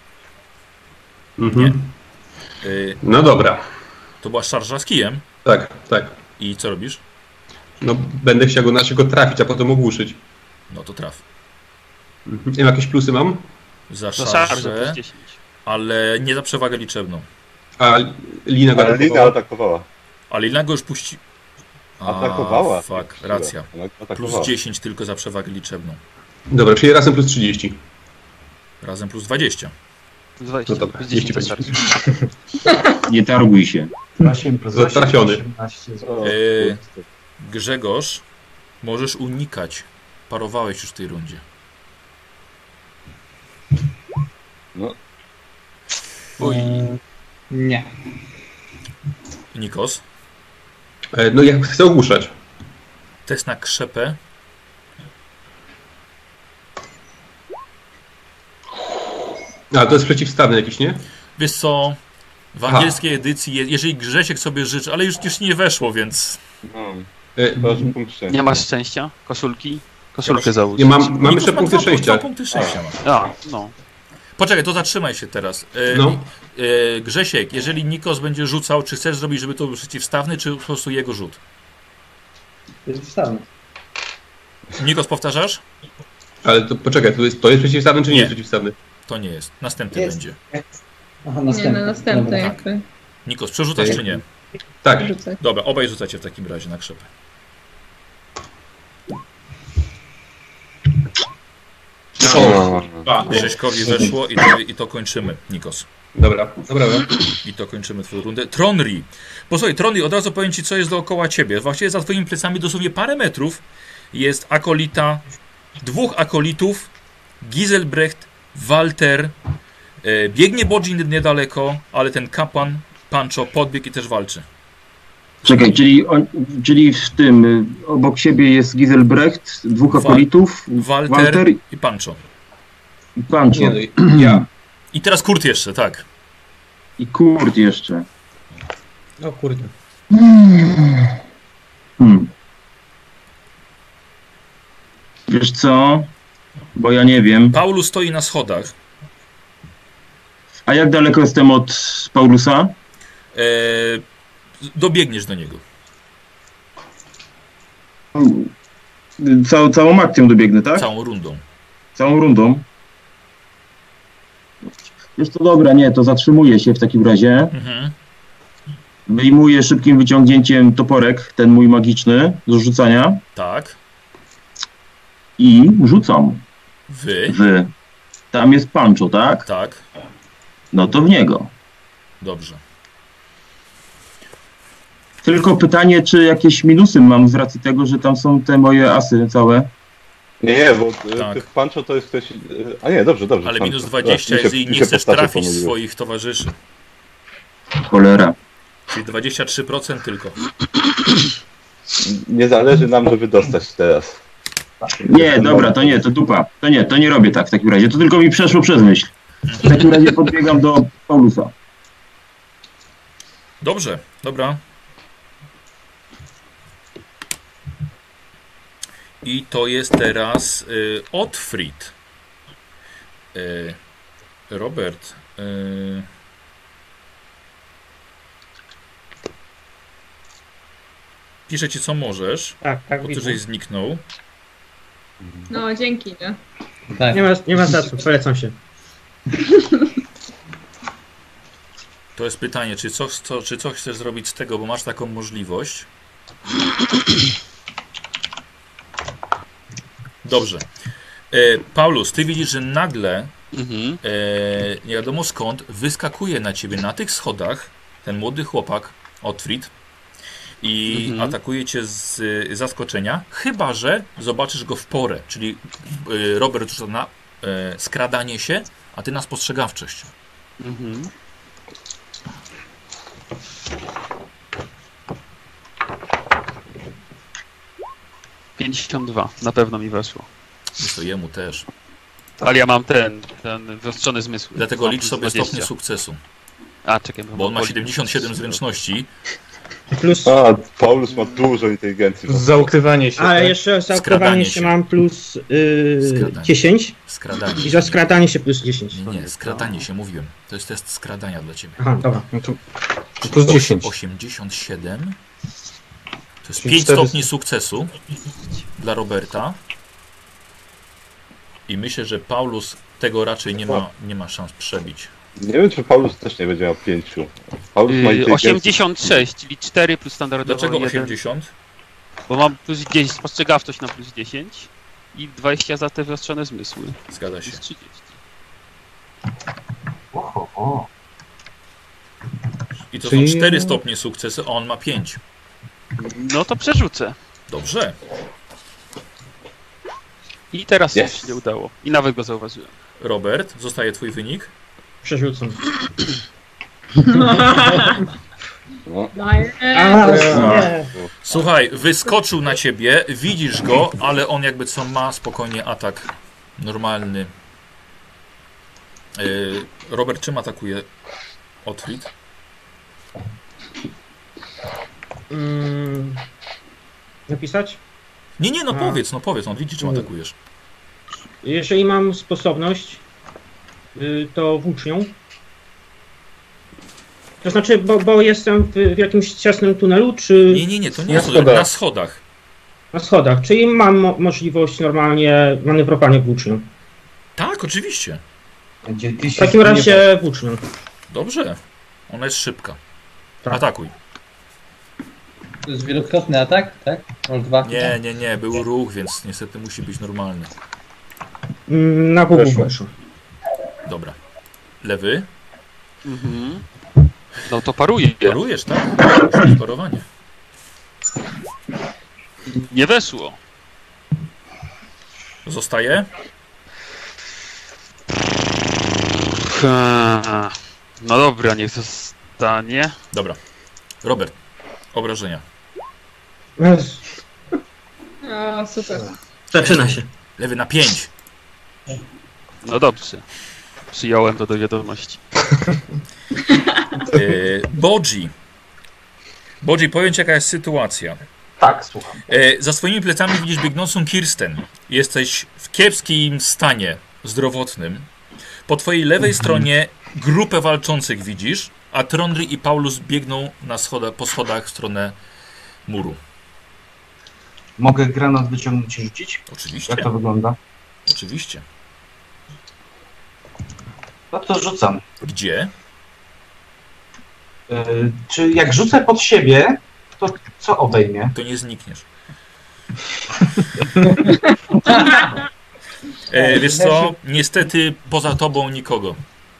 Nie? No dobra. To była szarża z kijem? Tak. I co robisz? No będę chciał go trafić, a potem ogłuszyć. No to traf. Jakieś plusy mam? Za szarżę, ale nie za przewagę liczebną. A Lina go atakowała. A Lina go już puści... Atakowała. Fuck, racja. Plus 10 tylko za przewagę liczebną. Dobra, czyli razem plus 30. Razem plus 20. 20, no dobra, plus 10 wystarczy. Nie targuj się. Zatrafiony. Grzegorz, możesz unikać. Parowałeś już w tej rundzie. No. Nie. Nikos? No ja chcę ogłuszać. Test na krzepę. A, to jest przeciwstawny jakiś, nie? Wiesz co, w angielskiej edycji, jeżeli Grzesiek sobie życzy, ale już nie weszło, więc... Nie masz szczęścia? Koszulkę załóż. Nie, mam jeszcze punkty szczęścia. Punkty szczęścia masz. No. Poczekaj, to zatrzymaj się teraz. Grzesiek, jeżeli Nikos będzie rzucał, czy chcesz zrobić, żeby to był przeciwstawny, czy po prostu jego rzut? Przeciwstawny. Nikos, powtarzasz? Ale to poczekaj, to jest przeciwstawny, czy nie jest przeciwstawny? To nie jest. Następny będzie. Aha, następny. Tak. Nikos, przerzucasz czy nie? Tak. Dobra, obaj rzucacie w takim razie na krzepę. Grześkowi weszło i to kończymy, Nikos. Dobra. I to kończymy twoją rundę. Tronri. Posłuchaj, Tronri, od razu powiem ci, co jest dookoła ciebie. Właściwie za twoimi plecami dosłownie parę metrów jest akolita, 2 akolitów, Giselbrecht, Walter, biegnie Bodzin niedaleko, ale ten kapłan, Pancho, podbiegł i też walczy. Czekaj, czyli w tym obok siebie jest Giselbrecht, 2 akolitów, Walter i Pancho. Nie, no, ja. I teraz Kurt jeszcze, tak. I Kurt jeszcze. O kurde. Wiesz co? Bo ja nie wiem. Paulus stoi na schodach. A jak daleko jestem od Paulusa? Dobiegniesz do niego. Całą akcją dobiegnę, tak? Całą rundą. Całą rundą? Wiesz co, dobra, nie, to zatrzymuję się w takim razie. Wyjmuję szybkim wyciągnięciem toporek, ten mój magiczny, do rzucania. Tak. I rzucam. Wy? Tam jest Pancho, tak? Tak. No to w niego. Dobrze. Tylko pytanie, czy jakieś minusy mam z racji tego, że tam są te moje asy całe? Nie, bo Pancho to jest ktoś... A nie, dobrze. Ale Pancho. minus 20, jeżeli nie chcesz trafić swoich towarzyszy. Cholera. Czyli 23% tylko. Nie zależy nam, żeby dostać teraz. Nie, dobra, to nie, to dupa. To nie robię tak w takim razie. To tylko mi przeszło przez myśl. W takim razie podbiegam do Paulusa. Dobrze, dobra. I to jest teraz Otfrid. Robert. Piszę ci, co możesz. Tak, bo ty żeś zniknął. No, dzięki, nie? Tak. Nie ma za co, polecam się. To jest pytanie, czy coś chcesz zrobić z tego, bo masz taką możliwość. Dobrze. Paulus, ty widzisz, że nagle nie wiadomo skąd wyskakuje na ciebie na tych schodach ten młody chłopak, Otfrid, i atakuje cię z zaskoczenia, chyba że zobaczysz go w porę, czyli Robert rzuca na skradanie się, a ty na spostrzegawczość. 52, na pewno mi weszło. Jest to jemu też. Ale ja mam ten wyostrzony zmysł. Dlatego licz sobie stopnie sukcesu. A, czekaj. Bo on ma 77 zręczności. Plus... A, Paulus ma dużo inteligencji. Za ukrywanie się. Ale jeszcze za ukrywanie się mam plus 10. Skradanie. I za skradanie się plus 10. Nie, skradanie się, mówiłem. To jest test skradania dla ciebie. Aha, dobra. No to plus 10. 87. To jest 5 stopni sukcesu dla Roberta. I myślę, że Paulus tego raczej nie ma szans przebić. Nie wiem, czy Paulus też nie będzie miał 5. Paulus ma 86, czyli 4 plus standardowo. Dlaczego 1? 80? Bo mam plus 10, spostrzegawczość na plus 10 i 20 za te wyostrzone zmysły. Zgadza się. 30. I to są 4 stopnie sukcesu, a on ma 5. No to przerzucę. Dobrze. I teraz coś się udało. I nawet go zauważyłem. Robert, zostaje twój wynik? Przerzucam. Słuchaj, wyskoczył na ciebie, widzisz go, ale on jakby co ma spokojnie atak normalny. Robert, czym atakuje Otfrid? Napisać? Nie, no powiedz, on widzi, czym atakujesz. Jeżeli mam sposobność, to włócznią. To znaczy, bo jestem w jakimś ciasnym tunelu, czy... Nie, to nie na schodach. Na schodach, czyli mam możliwość normalnie manewrowania włócznią. Tak, oczywiście. W takim razie włócznią. Dobrze. Ona jest szybka. Tak. Atakuj. To jest wielokrotny atak, tak? Nie, był ruch, więc niestety musi być normalny. Na WW weszło. Dobra. Lewy? No to paruje. Parujesz, tak? Musi być parowanie. Nie weszło. Zostaje? No dobra, niech zostanie. Dobra. Robert, obrażenia. O, super. Zaczyna się. Lewy na 5. No dobrze. Przyjąłem to do wiadomości. Bodzi, powiem ci, jaka jest sytuacja. Tak, słucham. Za swoimi plecami widzisz biegnącą Kirsten. Jesteś w kiepskim stanie zdrowotnym. Po twojej lewej stronie grupę walczących widzisz, a Trondry i Paulus biegną po schodach w stronę muru. Mogę granat wyciągnąć i rzucić? Oczywiście. Jak to wygląda? Oczywiście. No to rzucam. Gdzie? Czy jak rzucę pod siebie, to co obejmie? To nie znikniesz. Wiesz co? Niestety poza tobą nikogo.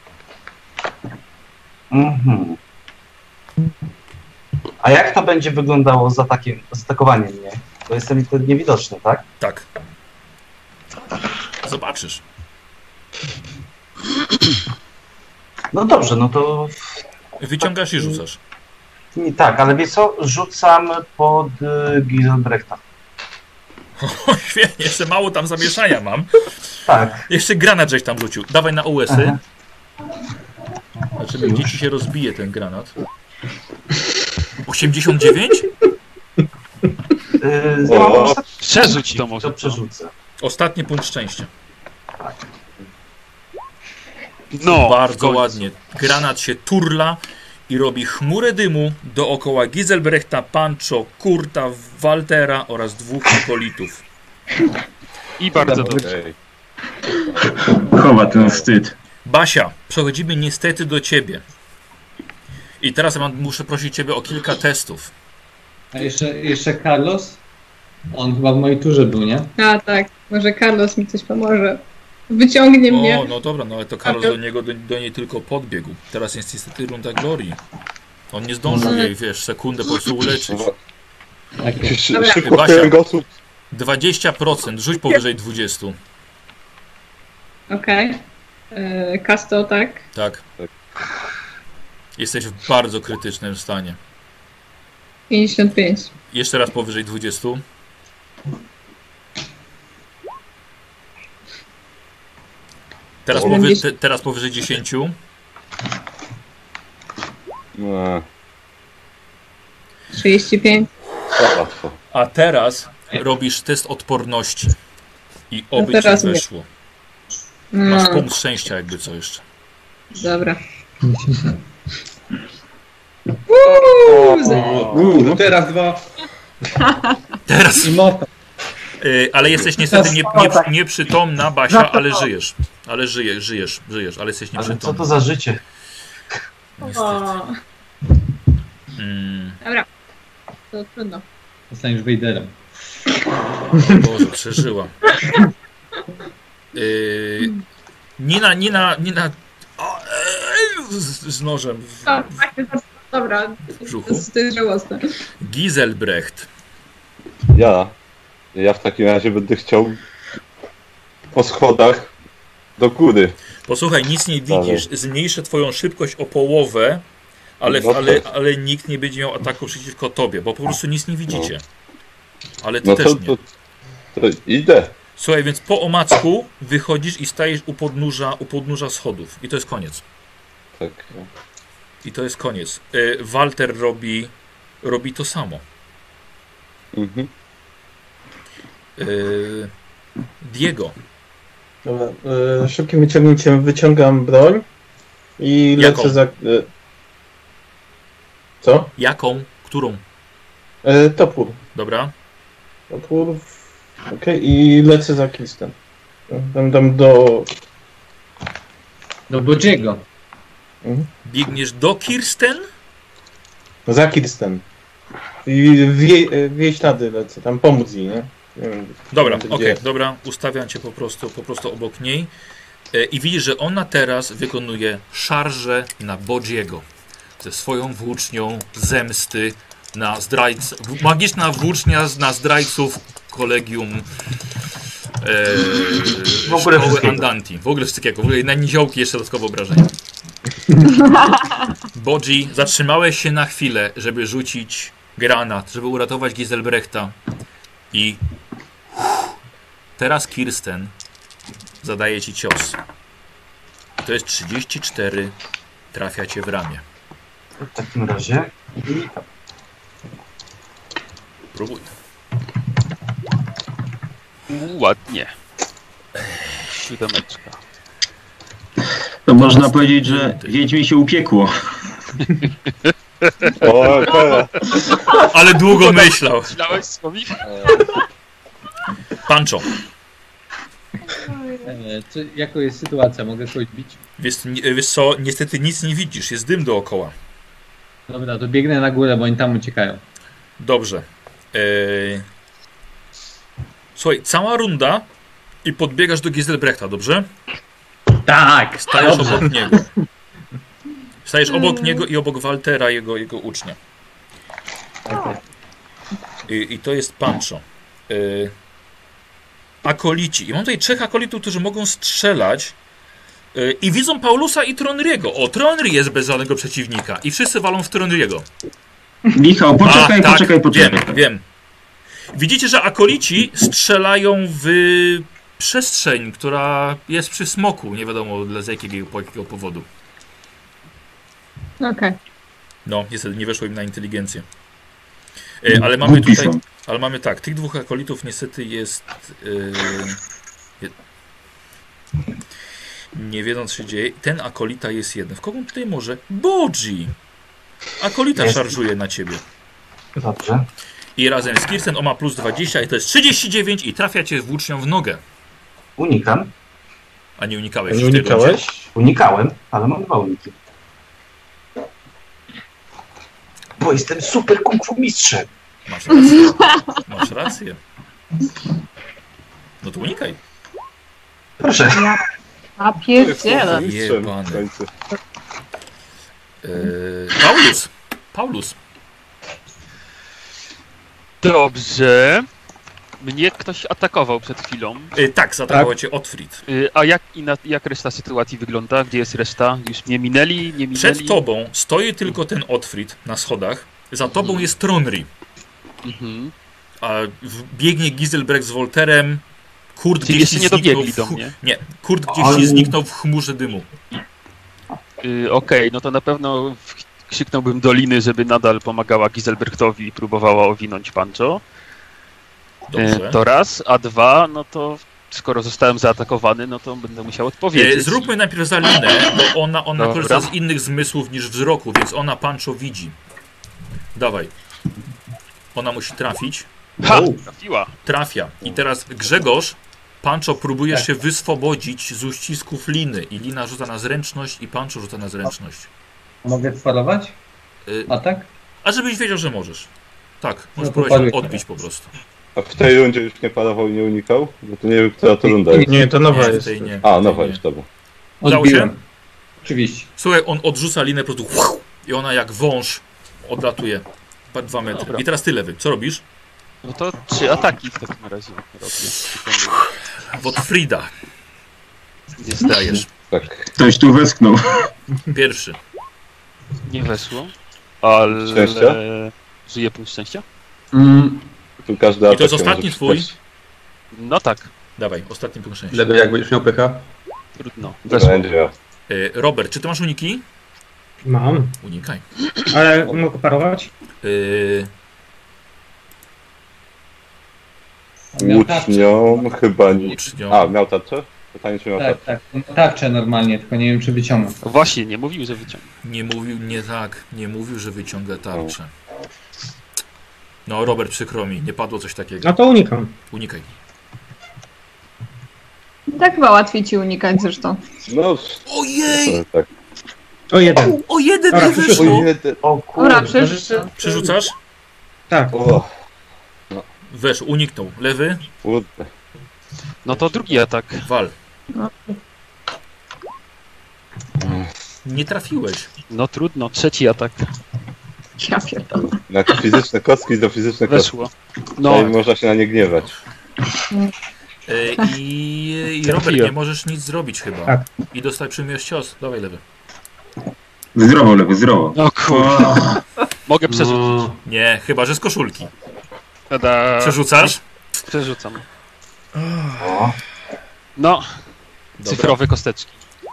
Mhm. A jak to będzie wyglądało z atakowaniem mnie? Bo jestem wtedy niewidoczny, tak? Tak. Zobaczysz. No dobrze, no to... Wyciągasz i rzucasz. Tak, ale wie co? Rzucam pod Giselbrechta. O, świetnie, jeszcze mało tam zamieszania mam. Tak. Jeszcze granat żeś tam rzucił. Dawaj na US-y. Zobaczymy, gdzie ci się rozbije ten granat. 89? Przerzuć to może. To przerzucę. Ostatni punkt szczęścia. No, bardzo ładnie. Granat się turla i robi chmurę dymu dookoła Giselbrechta, Pancho, Kurta, Waltera oraz 2 akolitów. I bardzo dobrze. Chowa ten wstyd. Basia, przechodzimy niestety do ciebie. I teraz muszę prosić ciebie o kilka testów. A jeszcze Carlos? On chyba w mojej turze był, nie? A tak, może Carlos mi coś pomoże. Wyciągnie mnie. O, no dobra, no ale to Carlos do niej tylko podbiegł. Teraz jest niestety runda Glorii. On nie zdążył jej, wiesz, sekundę po prostu uleczyć. Szybko Basia, kręgosłup. 20%, rzuć powyżej 20. Okej. Kasto, tak? Tak. Jesteś w bardzo krytycznym stanie. 55. Jeszcze raz powyżej 20. Teraz powyżej 10. No. 35. Łatwo. A teraz robisz test odporności. I oby ci weszło. Masz punkt szczęścia, jakby co jeszcze. Dobra. No teraz 2. Teraz. Ale jesteś niestety nieprzytomna, Basia, ale żyjesz. Ale żyjesz, ale jesteś nieprzytomna. Ale co to za życie? Niestety. Dobra. To trudno. Zostaniesz Vaderem. Boże, przeżyła. Nina z nożem Dobra, w brzuchu. to jest żałosne. Giselbrecht. Ja w takim razie będę chciał po schodach do góry. Posłuchaj, nic nie widzisz. Zmniejszę twoją szybkość o połowę, ale nikt nie będzie miał ataku przeciwko tobie, bo po prostu nic nie widzicie. Ale ty też nie. To idę. Słuchaj, więc po omacku wychodzisz i stajesz u podnóża schodów. I to jest koniec. Tak. I to jest koniec. Walter robi to samo. Mhm. Diego. Dobra, szybkim wyciągnięciem wyciągam broń i Jaką? lecę za... Co? Jaką? Którą? Topór. Dobra. Topór. Okej, i lecę za Kirsten. Dam do... Do Bodziego. Biegniesz do Kirsten? Za Kirsten. I w jej ślady lecę, tam pomóc jej, nie? Nie wiem, Dobra, gdzie okej, jest. dobra. Ustawiam cię po prostu obok niej. I widzisz, że ona teraz wykonuje szarżę na Bodziego. Ze swoją włócznią zemsty na zdrajców. Magiczna włócznia na zdrajców kolegium W ogóle szkoły wszystkiego. Andanti. W ogóle wszystkiego. W ogóle na niziołki jeszcze dodatkowe obrażenia. Bodzi, zatrzymałeś się na chwilę, żeby rzucić granat, żeby uratować Giselbrechta. I teraz Kirsten zadaje ci cios. To jest 34. Trafia cię w ramię. W takim razie Próbuj. Ładnie. 7. To można powiedzieć, że Wiedźmi się upiekło. O, Ale długo myślał. Myślałeś, Słowik? Pancho. Jaka jest sytuacja? Mogę kogoś bić? Wiesz co, niestety nic nie widzisz. Jest dym dookoła. Dobra, to biegnę na górę, bo oni tam uciekają. Dobrze. Słuchaj, cała runda i podbiegasz do Giselbrechta, dobrze? Tak! Stajesz dobrze. obok niego. Stajesz obok niego i obok Waltera, jego ucznia. I to jest Pancho. Akolici. I mam tutaj 3 akolitów, którzy mogą strzelać i widzą Paulusa i Tronriego. O, Tronri jest bez żadnego przeciwnika i wszyscy walą w Tronriego. Michał, poczekaj. Wiem. Widzicie, że akolici strzelają w przestrzeń, która jest przy smoku. Nie wiadomo z jakiego powodu. Okej. No, niestety nie weszło im na inteligencję. Ale mamy tak, tych 2 akolitów niestety jest... nie wiedzą, co się dzieje. Ten akolita jest jeden. W kogo tutaj może? Bodzi! Akolita szarżuje na ciebie. dobrze. I razem z Kirsten on ma plus 20 i to jest 39 i trafia cię włócznią w nogę. Unikam. A nie unikałeś. Nie unikałeś? Unikałem, ale mam 2 uniki. Bo jestem super kung fu mistrzem. Masz rację. Masz rację. No to unikaj. Proszę. A pierdziele. Jebany. Paulus. Dobrze. Mnie ktoś atakował przed chwilą. Tak, zaatakował cię Otfrid. A jak reszta sytuacji wygląda? Gdzie jest reszta? Już mnie minęli? Przed tobą stoi tylko ten Otfrid na schodach. Za tobą jest Tronri. A biegnie Giselbrecht z Wolterem. Kurt Czyli gdzieś jeszcze nie dobiegli do mnie. Nie, Kurt gdzieś zniknął w chmurze dymu. Okej, no to na pewno krzyknąłbym do Liny, żeby nadal pomagała Giselbrechtowi i próbowała owinąć Pancho. Dobrze. To raz, a 2, no to skoro zostałem zaatakowany, no to będę musiał odpowiedzieć. Zróbmy najpierw za Linę, bo ona korzysta z innych zmysłów niż wzroku, więc ona Pancho widzi. Dawaj. Ona musi trafić. Ha! Trafiła. Trafia. I teraz Grzegorz, Pancho próbujesz się wyswobodzić z uścisków Liny. I Lina rzuca na zręczność i Pancho rzuca na zręczność. Mogę farować? A tak? A żebyś wiedział, że możesz. Tak, możesz No to próbować paruj. odbić po prostu. A w tej rundzie już nie parował i nie unikał? Bo to nie wiem, która to runda jest. Nie, to nowa Nie, jest. tutaj nie. A, Tutaj nowa nie. już, dobra. Udało się? Odbiłem. Oczywiście. Słuchaj, on odrzuca linę po prostu i ona jak wąż odlatuje 2 metry. Dobra. I teraz ty, Lewy, co robisz? No to 3 ataki w takim razie robię. Wotfrida. Gdzie stajesz? Tak. Ktoś tu westchnął. Pierwszy. Nie weszło, ale... Szczęścia? Żyje punkt szczęścia? Tu każdy I to jest atak ostatni może twój? przypaść. No tak. Dawaj, ostatni punkt szczęścia. Lewy, jak będziesz miał pecha? Trudno. Będzie miał. Robert, czy ty masz uniki? Mam. Unikaj. Ale mogę parować? Łucznią chyba nie. Łucznią. A, miał tarczę? Pytanie, czy miał Tak, tarczę? tak. Tarczę normalnie, tylko nie wiem, czy wyciągnę. Właśnie, nie mówił, że wyciąga. Nie mówił, że wyciąga tarczę. No, Robert, przykro mi, nie padło coś takiego. No to unikam. Unikaj. Tak chyba łatwiej ci unikać zresztą. No, Ojej! tak. O jeden. O jeden Dobra, nie wyszło! O Dobra, kurde. Przerzucasz? Tak. O, Wesz, uniknął. Lewy, kurde. No to drugi atak. wal. No. Nie trafiłeś. No trudno, trzeci atak. Ja pierdolę. Na fizyczne kostki do fizycznych kostki. Weszło. No. No, I można się na nie gniewać. I Robert, Trafiłem. nie możesz nic zrobić chyba. Tak. I przyjmujesz cios. Dawaj, lewy. Zdrowo, lewy, zdrowo. no kurde. Mogę przerzucić. No, Nie, chyba że z koszulki. Tada. Przerzucasz? Przerzucam. O. No, Dobra. cyfrowe kosteczki.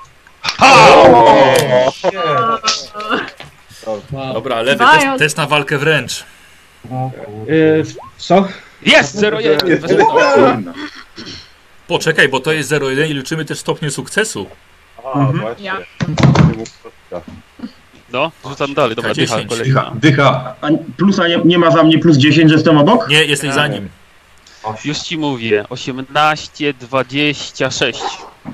Wow. Dobra, lewy, Mają. test na walkę wręcz. O kurde. Co? Jest! 0-1! Poczekaj, bo to jest 0,1 i liczymy też stopnie sukcesu. A, właśnie. Ja. No, rzucam dalej. Dobra, dycha K10. kolejna. dycha. A plus, a nie ma za mnie plus 10, że jestem obok? Nie, jesteś za nim. Już ci mówię. 18, 26.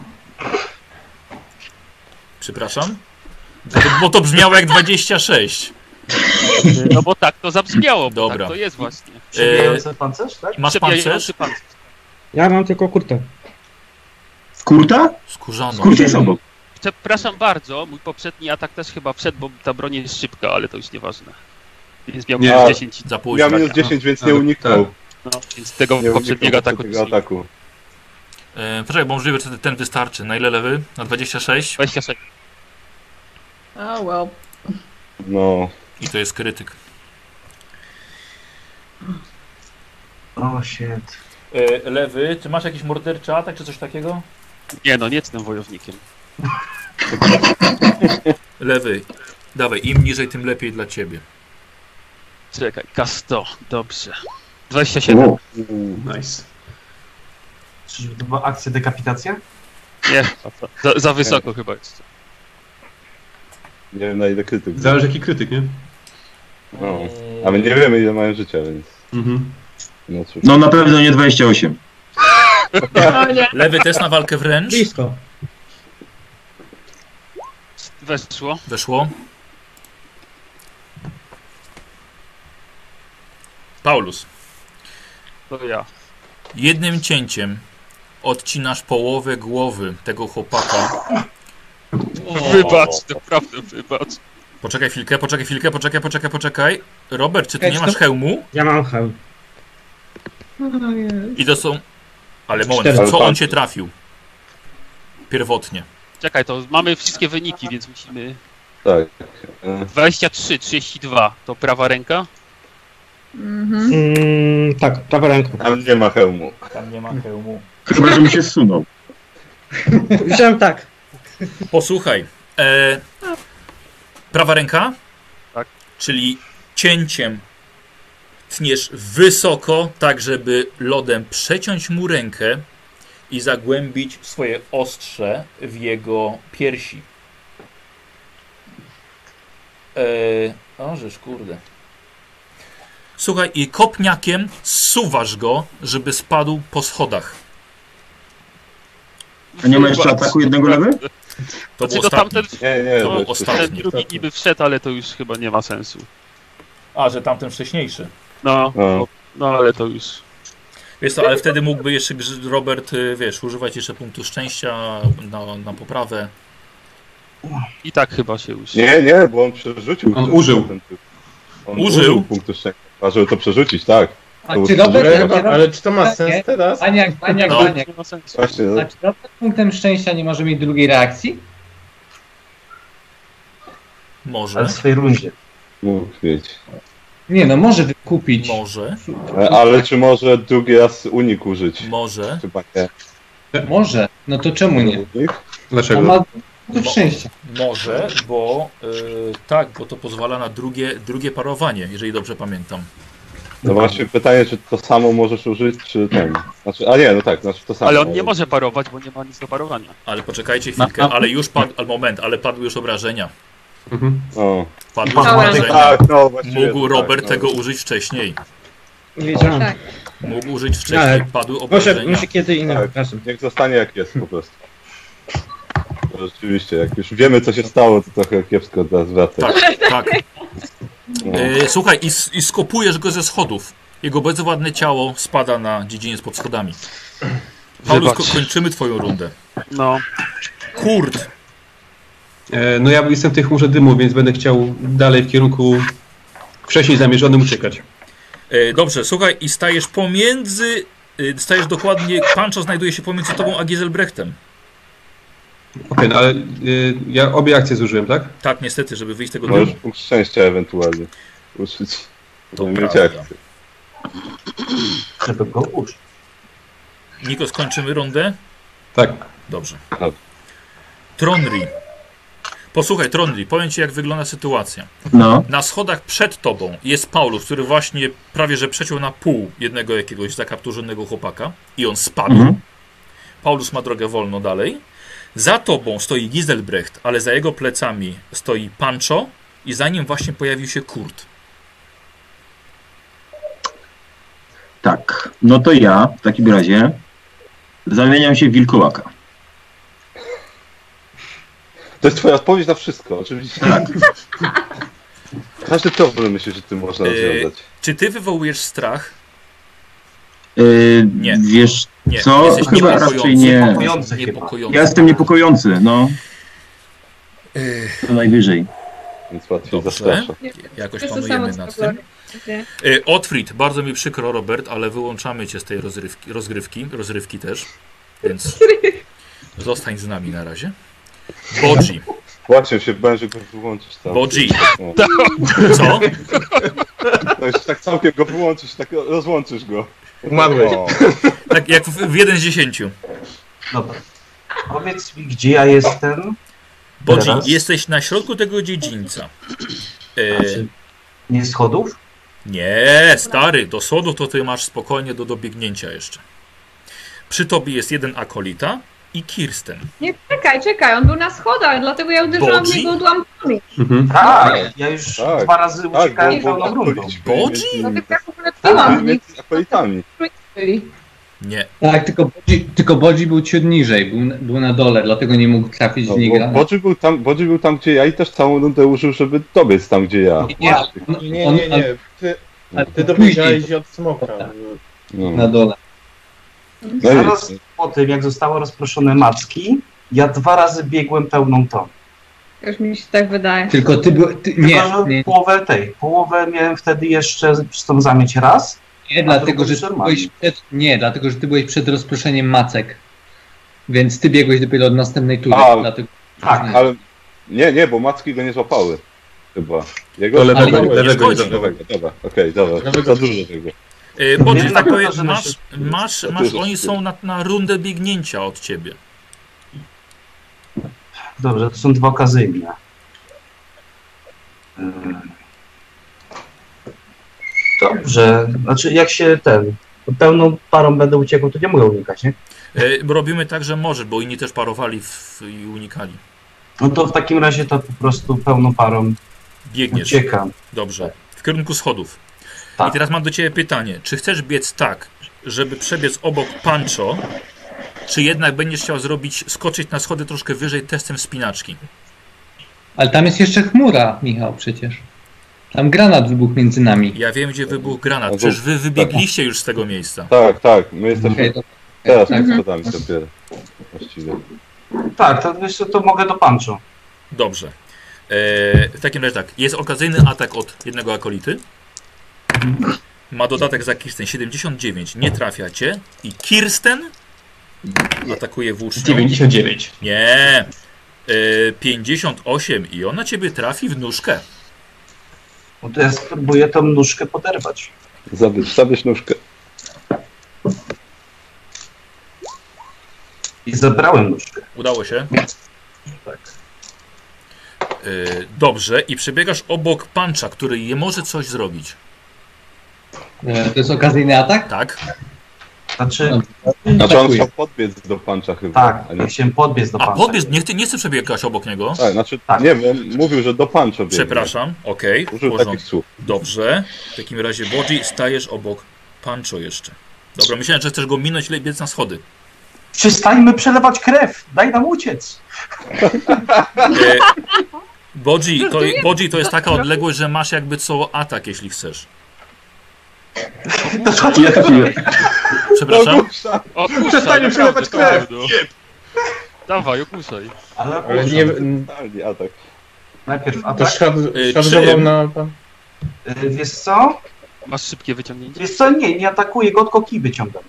Przepraszam? Bo to brzmiało jak 26. No bo tak to zabrzmiało, bo Dobra. tak to jest właśnie. Przebijający pancerz, tak? Masz pancerz? Przebijający pancerz. Ja mam tylko kurtę. Kurta? Skórzaną. Kurta jest obok. Przepraszam bardzo, mój poprzedni atak też chyba wszedł, bo ta broń jest szybka, ale to już nieważne. Więc miał Nie. minus 10. Za późno. Miał minus 10, więc nie Tak, uniknął. No, więc tego Nie poprzedniego uniknął ataku tego ataku. Poczekaj, bo możliwe, że ten wystarczy. Na ile lewy? Na 26? 26. Oh well. No. I to jest krytyk. O shit. Lewy, czy masz jakiś morderczy atak, czy coś takiego? Nie no, nie jestem wojownikiem. Lewy, dawaj, im niżej, tym lepiej dla ciebie. Czekaj, K100, dobrze. 27. Nice. Czy to była akcja dekapitacja? Nie, za wysoko chyba jest. Nie wiem na ile krytyk. Zależy jaki krytyk, nie? No. A my nie wiemy ile mają życia, więc. Mhm. No cóż. No na pewno nie 28. O nie. Lewy test na walkę wręcz. Blisko. Weszło. Weszło. Paulus. To ja. Jednym cięciem odcinasz połowę głowy tego chłopaka. Wybacz, naprawdę wybacz. Poczekaj chwilkę, poczekaj. Robert, czy ty nie masz hełmu? Ja mam hełm. I to są... Ale moment, Cztery. co on cię trafił? Pierwotnie. Czekaj, to mamy wszystkie wyniki, więc musimy... Tak. 23, 32 to prawa ręka. Mhm. Tak, prawa ręka. Tam nie ma hełmu. Tam nie ma hełmu. Chyba, że mi się zsunął. Wziąłem tak. Posłuchaj. Prawa ręka? Tak. Czyli cięciem tniesz wysoko, tak żeby lodem przeciąć mu rękę i zagłębić swoje ostrze w jego piersi. Żeż kurde. Słuchaj, i kopniakiem zsuwasz go, żeby spadł po schodach. A nie ma jeszcze ataku jednego lewy? To Znaczy, był to ostatni. tamten, Nie, To to był jest ostatni. ten drugi niby wszedł, ale to już chyba nie ma sensu. A, że tamten wcześniejszy. No, No. no ale to już... Wiesz co, ale wtedy mógłby jeszcze Robert, wiesz, używać jeszcze punktu szczęścia na poprawę. I tak chyba się już... Nie, bo on przerzucił. On użył. On Użył? użył punktu szczęścia. A żeby to przerzucić, tak. A To czy było Robert, Ale czy to ma sens teraz? Aniak, No. Nie ma sensu. Właśnie, a czy Robert punktem szczęścia nie może mieć drugiej reakcji? Może. Ale w swojej rundzie. mógł mieć. Nie no, może wykupić. Może. Ale czy może drugi raz unik użyć? Może. Chyba nie. Może. No to czemu nie? Dlaczego? On ma to szczęście. Może, bo tak, bo to pozwala na drugie parowanie, jeżeli dobrze pamiętam. No właśnie pytanie, czy to samo możesz użyć, czy ten? Znaczy, a nie, no tak, znaczy to samo. Ale on nie może parować, bo nie ma nic do parowania. Ale poczekajcie chwilkę, ale już ale padły już obrażenia. O. Padły już Dobra. obrażenia. Tak, no właściwie. Mógł tak, Robert no. tego użyć wcześniej. Nie wiedziałem. Tak. Mógł użyć wcześniej, Ale padły obrażenia. Może kiedy innym Tak. razem. Niech zostanie jak jest po prostu. To rzeczywiście, jak już wiemy co się stało, to trochę kiepsko teraz wracać. Tak, tak. No. Słuchaj, i skopujesz go ze schodów. Jego bezładne ciało spada na dziedziniec pod schodami. Paulus, Wybacz. kończymy twoją rundę. No. Kurt, No ja jestem w tej chmurze dymu, więc będę chciał dalej w kierunku wcześniej zamierzonym uciekać. dobrze, słuchaj, i stajesz pomiędzy, stajesz dokładnie, Pancho znajduje się pomiędzy tobą a Giselbrechtem. Okej, no ale ja obie akcje zużyłem, tak? Tak, niestety, żeby wyjść z tego Możesz domu. punkt szczęścia ewentualnie użyć. To Żeby mieć prawda. akcję. Żeby go użyć. Niko, skończymy rundę? Tak. Dobrze. Tak. Tronri. Posłuchaj, Tronri, powiem ci jak wygląda sytuacja. No. Na schodach przed tobą jest Paulus, który właśnie prawie że przeciął na pół jednego jakiegoś zakapturzonego chłopaka i on spadł. Mhm. Paulus ma drogę wolno dalej. Za tobą stoi Giselbrecht, ale za jego plecami stoi Pancho i za nim właśnie pojawił się Kurt. Tak. No to ja w takim razie zamieniam się w wilkołaka. To jest twoja odpowiedź na wszystko, oczywiście. Tak. Każdy problem myślę, że tym można rozwiązać. Czy ty wywołujesz strach? Nie. Wiesz Nie. co? Jesteś Chyba niepokojący. raczej nie. Niepokojący chyba. Niepokojący. Ja jestem niepokojący, no. To najwyżej. Więc łatwiej Dobrze. zastrasza. Jakoś To panujemy samo, nad co tym. Nie. Otfrid, bardzo mi przykro, Robert, ale wyłączamy cię z tej rozrywki też, więc zostań z nami na razie. Bodzi. Płaczę się, będzie go wyłączyć tam. Bodzi. O. Co? No już tak całkiem go wyłączysz, tak rozłączysz go. Umarłeś. O. Tak jak w 1 z 10. Dobra. Powiedz mi, gdzie ja jestem? Bodzi, Teraz? jesteś na środku tego dziedzińca. Znaczy, nie schodów? Nie, stary, do sodów to ty masz spokojnie do dobiegnięcia jeszcze. Przy tobie jest jeden akolita i Kirsten. Nie, czekaj, on był na schodach, dlatego ja uderzyłam w Bodzi? niego odłamkami. Tak, ja już Tak. 2 razy uciekałem bo pełną rundą. Bodzi? Dlatego ja w ogóle piłam w nich, Między akolitami. byli. Nie. Tak, tylko Bodzi był ciut niżej, był na dole, dlatego nie mógł trafić w niego. Bodzi był tam, gdzie ja i też całą rundę użył, żeby dobiec tam, gdzie ja. Nie. Ty dowiedziałeś się od smoka. No. Na dole. No i Zaraz po tym, jak zostały rozproszone macki, ja 2 razy biegłem pełną tą. Już mi się tak wydaje. Tylko ty był... Nie, Tylko, że nie, połowę miałem wtedy jeszcze z tą zamieć raz. nie, dlatego, że ty normalnie. byłeś dlatego, że ty byłeś przed rozproszeniem macek. Więc ty biegłeś dopiero od następnej tury. A, Dlatego... Tak. Ale nie, bo macki go nie złapały. Chyba. Jego To lewego, Ale- lewego nie szkodzi. zabrałem. Dobra, okej, dobra. Za dużo tego. Bodzi, Nie, tak na powiem, pewno, że masz, oni są na rundę biegnięcia od ciebie. Dobrze, to są 2 okazyjne. Dobrze, znaczy jak się pełną parą będę uciekał, to nie mogę unikać, nie? Robimy tak, że może, bo inni też parowali i unikali. No to w takim razie to po prostu pełną parą Biegniesz. uciekam. Dobrze. W kierunku schodów. Tak. I teraz mam do ciebie pytanie. Czy chcesz biec tak, żeby przebiec obok Pancho, czy jednak będziesz chciał skoczyć na schody troszkę wyżej testem wspinaczki? Ale tam jest jeszcze chmura, Michał, przecież. Tam granat wybuchł między nami. Ja wiem, gdzie wybuchł granat. No to- Przecież wy wybiegliście już z tego miejsca. Tak, my jesteśmy Okej, to... teraz tak. pod schodami dopiero. Właściwie. Tak, to wiesz co, to mogę do Pancho. Dobrze. W takim razie tak. Jest okazyjny atak od jednego akolity. Ma dodatek za Kirsten 79. Nie trafia cię. I Kirsten atakuje włócznią. 99. Nie. 58 i ona ciebie trafi w nóżkę. No to ja spróbuję tą nóżkę poderwać. Zabierz nóżkę. I zabrałem nóżkę. Udało się. Tak. Dobrze, i przebiegasz obok Puncha, który nie może coś zrobić. To jest okazyjny atak? Tak. Znaczy on chciał podbiec do Puncha chyba. Tak, ja chciałem podbiec do A Puncha. podbiec, nie chcę przebiegać obok niego? Tak, znaczy, Tak. nie wiem, mówił, że do Puncha biegnie. Przepraszam, okej. Użył takich słów. Dobrze. W takim razie, Bodzi, stajesz obok Pancho jeszcze. Dobra, myślałem, że chcesz go minąć i biec na schody. Przestańmy przelewać krew! Daj nam uciec! Bodzi to jest taka odległość, że masz jakby co atak, jeśli chcesz. Ja atakuję. Przepraszam? Przestańmy przelewać krew! Dawaj, okuszaj. Ale nie... atak. Najpierw To atak. szarżował na... Wiesz co? Masz szybkie wyciągnięcie? Wiesz co? Nie atakuję go, tylko kij wyciągam.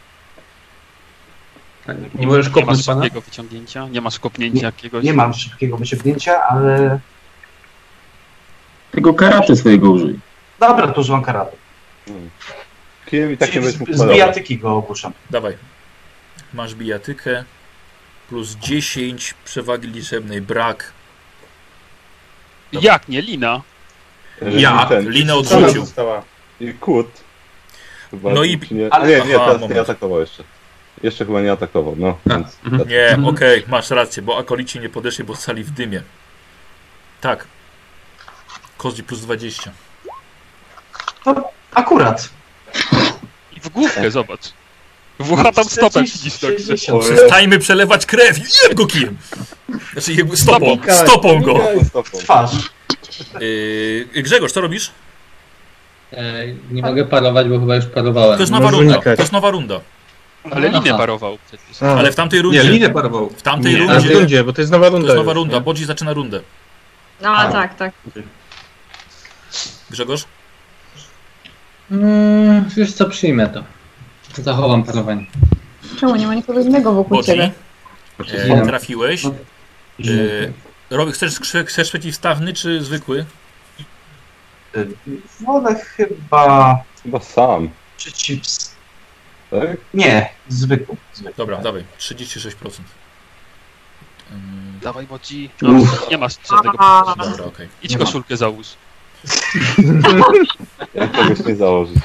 Nie możesz Nie masz kopnąć pana? szybkiego wyciągnięcia? Nie masz kopnięcia jakiegoś? Nie mam szybkiego wyciągnięcia, ale... Tego karate swojego użyj. Dobra, to używam karate. Kijem i tak nie będziesz mógł Z polować. bijatyki go ogłuszam. Dawaj. Masz bijatykę. Plus 10 przewagi liczebnej, brak. Jak nie? Lina? Ja. Linę Ona odrzucił. została. I kut. Chyba No i- nie, ale- nie, Aha, teraz moment. nie atakował jeszcze. Jeszcze chyba nie atakował, no. Więc, Nie, okej, masz rację, bo akolici nie podeszli, bo stali w dymie. Tak. Kozli plus 20. To akurat. I w główkę, zobacz. Włochatam stopem 40, ścisnąć. 60. Przestańmy przelewać krew! Jeb go kijem! Znaczy jakby stopą go! Twarz. Grzegorz, co robisz? Nie mogę parować, bo chyba już parowałem. To jest nowa Może runda. unikać. To jest nowa runda. Ale linę Aha. parował przecież. Ale w tamtej Nie, rundzie. linę parował. W tamtej Ale w rundzie. rundzie, bo to jest nowa To runda. jest nowa już, runda. nie? Bodzi zaczyna rundę. No tak. Grzegorz? Wiesz co, przyjmę to. Zachowam parowanie. Czemu nie ma nikogo innego wokół Bodzi? ciebie? Trafiłeś. Chcesz przeciwstawny czy zwykły? Wolę chyba... Chyba sam. Przeciw... Tak? Nie, zwykły. Dobra, dawaj. 36%. Dawaj, Bodzi. No, nie masz żadnego A, Dobra, okej. Idź koszulkę załóż. Jak czegoś nie założyć.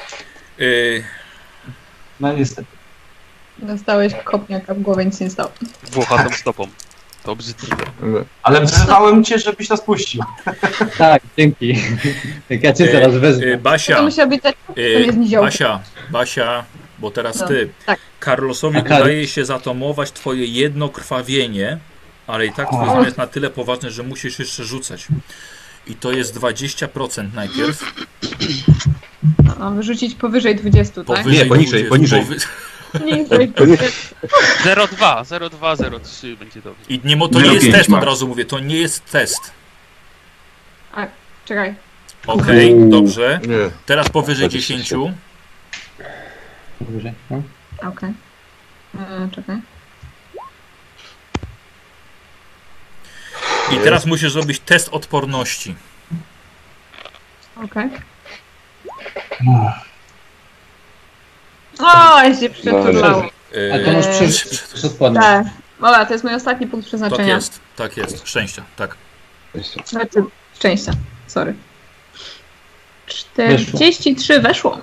No niestety. Dostałeś kopniaka w głowę, nic nie stało. Włochatą stopą. To obrzydliwe. Ale wzywałem cię, żebyś nas puścił. Tak, dzięki. Jak ja cię zaraz wezmę. To Basia, musiał być tak, to jest niziołka. Basia, bo teraz No, ty. tak. Carlosowi A Karl- udaje się zatomować twoje jedno krwawienie, ale i tak twój zamiar jest na tyle poważny, że musisz jeszcze rzucać. I to jest 20% najpierw. No, wyrzucić powyżej 20, tak? Nie, poniżej, 20, poniżej. Niżej. 0,2, 0,2, 0,3 będzie dobrze. I to nie jest 0,5 test, ma. od razu mówię, to nie jest test. A, czekaj. Okej, dobrze. Nie. Teraz powyżej 27. 10. Dobrze, no. Okej. Czekaj. I teraz musisz zrobić test odporności. Okej. O, ja się przeturlało. A to masz przy odporność. Tak. Dobra, to jest mój ostatni punkt przeznaczenia. Tak jest. Szczęścia, tak. Znaczy, szczęścia. Sorry. 43 weszło.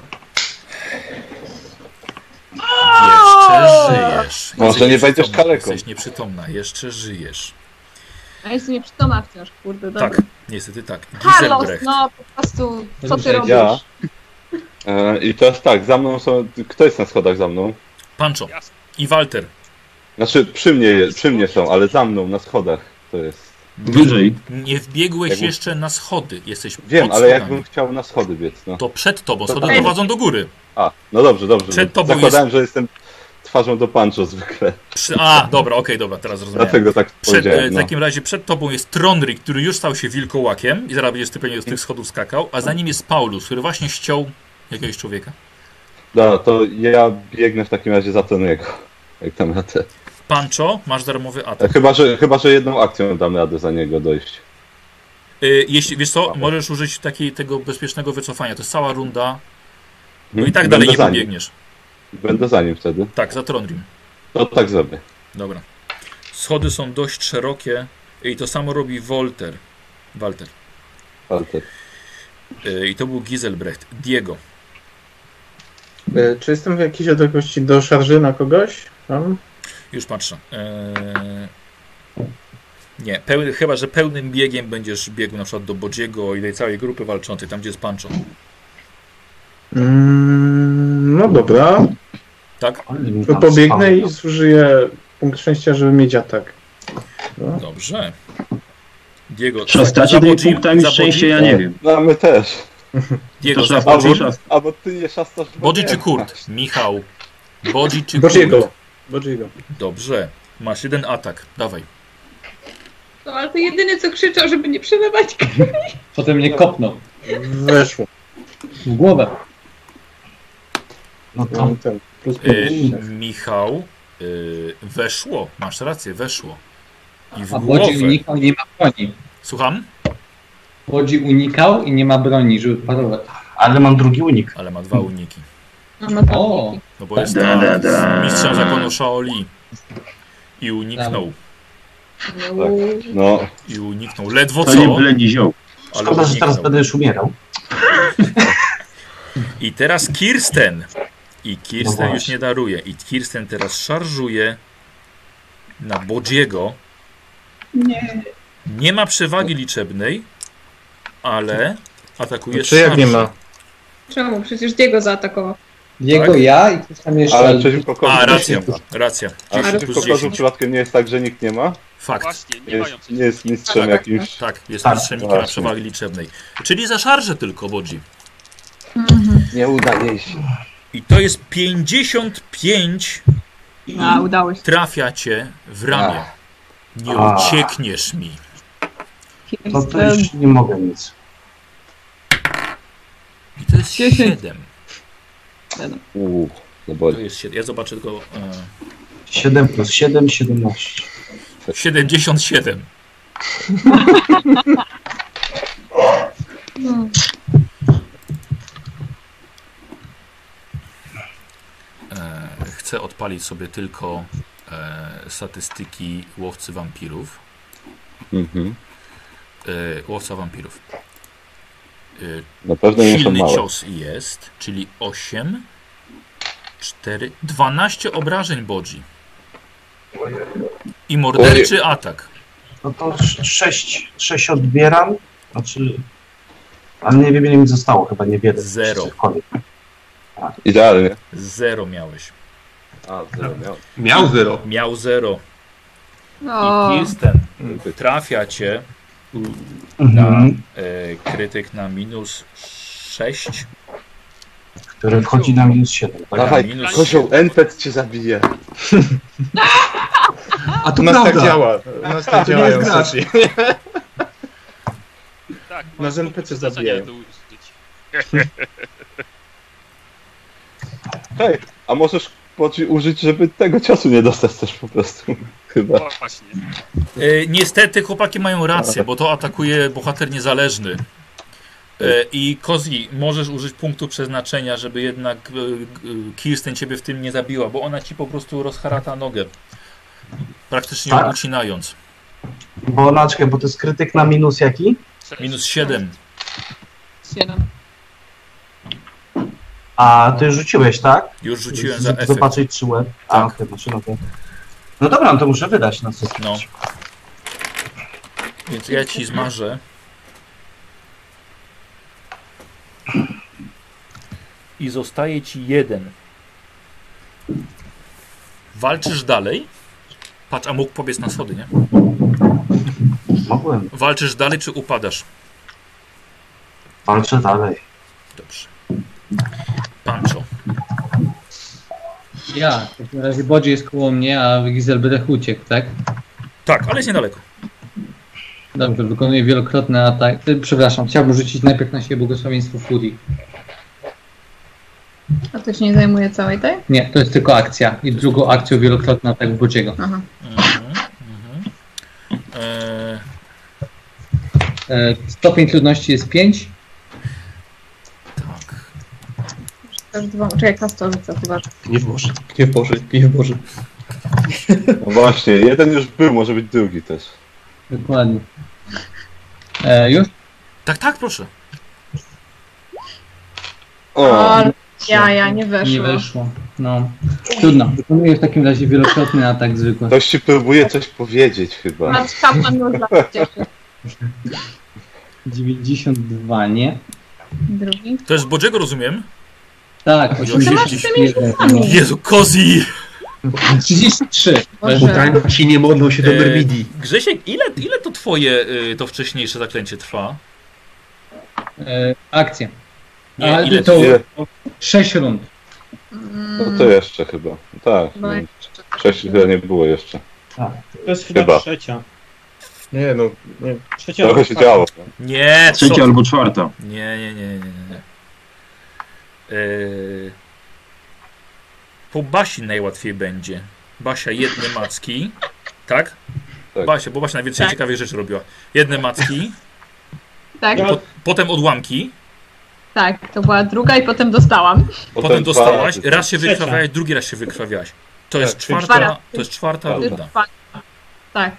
Jeszcze żyjesz. Może nie Jesteś będziesz nieprzytomna, kaleką. Jesteś nieprzytomna, jeszcze żyjesz. A jestem nieprzytomna wciąż, kurde, dobra. Tak, niestety tak. Carlos, Giselbrecht. no po prostu, co ty Ja. robisz? Ja. I teraz tak, za mną są... Kto jest na schodach za mną? Pancho i Walter. Znaczy przy mnie są, ale za mną na schodach to jest. Wyżej. Nie wbiegłeś Jakby- jeszcze na schody. Jesteś Wiem, pod ale schodami. jakbym chciał na schody biec, no. To przed tobą, To schody tak. prowadzą do góry. A, no dobrze. Przed tobą Zakładałem, że jestem twarzą do Pancho zwykle. Dobra, okej, dobra, teraz rozumiem. Dlatego tak powiedziałem, W no. takim razie przed tobą jest Tronry, który już stał się wilkołakiem i zaraz będziesz ty pewnie z tych schodów skakał, a za nim jest Paulus, który właśnie ściął jakiegoś człowieka. Dobra, to ja biegnę w takim razie za Tony'ego. Jak tam na te. Pancho, masz darmowy atak. Chyba, że jedną akcją dam radę za niego dojść. Jeśli, wiesz co, możesz użyć tego bezpiecznego wycofania. To jest cała runda. No i tak dalej nie pobiegniesz. Będę za nim wtedy. Tak, za Trondrim. To tak zrobię. Dobra. Schody są dość szerokie i to samo robi Walter. I to był Giselbrecht. Diego. Czy jestem w jakiejś odległości do szarży na kogoś? Już patrzę. Nie, chyba że pełnym biegiem będziesz biegł na przykład do Bodziego i tej całej grupy walczącej, tam gdzie jest Pancho. No dobra. Tak? To pobiegnę i zużyję punkt szczęścia, żeby mieć atak. No. Dobrze. Diego, Szastacie tymi punktami szczęścia, ja nie wiem. No, my też. Diego, albo ty nie szastasz. Bodzi czy Kurt? Michał. Bodzi czy Bodziego. Dobrze. Masz jeden atak. Dawaj. No ale to jedyny co krzyczał, żeby nie przebywać krwi. Potem mnie kopnął. Weszło. W głowę. No to ten. Michał. Weszło. Masz rację, weszło. I w A głowę. Bodzi unikał i nie ma broni. Słucham? Bodzi unikał i nie ma broni, żeby parować. Ale mam drugi unik. Ale ma 2 uniki. O! No bo jest mistrzem zakonu Shaoli. I uniknął. No. I uniknął. Ledwo to co. nie byle nie wziął. Szkoda, że teraz będę już umierał. I teraz Kirsten. I Kirsten już nie daruje. I Kirsten teraz szarżuje na Bodziego. Nie. Nie ma przewagi liczebnej, ale atakuje Czy jak nie ma? Czemu? Przecież Diego zaatakował. Diego, tak? Ja i ktoś tam jeszcze... Ale przeciwko kozu racja. A przeciwko kozu przypadkiem nie jest tak, że nikt nie ma? Fakt. Właśnie, Nie jest mistrzem jakimś... Tak, jest mistrzem, nikt nie ma przewagi liczebnej. Czyli za szarżę tylko, Bodzi. Nie udaje się. I to jest 55. A, udało się. Trafia cię w ramię. Nie uciekniesz mi. No to już nie mogę nic. I to jest 7. To jest 7. Ja zobaczę tylko... 7 plus 7, 17. 77. Chcę odpalić sobie tylko statystyki łowcy wampirów. Łowca wampirów. Na pewno nie są silny małe. cios jest, czyli 8, 4, 12 obrażeń Bodzi. I morderczy atak. No to 6 odbieram. Znaczy... Ale nie wiem, ile mi zostało, chyba niewiele. 0. Idealnie. 0 miałeś. A, 0 miał. Miał 0. Miał 0. O. I Kirsten trafia cię na krytyk na minus 6. Który wchodzi na minus 7. Tak? Dawaj, kozioł, NPC cię zabije. A to nas tak działa. U nas tak działają sesje. Tak, nas NPC zabijają. Hej, a możesz użyć, żeby tego ciosu nie dostać też po prostu. Chyba. O, właśnie. Niestety chłopaki mają rację, bo to atakuje bohater niezależny. I Kozi, możesz użyć punktu przeznaczenia, żeby jednak Kirsten ciebie w tym nie zabiła, bo ona ci po prostu rozharata nogę. Praktycznie ją ucinając. Bo naczkę, bo to jest krytyk na minus jaki? Minus 7. 7. A ty już rzuciłeś, tak? Już rzuciłem za efekt. Zobaczyć czy łeb. Tak. Okej, znaczy no to... No dobra, no to muszę wydać na coś. No. Więc ja ci zmarzę. I zostaje ci 1. Walczysz dalej? Patrz, a mógł pobiec na schody, nie? Mogłem. Walczysz dalej, czy upadasz? Walczę dalej. Dobrze. Pancho. Ja, w takim razie Bodzi jest koło mnie, a Giselbrecht uciekł, tak? Tak, ale jest niedaleko. Dobrze, wykonuję wielokrotne ataki. Przepraszam, chciałbym rzucić najpierw na siebie błogosławieństwo Furii. A to się nie zajmuje całej tej? Nie, to jest tylko akcja. I drugą akcją wielokrotny atak Bodziego. Aha. Stopień trudności jest 5. Tak. Czekaj, kastowica chyba. Gniew Boży, gniew Boży, gniew Boży. No właśnie, jeden już był, może być drugi też. Dokładnie. Już? Tak, proszę. Ale ja nie weszło. Nie weszło. No. Trudno. Wykonuję w takim razie wielokrotny atak zwykły. Ktoś ci próbuje coś powiedzieć chyba. Matka pan już cieszy. 92, nie? Drugi. To jest Bodziego, rozumiem? Tak, 81. Jezu, Kozi! 33. Ci nie modlą się do Myrmidii. Grzesiek, ile to twoje, to wcześniejsze zaklęcie trwa? Akcja. Nie, ale ile to Ile? 6 rund. No to jeszcze chyba. Tak. No. 6 chyba nie było jeszcze. To jest chyba Chyba. trzecia. Nie no, nie. Trzecia. Trochę się działo. Nie, co? Trzecia albo czwarta. Nie. Po Basi najłatwiej będzie. Basia jedne macki. Tak? Tak. Basia, bo Basia najwięcej ciekawych rzeczy robiła. Jedne macki, Tak, potem odłamki, tak, to była druga i potem dostałam. potem dostałaś, dwa- raz się Trzecia. wykrwawiałaś, drugi raz się wykrwawiałaś. To jest Tak, czwarta, to jest czwarta runda. Tak,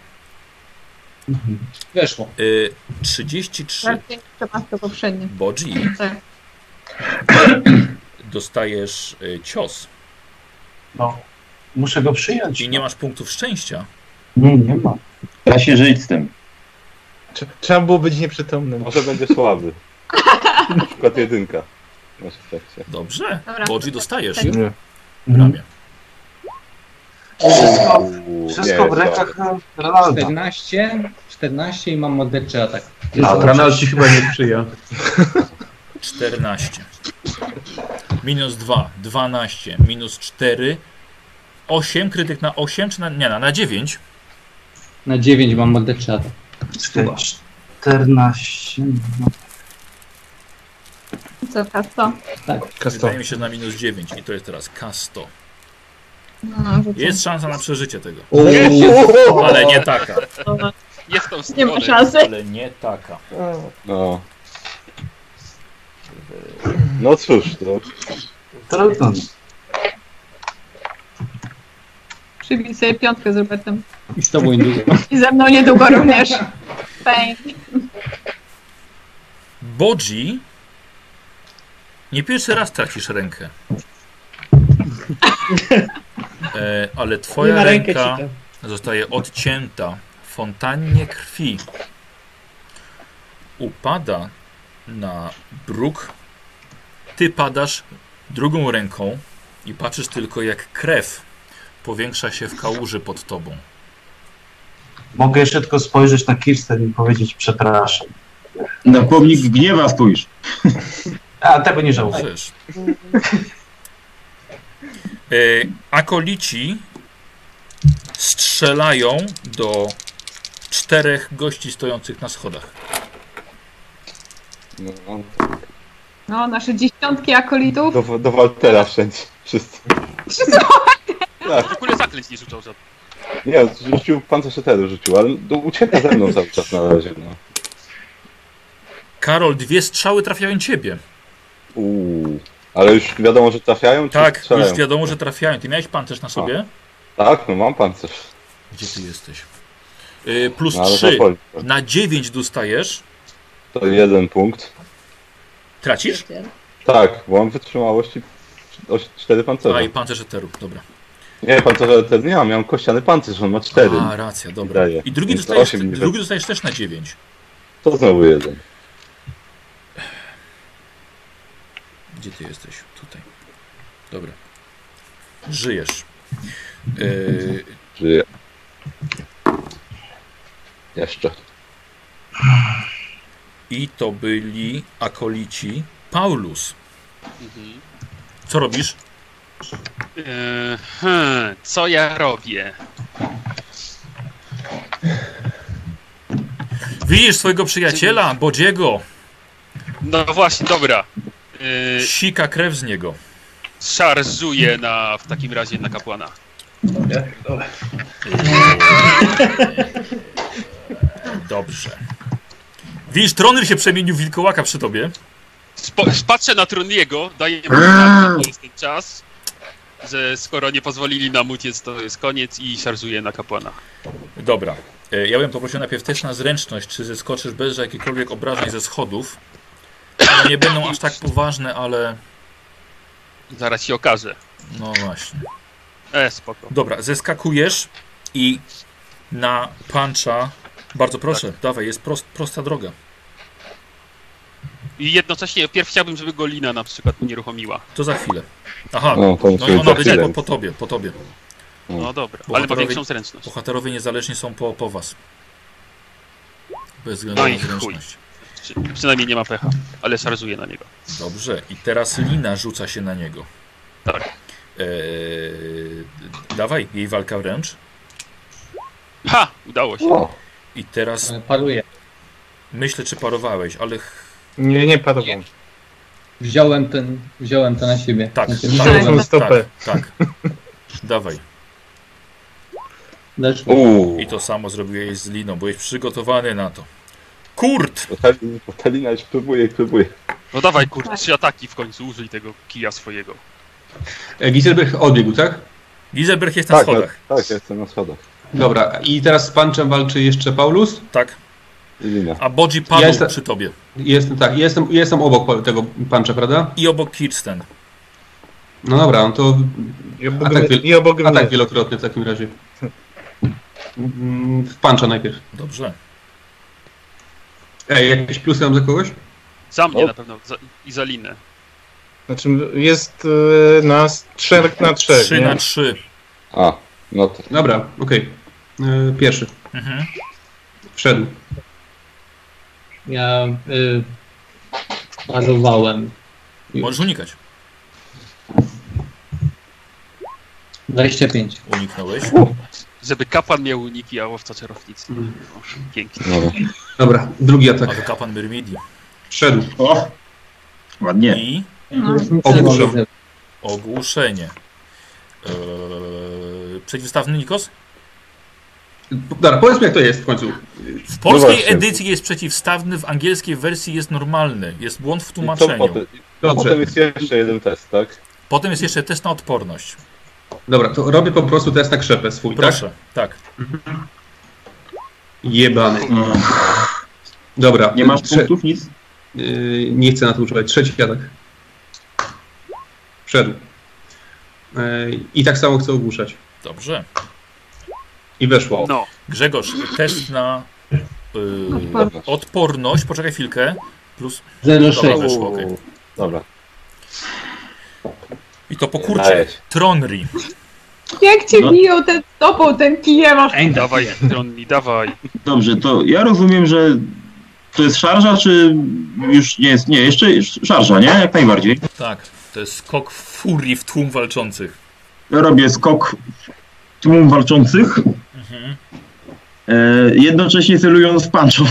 Weszło. 33. bardziej to poprzednie. Bodzi, Tak. dostajesz cios No, muszę go przyjąć. i nie masz punktów szczęścia. Nie ma. Da się żyć z tym. Trzeba było być nieprzytomnym. Może będzie słaby. Na przykład 1. Masz w efekcie. Dobrze, Dobra. Bodzi dostajesz Tak. Nie. w ramię. Wszystko w rękach Ronalda. 14 i mam morderczy atak. A Ranald ci chyba nie sprzyja. 14. Minus 2, 12, minus 4, 8, krytyk na 8, czy na 9? Na 9 mam morderczy atak. 14. Co, kasto? Wydaje mi się, że na minus 9 i to jest teraz K100. No, rzucę. Jest szansa na przeżycie tego, O, ale nie taka. Jest tą Nie ma stronę. szansy. Ale nie taka. No. No cóż, to Trudno. Przybij sobie piątkę z Robertem. I z tobą niedługo. I ze mną niedługo również. Fajnie. Bodzi, nie pierwszy raz tracisz rękę. Ale Nie twoja na rękę ręka ci to. zostaje odcięta w fontannie krwi. Upada na bruk. Ty padasz drugą ręką i patrzysz tylko, jak krew powiększa się w kałuży pod tobą. Mogę jeszcze tylko spojrzeć na Kirsten i powiedzieć przepraszam. Na pomnik gniewa spójrz. A tego nie żałuję. Możesz. Akolici strzelają do 4 gości stojących na schodach. no, No, nasze dziesiątki akolitów. do Waltera wszędzie. Wszyscy. Tak. W ogóle zaklęć nie rzucał żadnych. Nie, rzucił pancerz eteru rzucił, ale ucieka ze mną cały czas na razie. No. Karol, 2 strzały trafiają ciebie. Ale już wiadomo, że trafiają? Czy Tak, strzelają? już wiadomo, że trafiają. Ty miałeś pancerz na sobie? Tak, no mam pancerz. Gdzie ty jesteś? Plus No, ale 3. zapol- Na 9 dostajesz. To 1 punkt. Tracisz? Tak, bo mam wytrzymałości 4 pancerze. A i pancerz eteru, dobra. Nie, pancerze eteru nie mam, miałem kościany pancerz, on ma 4. A, racja, dobra. Wydaje. I drugi Więc dostajesz, 8 nie drugi dostajesz też na 9. To znowu 1. Gdzie ty jesteś? Tutaj. Dobra. Żyjesz. Żyję. Jeszcze. I to byli akolici. Paulus. Co robisz? Co ja robię? Widzisz swojego przyjaciela, Bodziego. No właśnie, dobra. Sika krew z niego. Szarżuję w takim razie na kapłana. Dobrze. Widzisz, Tronry się przemienił w wilkołaka przy tobie. Patrzę na Troniego, daję mu znać, to jest ten czas, że skoro nie pozwolili nam uciec, to jest koniec i szarżuję na kapłana. Dobra. Ja bym poprosił najpierw test na zręczność, czy zeskoczysz bez jakichkolwiek obrażeń ze schodów. One nie będą aż tak poważne, ale... Zaraz się okaże. No właśnie. Spoko. Dobra, zeskakujesz i na puncha... Bardzo proszę, dawaj, jest prosta droga. I jednocześnie pierw chciałbym, żeby go Lina na przykład unieruchomiła. To za chwilę. Aha, No, to no i ona będzie po tobie. No dobra, ale ma większą zręczność. Bohaterowie niezależnie są po was. Bez względu No na i chuj. zręczność. Przynajmniej nie ma pecha, ale szarżuję na niego. Dobrze, i teraz Lina rzuca się na niego. Tak. Dawaj, jej walka wręcz. Ha! Udało się. I teraz Paruję. myślę, czy parowałeś, ale... Nie parowałem. Wziąłem to na siebie. Tak, Wziąłem stopę. Tak. Dawaj. I to samo zrobiłeś z Liną, byłeś przygotowany na to. Kurt! Ta Lina już próbuje. No dawaj kurde, 3 ataki w końcu, użyj tego kija swojego. Giselbrecht odbiegł, tak? Giselbrecht jest na schodach. Tak, ja jestem na schodach. Dobra, i teraz z Punchem walczy jeszcze Paulus? Tak. Lina. A Bodzi padł przy tobie. Jestem obok tego Puncha, prawda? I obok Kirsten. No dobra, no to atak wielokrotny w takim razie. W Puncha najpierw. Dobrze. Jakieś plusy mam za kogoś? Za mnie na pewno i za Linę. Znaczy jest nas 3 na 3. 3 na 3. A, no to... Dobra, okej. Pierwszy. Mhm. Wszedł. Ja parowałem. Możesz unikać. 25. Uniknąłeś. Żeby kapłan miał uniki, a łowca czarownicy. Pięknie. Dobra, drugi atak. A to kapłan Myrmidii. Wszedł. O! Ładnie. I ogłuszenie. Przeciwstawny Nikos? Dobra, powiedz mi jak to jest w końcu. W polskiej edycji jest przeciwstawny, w angielskiej wersji jest normalny. Jest błąd w tłumaczeniu. Potem jest jeszcze jeden test, tak? Potem jest jeszcze test na odporność. Dobra, to robię po prostu test na krzepę swój, Proszę, tak? Jebany. Dobra. Nie masz punktów, nic? Nie chcę na to używać. Trzeci atak. Wszedł. I tak samo chcę ogłuszać. Dobrze. I weszło. No. Grzegorz, test na odporność. Poczekaj chwilkę. Plus 0,6. Dobra, weszło, okay. Dobra. I to po kurcze. Tronri. Jak cię biją ten stopą, ten kijem aż... Dawaj, Tronri, dawaj. Dobrze, to ja rozumiem, że to jest szarża, czy już nie jest? Nie, jeszcze szarża, nie? Jak najbardziej. Tak, to jest skok furii w tłum walczących. Ja robię skok w tłum walczących. Mhm. Jednocześnie celując w Puncha.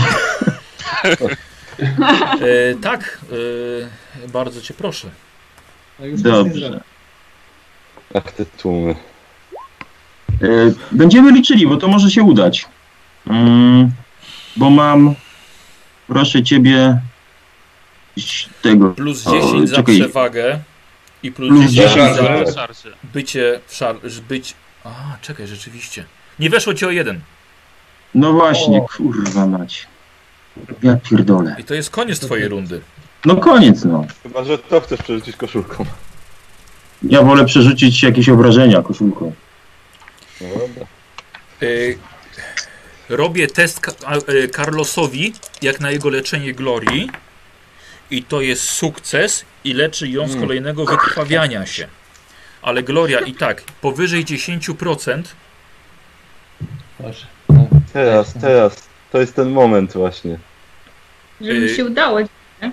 Tak, bardzo cię proszę. Dobrze. Jak te tłumy. Będziemy liczyli, bo to może się udać. Bo mam, proszę ciebie, tego. Plus 10 za przewagę i plus 10 za bycie w być. A, czekaj, rzeczywiście. Nie weszło ci o 1. No właśnie, kurwa mać. Ja pierdolę. I to jest koniec twojej rundy. No koniec, no. Chyba, że to chcesz przerzucić koszulką. Ja wolę przerzucić jakieś obrażenia koszulką. No dobra. Robię test Carlosowi, jak na jego leczenie Glorii. I to jest sukces i leczy ją z kolejnego wykrwawiania się. Ale Gloria i tak, powyżej 10%. Proszę. Teraz. To jest ten moment właśnie. Że mi się udało. Nie?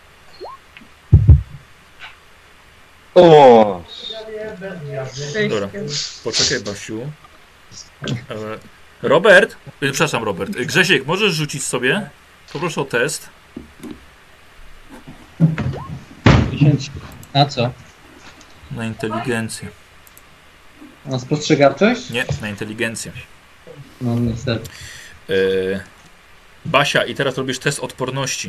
O! Dobra, poczekaj Basiu. Robert, przepraszam Robert, Grzesiek, możesz rzucić sobie? Poproszę o test. 10. Na co? Na inteligencję. Na spostrzegawczość? Nie, na inteligencję. No niestety. Basia, i teraz robisz test odporności.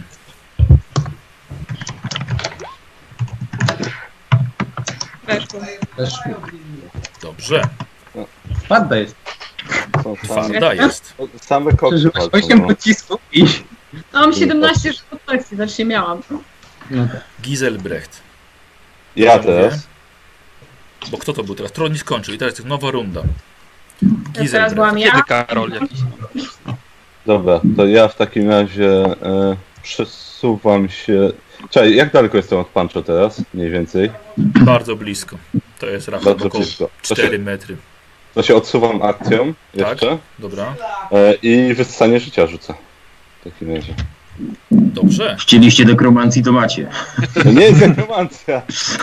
Weszło. Dobrze. Wanda jest. Wanda jest. Same koksy Przeżyłeś walczą, 8 no. pocisków i... Mam 17 żywotności, znaczy miałam. No tak. Giselbrecht. Ja teraz. Bo kto to był teraz? Trudni skończył i teraz jest nowa runda. Teraz byłam Kiedy ja. Karol jakiś? Dobra, to ja w takim razie przesuwam się... Czekaj, jak daleko jestem od Pancho teraz? Mniej więcej. Bardzo blisko. To jest Rafał, Bardzo około blisko. 4 metry. To się odsuwam akcją jeszcze. Tak, dobra. I wyssanie życia rzucę. W takim razie. Dobrze. Chcieliście dekromancji, to macie. To nie jest nekromancja.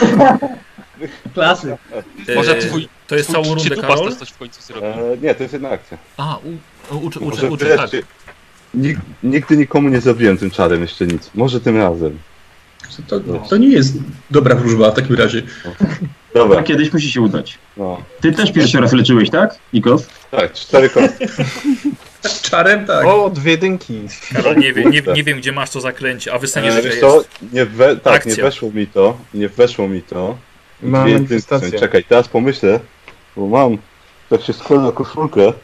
Klasy. Może twój... To jest całą rundę, Czy tu Karol? coś w końcu zrobił? Nie, to jest jedna akcja. A, uczę, Może tak. wreszcie- Nigdy nikomu nie zrobiłem tym czarem jeszcze nic. Może tym razem. To nie jest dobra wróżba w takim razie. Dobra, Kiedyś musi się udać. no. Ty też pierwszy raz leczyłeś, tak, Nikos? Tak, 4 kostki. Czarem tak. O, 2 jedynki. Karol, nie wiem, gdzie masz to zaklęcie, a wystanie, że Wiesz jest. co, nie Akcja. weszło mi to. Mam Dwie manifestację. jedynki. Czekaj, teraz pomyślę, bo mam, tak się składa koszulkę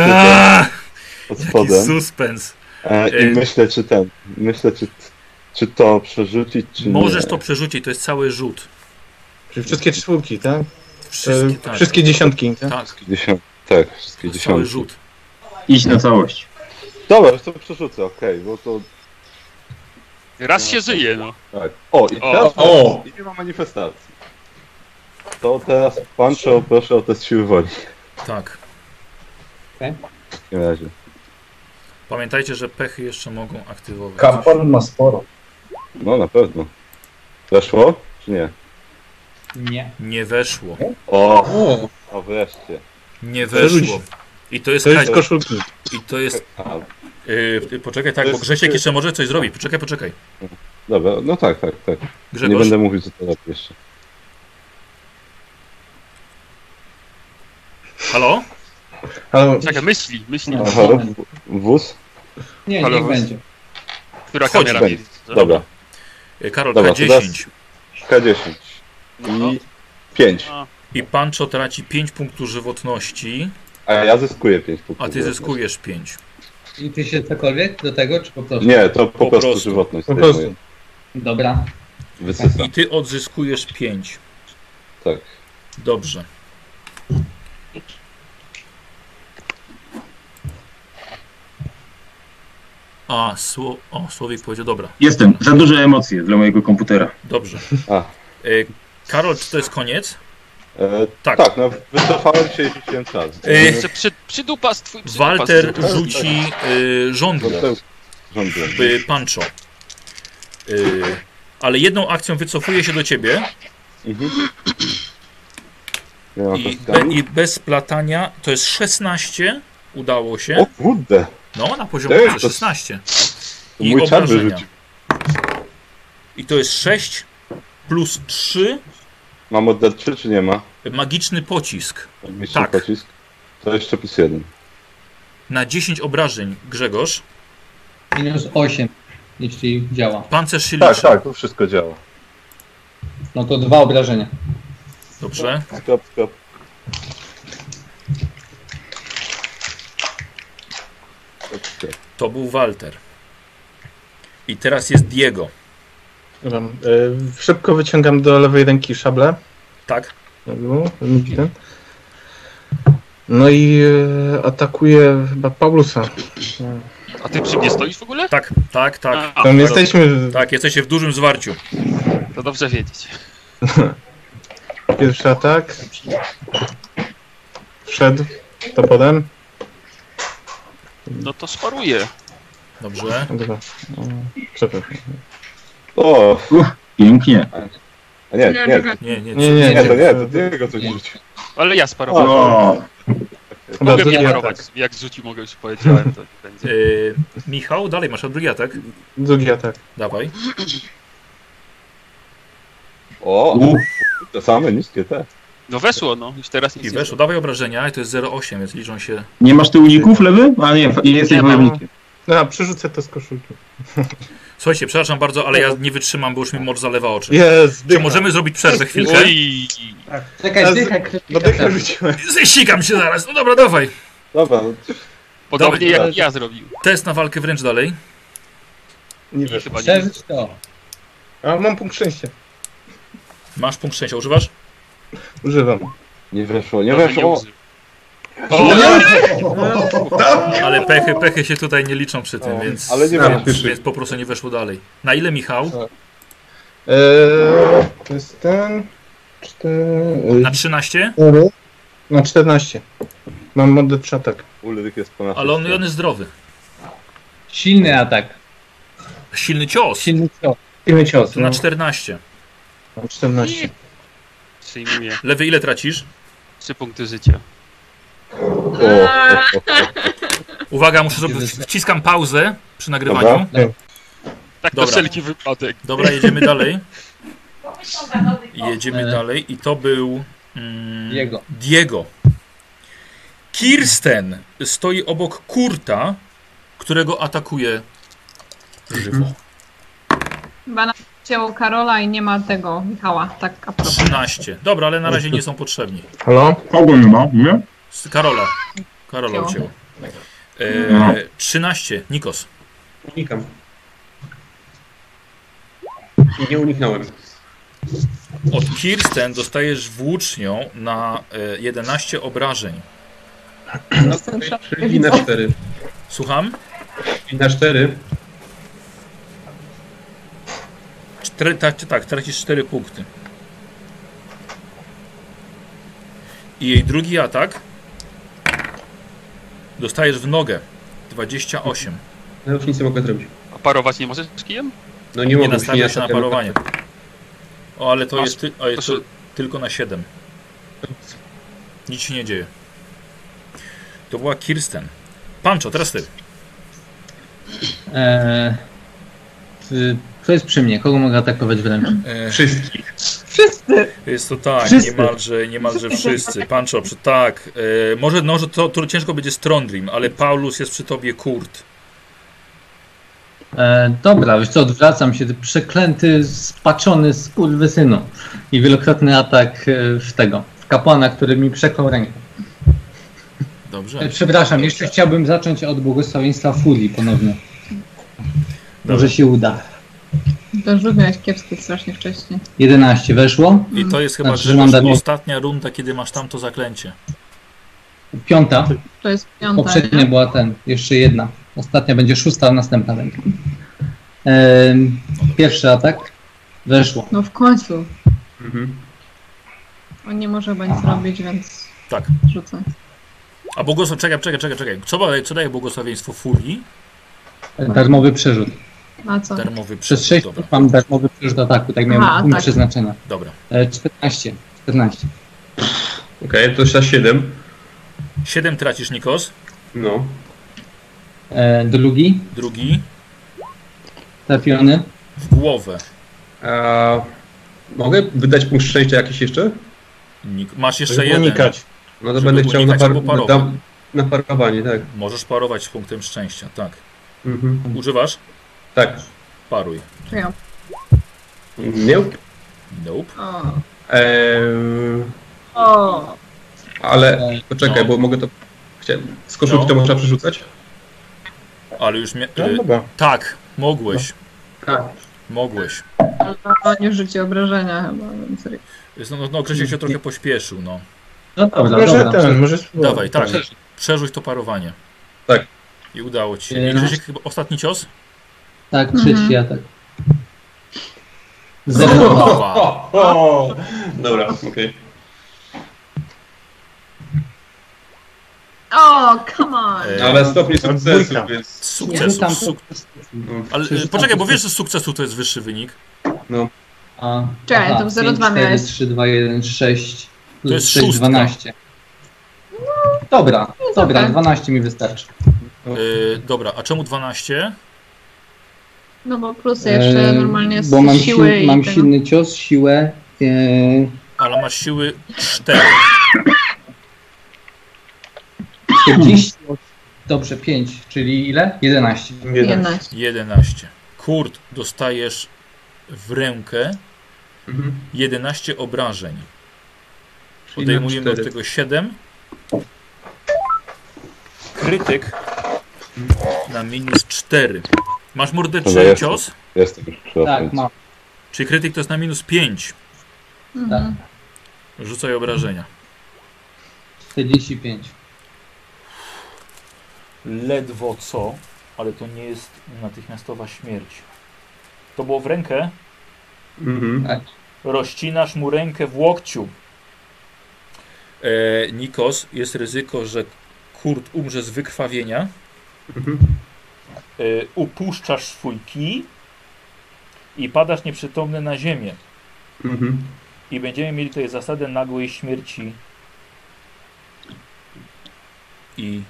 pod Jaki spodem. suspens. I myślę, czy to przerzucić, czy nie. Możesz to przerzucić, to jest cały rzut. Czyli wszystkie czwórki, tak? Wszystkie, Wszystkie dziesiątki, tak? tak. Tak, wszystkie To jest cały dziesiątki. rzut. Idź na całość. Dobra, to przerzucę, okej, bo to Raz się żyje, no. tak. O, i teraz i nie ma manifestacji. To teraz Pancho, proszę o test siły woli. Tak. W takim razie. Pamiętajcie, że pechy jeszcze mogą aktywować. Kapon ma sporo. No na pewno. Weszło, czy nie? Nie. Nie weszło. O wreszcie. Nie weszło. I to jest To jest koszulki. I to jest. A, Poczekaj, tak, To bo jest- Grzesiek jeszcze może coś zrobić. Poczekaj. dobra, no tak. Nie Grzegorz. będę mówił, co to robi jeszcze. Halo? Halo, Czekaj, myśli. Halo? Wóz? Nie, Halo? niech będzie. Która Wchodź, kamera Ben. mnie... Dobra, Karol, Dobra, K10. K10. I 5. I Pancho traci 5 punktów żywotności, A ja zyskuję 5 punktów. a ty zyskujesz 5. I ty się cokolwiek do tego, czy po prostu? Nie, to po prostu prostu. żywotność. Po zdejmuję. prostu. Dobra. Wysysa. I ty odzyskujesz 5. Tak. Dobrze. Słowik powiedział, dobra, Jestem. Za duże emocje dla mojego komputera. dobrze. A. Karol, czy to jest koniec? Tak. Tak. No wycofałem się i rzuciłem czas. Jeszcze przydupas twój przydupas. Walter rzuci żądło, Rządzę. Pancho. Ale jedną akcją wycofuje się do ciebie Mhm. Ja mam i bez splatania to jest 16, udało się. O kurde! No, na poziomie Ej, to 16. To I mój czar obrażenia. wyrzucił. I to jest 6 plus 3 Mam oddać 3 czy nie ma? magiczny pocisk. Magiczny Tak. pocisk. To jeszcze plus 1. Na 10 obrażeń, Grzegorz. Minus 8, jeśli działa. Pancerz się liczy. Tak, to wszystko działa. No to 2 obrażenia. Dobrze. Stop. To był Walter. I teraz jest Diego. Dobra, szybko wyciągam do lewej ręki szablę. Tak? No i atakuję chyba Paulusa. A ty przy mnie stoisz w ogóle? Tak. Tam jesteśmy. Tak, jesteście w dużym zwarciu. To dobrze wiedzieć. Pierwszy atak. Wszedł toporem. No to sparuję. Dobrze. Dobra. Przepraszam. O! Pięknie. A nie, to Diego coś rzucił. Ale ja sparowałem. O, Mogę drugi sparować. atak. Jak rzucił, mogę już powiedziałem, to będzie. Michał, dalej masz drugi atak. Drugi atak. Dawaj. O! To same niskie te. No weszło, no. Już teraz nic I nie weszło. Dawaj obrażenia i to jest 0,8, więc liczą się. nie masz ty uników, lewy? A nie, jesteś Nie mam. wojownikiem. No, przerzucę to z koszulki. Słuchajcie, przepraszam bardzo, ale ja nie wytrzymam, bo już mi mocz zalewa oczy. Jest, możemy zrobić przerwę chwilkę? Oj. Czekaj, dychaj, rzuciłem. Zesikam się zaraz. No dobra, dawaj. Dobra. Podobnie jak ja zrobił. Test na walkę wręcz dalej. Nie I wiesz. chyba nie. przeżyć to. A mam punkt szczęścia. Masz punkt szczęścia, używasz? Używam. Nie weszło, nie Dobrze, weszło. użył. Ale pechy się tutaj nie liczą przy tym, więc, ale nie więc po prostu nie weszło dalej. Na ile, Michał? To jest ten... Na 13? Na 14. Mam modny atak. Ulrych jest po naszej Ale on stronie. jest zdrowy. Silny atak. Silny cios. Silny cios. Silny cios. To na 14. Na 14. Przyjmuję. Lewy ile tracisz? 3 punkty życia. Uwaga, muszę zrobić. Wciskam pauzę przy nagrywaniu. Dobra. Tak na Dobra. wszelki wypadek. Dobra, jedziemy dalej. Jedziemy dalej i to był Diego. Kirsten stoi obok Kurta, którego atakuje żywo. Chyba na ciało Karola i nie ma tego Michała. Tak a propos. 13. Dobra, ale na razie nie są potrzebni. Halo? Kogo nie ma? Nie? Karola ucięło. 13. Nikos. Unikam. I nie uniknąłem. Od Kirsten dostajesz włócznią na 11 obrażeń. Czyli na 4. Słucham? Czyli na 4. Tak, tracisz 4 punkty. I jej drugi atak dostajesz w nogę. 28. Ja już nic nie mogę zrobić. A parować nie możesz kijem? No nie Nie mogę. nastawiasz się na parowanie. O, ale to Masz- jest, to tylko na 7. Nic się nie dzieje. To była Kirsten. Pancho, teraz ty. Kto jest przy mnie? Kogo mogę atakować wręcz? Wszystkich. Wszyscy! Jest to tak, Wszyscy. niemalże wszyscy. Pancho, tak. Może to ciężko będzie Strondrim, ale Paulus jest przy tobie, Kurt. Dobra, wiesz co, odwracam się, ty przeklęty, spaczony skurwysynu. I wielokrotny atak w kapłana, który mi przeklął rękę. Dobrze. Przepraszam, jeszcze chciałbym zacząć od błogosławieństwa Furii ponownie. Może się uda. To rzut miałeś kiepskie strasznie wcześniej. 11 weszło. I to jest chyba Znaczy, że mam darmo. ostatnia runda, kiedy masz tamto zaklęcie. 5. To jest 5. Poprzednia była jeszcze jedna. Ostatnia będzie 6, a następna będzie. Pierwszy atak. Weszło. No w końcu. Mhm. On nie może chyba nic zrobić, więc Tak. rzucę. A czekaj. Co daje błogosławieństwo Furii? Darmowy przerzut. A co? Darmowy Przez przerzut. 6 Dobra. mam darmowy przerzut ataku, tak miałem punkt tak. przeznaczenia. Dobra. 14. Okej, to jest 7. 7 tracisz, Nikos. No. Drugi. Drugi. Trafiony. W głowę. Mogę wydać punkt szczęścia jakiś jeszcze? Masz jeszcze Żeby jeden. unikać. No to Żeby będę chciał unikać albo parować. na parowanie, tak. Możesz parować z punktem szczęścia, tak. Mhm. Używasz? Tak. Paruj. Czy ja? Nope. Nope. O. Ale poczekaj, bo mogę to... Z koszulki to można przerzucać? Ale już dobra. tak, mogłeś. Tak. Mogłeś. Ale to nie rzuci obrażenia chyba, więc... No Grzesiek się trochę pośpieszył, no. No dobra, Może dobra. może spróbować. Dawaj, tak. Przerzuć to parowanie. Tak. I udało ci się. I Grzesiek, chyba ostatni cios? Tak, trzeci atak. Zerowa. Dobra, okej. O, come on! Ale stopnie sukcesu, więc... Sukcesu. Ale poczekaj, bo wiesz, że z sukcesu to jest wyższy wynik. No. Czekaj, to 0,2 miałeś. 3, 2, 1, 6. To jest 6, 12. Dobra, 12 mi wystarczy. Dobra, a czemu 12? No bo plusy jeszcze normalnie z bo mam siły mam i tego. silny cios, siłę. Ale masz siły 4. 40. Dobrze, 5, czyli ile? 11. 11. Kurt, dostajesz w rękę 11 obrażeń. Odejmujemy od tego 7. Krytyk na minus 4. Masz morderczy cios? Jestem już. Tak, mam. Czyli krytyk to jest na minus 5. Tak. Rzucaj obrażenia. 45. Ledwo co, ale to nie jest natychmiastowa śmierć. To było w rękę? Tak. Rozcinasz mu rękę w łokciu. Nikos, jest ryzyko, że Kurt umrze z wykrwawienia. Upuszczasz swój kij i padasz nieprzytomny na ziemię. I będziemy mieli tutaj zasadę nagłej śmierci. I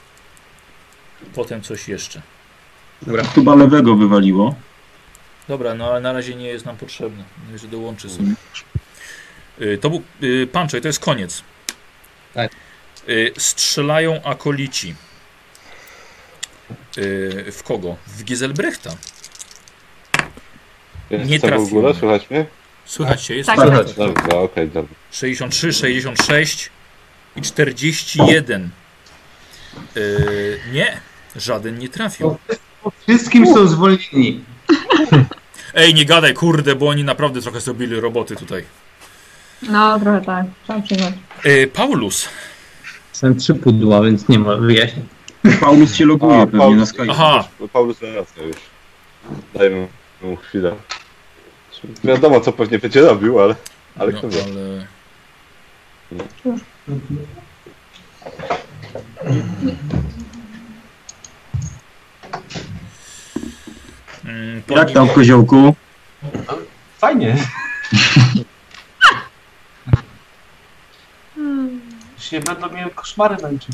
potem coś jeszcze. Dobra. Chyba lewego wywaliło. Dobra, no ale na razie nie jest nam potrzebne. Że dołączy sobie. To był Pancho i to jest koniec. Tak. Strzelają akolici. W kogo? W Giselbrechta. Nie trafił. w ogóle? Słychać mnie? Słychać się, jest Tak. słychać. Dobra, okej, dobra. 63, 66 i 41. Nie, żaden nie trafił. Wszystkim są zwolnieni. Ej, nie gadaj, kurde, bo oni naprawdę trochę zrobili roboty tutaj. No, trochę tak. Trzeba przyznać. Paulus. Są 3 pudła, więc nie ma wyjaśnień. Paulus się loguje pewnie na Skype. Aha. Paulus wraca już. Dajmy mu chwilę. Wiadomo, co pewnie będzie robił, ale No, kto wie. ale... Jak tam w koziołku? Fajnie. Już nie będą mieli koszmary męczyć.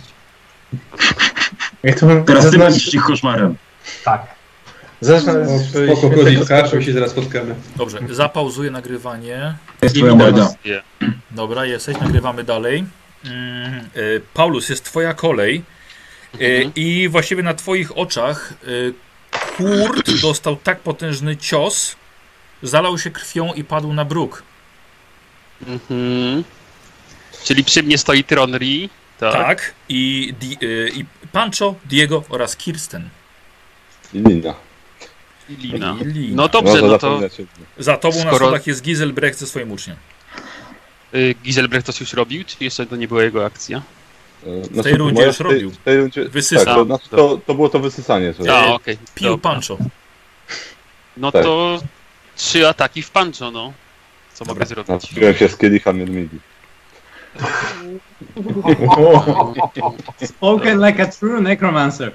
Teraz ty będziesz ich koszmarem. Tak. Spoko, Kozik, skaczą się, zaraz spotkamy. Dobrze, zapauzuję nagrywanie. Jest twoja morda. Dobra, jesteś, nagrywamy dalej. Paulus, jest twoja kolej. I właściwie na twoich oczach Kurt dostał tak potężny cios, zalał się krwią i padł na bruk. Czyli przy mnie stoi Tronri. Tak. I Pancho, Diego oraz Kirsten. I Lina. I Lina. I Lina. No dobrze, no to... Za tobą na skoro- schodach jest Giselbrecht ze swoim uczniem. Giselbrecht coś już robił, czy jeszcze to nie była jego akcja? W tej rundzie już robił. W tej rundzie, Wysysał. tak, to było to wysysanie. A, okej. Pił Dobra. Pancho. No Tak. to 3 ataki w Pancho, no. Co mogę zrobić? Napiłem się z kielicha Myrmidii. Spoken like a true necromancer.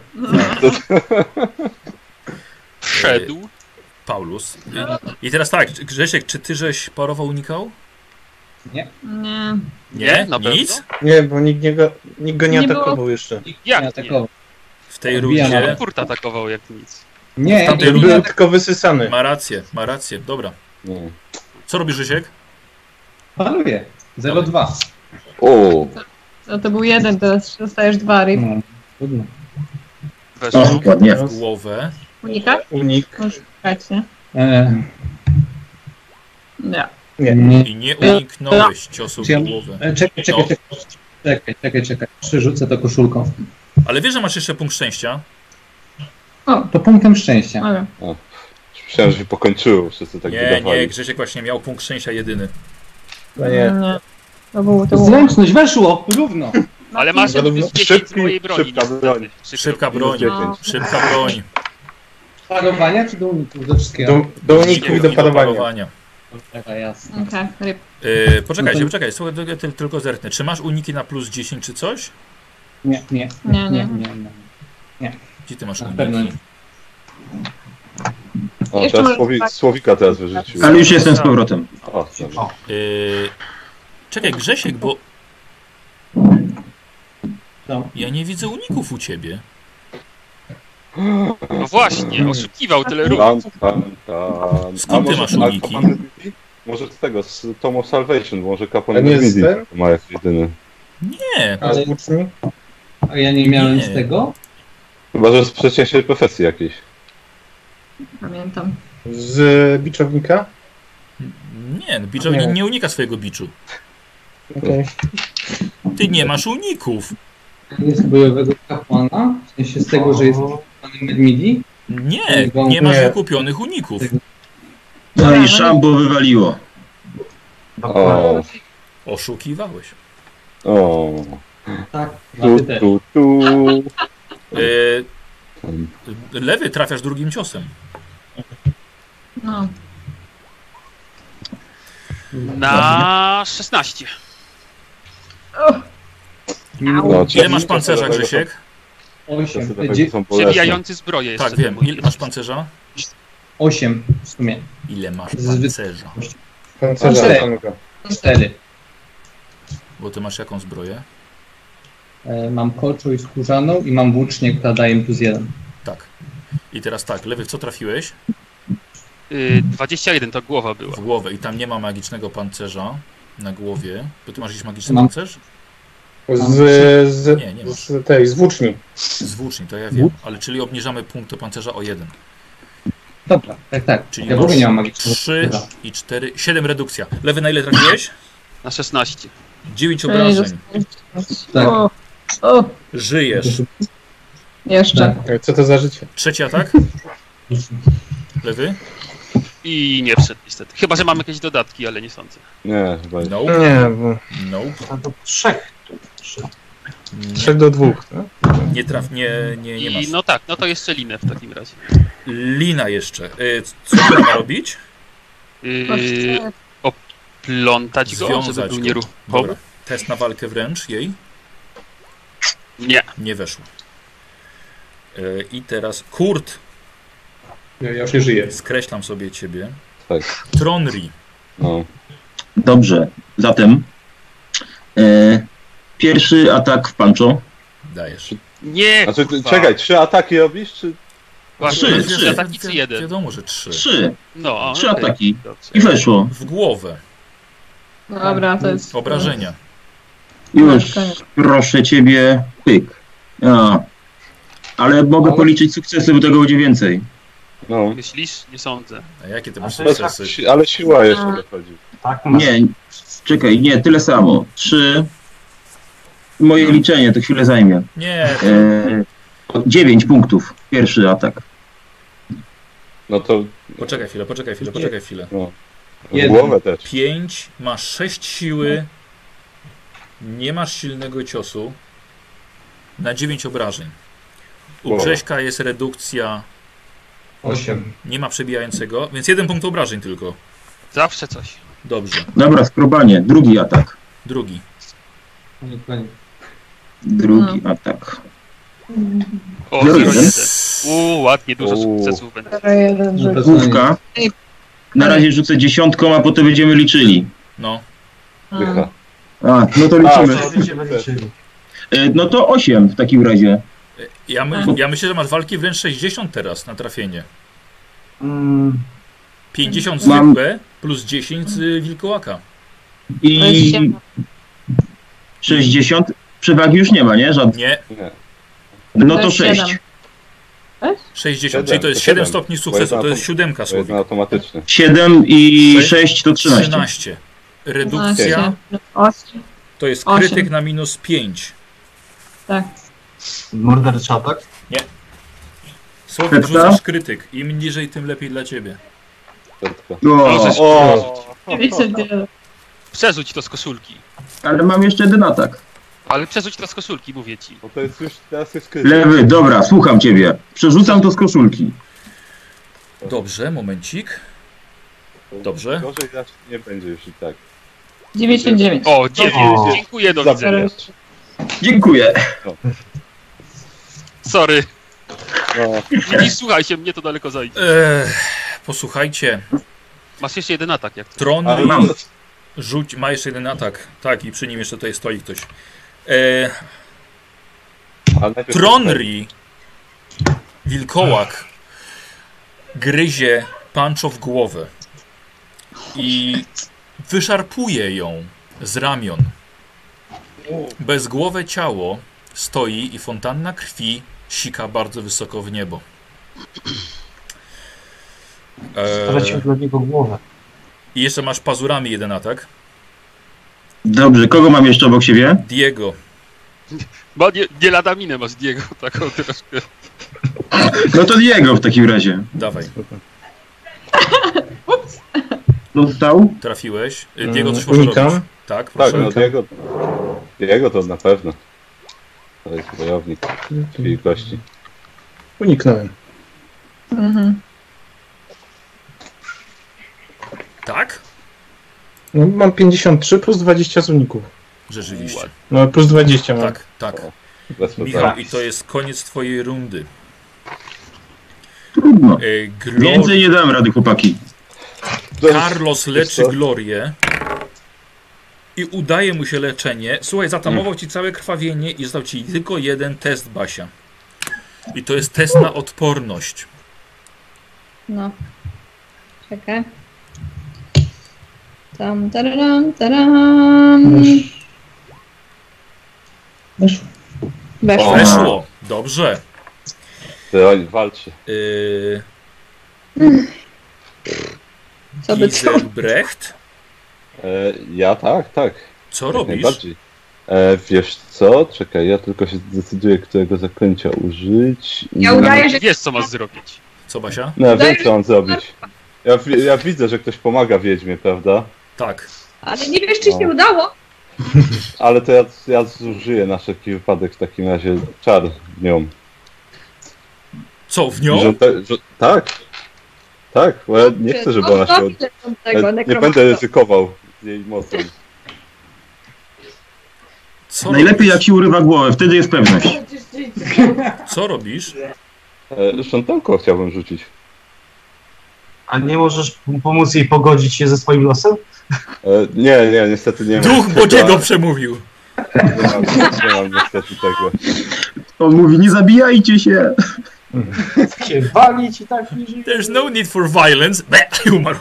Wszedł. Paulus. I teraz tak, Grzesiek, czy ty żeś parował unikał? Nie. Nie. Nie? Na pewno? Nic? Nie, bo nikt go nie Nie było. atakował jeszcze. Jak Nie nie? atakował. W tej Odbijam, rundzie ale- Kurt atakował jak nic. Nie, tamtej nie, rundzie- Był tylko wysysany. ma rację, dobra. No. Co robisz, Grzesiek? paluję. 0,2. O, No to był 1, teraz dostajesz 2 ryb. No, trudno. Weszło. Ładnie. W głowę. Unika? Unik. Możesz szukać, nie? Nie. Nie. I nie uniknąłeś ciosu Czy ja- w głowę. Czekaj. Przerzucę to koszulką. Ale wiesz, że masz jeszcze punkt szczęścia? To punktem szczęścia. Dobra. myślałem, że się pokończyło, wszyscy tak Nie, wydawali. Grzesiek właśnie miał punkt szczęścia jedyny. No nie. To było. Zręczność weszło! Równo. Ale masz Zarówno plus 10 z mojej szybki- broni. szybka niestety. broń. Szybka broń. No. Szybka broń. Parowania czy do uników? Do wszystkiego? Do uniku i do parowania. Taka jasna. Okej, ryb. Poczekaj, słuchaj, tylko zerknę. Czy masz uniki na plus 10 czy coś? Nie. Gdzie ty masz Na pewno uniki? nie. O, Jeszcze teraz może- Słowika teraz wyrzucił. Ale już jestem z powrotem. O, dobra. Czekaj, Grzesiek, bo No. ja nie widzę uników u ciebie. No właśnie, oszukiwał tyle Tan, rund. tan. Skąd ty masz uniki? Może z tego, z Tom of Salvation, może kapłan A nie z Myrmidii ten? ma jak jedyny. Nie. Ale- Łucznik? A ja nie miałem Nie. z tego? Chyba, że z przeciętnej profesji jakiejś. Pamiętam. Z biczownika? Nie, biczownik nie unika swojego biczu. Okej. Ty nie masz uników. Jest bojowego kapłana, w sensie z tego, że jest kapłanem Myrmidii. Nie masz wykupionych uników. No i szambo wywaliło. O. Oszukiwałeś. O. Tak, Tu. Lewy, trafiasz drugim ciosem. No. Na 16. No, Ile masz pancerza, Grzesiek? 8. Przebijający zbroję jeszcze. Tak, wiem. Ile masz pancerza? 8 w sumie. Ile masz pancerza? Pancerza. 4. Bo ty masz jaką zbroję? Mam kolczą i skórzaną i mam włócznię, która daje mi +1. Tak. I teraz tak, lewy, w co trafiłeś? 21 to głowa była. W głowę. I tam nie ma magicznego pancerza na głowie. Bo ty masz jakiś magiczny Mam. pancerz? Nie masz. Z włóczni. Z włóczni, to ja wiem. Ale czyli obniżamy punkt do pancerza o 1. Dobra, tak. Czyli Ja w ogóle nie mam magicznego 3 i 4, 7 redukcja. Lewy, na ile trafiłeś? Na 16. 9 obrażeń. Tak. O, Żyjesz. jeszcze. Co to za życie? Trzeci atak? Lewy? I nie wszedł niestety. Chyba, że mamy jakieś dodatki, ale nie sądzę. Nie, chyba nie. Nope. Nie, bo Nope. Do 3. 3 do 2. Tak? Nie masz. No tak, no to jeszcze linę w takim razie. Lina jeszcze. Co ma robić? Oplątać go, żeby Związać był go. nieruchomy. Dobra. Test na walkę wręcz jej? Nie. Nie weszło. I teraz Kurt. Ja już nie żyję. Skreślam sobie ciebie. Tak. Tronri. No. Dobrze, zatem pierwszy atak w pancho. Dajesz. Nie, Znaczy, kurwa. czekaj, 3 ataki robisz, czy... Właśnie, Trzy. ataki czy jeden? Wiadomo, że 3. 3. No, 3 okej. ataki. Dobrze. I weszło. W głowę. Dobra, to jest... Obrażenia. Już, proszę ciebie, pyk. Ale mogę policzyć sukcesy, bo tego będzie więcej. No. Myślisz? Nie sądzę. A jakie to masz Ale, sukcesy? ale siła jeszcze dochodzi. Tak, masz. Nie, czekaj, nie, tyle samo. 3. Moje liczenie to chwilę zajmie. Nie. 9 punktów. Pierwszy atak. No to... Poczekaj chwilę. No. W głowę też. 5, masz 6 siły, nie masz silnego ciosu, na 9 obrażeń. U Grześka jest redukcja 8. Nie ma przebijającego, więc 1 punkt obrażeń tylko. Zawsze coś. Dobrze. Dobra, skrobanie. Drugi atak. Drugi. Drugi atak. O, 0,1. Ładnie, dużo sukcesów będzie. Główka. Na razie rzucę 10, a potem będziemy liczyli. No. Dycha. A, no to liczymy. No to 8 w takim razie. Ja myślę, że masz walki wręcz 60 teraz na trafienie. 50 zwykłe plus 10 z wilkołaka. I 60. Przewagi już nie ma, nie? Nie. No to 6. 60, czyli to jest 7 stopni sukcesu, to jest 7, To jest Słowik. automatyczne. 7 i 6 to 13. 13. Redukcja to jest krytyk na minus 5. Tak. Morderczy atak? Nie. Słowik, rzucasz krytyk. Im niżej, tym lepiej dla ciebie. Przerzuć to z koszulki. Ale mam jeszcze jeden atak. Ale przerzuć to z koszulki, mówię ci. Bo to jest już, teraz jest krytyk. Lewy, dobra, słucham ciebie. Przerzucam to z koszulki. Dobrze, momencik. Dobrze. Gorzej grać nie będzie już i tak. 99. O, 9. Dziękuję, do widzenia. Dziękuję. Sorry. No. Widzisz, słuchajcie, mnie to daleko zajdzie. Posłuchajcie. Masz jeszcze jeden atak, jak to. Tron mam. rzuć, ma jeszcze jeden atak. Tak, i przy nim jeszcze tutaj stoi ktoś. Tronri, wilkołak, gryzie Pancho w głowę i wyszarpuje ją z ramion. Bezgłowe ciało stoi i fontanna krwi sika bardzo wysoko w niebo. Stracił dla niego głowę. I jeszcze masz pazurami jeden atak. Dobrze, kogo mam jeszcze obok siebie? Diego. Bo nie lada minę masz Diego, taką troszkę. No to Diego w takim razie. Dawaj. Dostał? Trafiłeś. Diego, coś może Unikam. robić. Tak, proszę. Tak, no Diego to na pewno. To jest wojownik krwi i kości. Uniknąłem. Tak? No, mam 53 plus 20 z uników. Rzeczywiście. No plus 20 mam. Tak, tak. Bez Michał, problemu. i to jest koniec twojej rundy. Trudno. Glor... Więcej nie dam rady, chłopaki. Carlos leczy Glorię i udaje mu się leczenie. Słuchaj, zatamował ci całe krwawienie i zdał ci tylko jeden test, Basia. I to jest test na odporność. No. Czekaj. Tam, tararam, taram. Weszło. Weszło. Weszło. Dobrze. Broń walczy. Co by co? Brecht? Ja tak. Co Jak robisz? najbardziej. Wiesz co? Czekaj, ja tylko się zdecyduję, którego zaklęcia użyć. Ja udaję, że... Wiesz, co masz zrobić. Co, Basia? No, wiem, co mam zrobić. Ja widzę, że ktoś pomaga wiedźmie, prawda? Tak. Ale nie wiesz, czy się udało. Ale to ja zużyję na wszelki wypadek w takim razie czar w nią. Co, w nią? Tak, bo ja nie chcę, żeby ona się... Nie będę ryzykował jej mocą. Co Najlepiej robisz? jak się urywa głowę, wtedy jest pewność. Co robisz? Szantanko chciałbym rzucić. A nie możesz pomóc jej pogodzić się ze swoim losem? Nie, niestety nie mam. Duch Bodziego przemówił. Nie mam niestety tego. On mówi, nie zabijajcie się. Się walić i tak niżej. There's no need for violence. I umarł.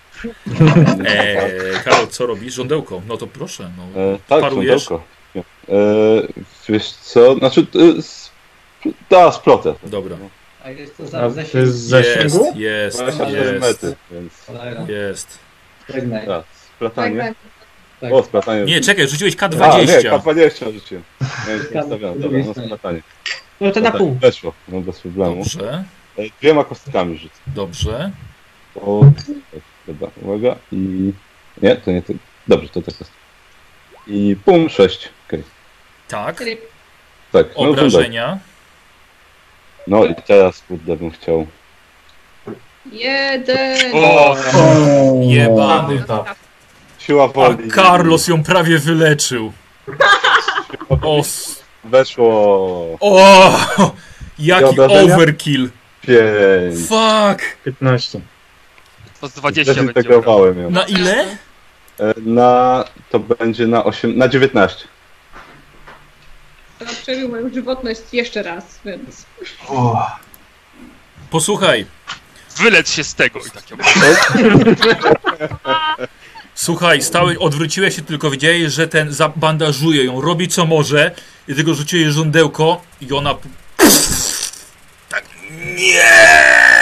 Karol, co robisz? Żądełko. No to proszę. No. Tak, Parujesz? żądełko. Wiesz co? Znaczy... splotę. Dobra. A jest to A za to zasięg? jest z zasięgu? Jest. 24 metry, więc... Jest. Żegnaj. Tak, splatanie. Tak. O, splatanie. Nie, czekaj, rzuciłeś A, nie, K20. K20 rzuciłem. Ja stawiam, dobra, no splatanie. No to na pół. Weszło, no bez problemu. Dobrze, 2 kostkami rzucę. dobrze. O, dobra, uwaga i... Nie, to nie to. Dobrze, to tak jest. I pum, 6. Okej. Tak. Tak, no Obrażenia. No i teraz, kurde, bym chciał... Jeden. Jebany. Siła A woli. Carlos ją prawie wyleczył. O, Weszło... jaki obrażenia? overkill. 5. Fuck. 15. To z 20 będzie. Zdezintegrowałem ją. Na ile? To będzie na 8... Na 19. To przebił moją żywotność jeszcze raz, więc... O, Posłuchaj. Wylecz się z tego i tak ją. Słuchaj, stałeś, odwróciłeś się, tylko wiedziałeś, że ten zabandażuje ją, robi co może i tylko rzuciłeś żądełko i ona... Tak, nie!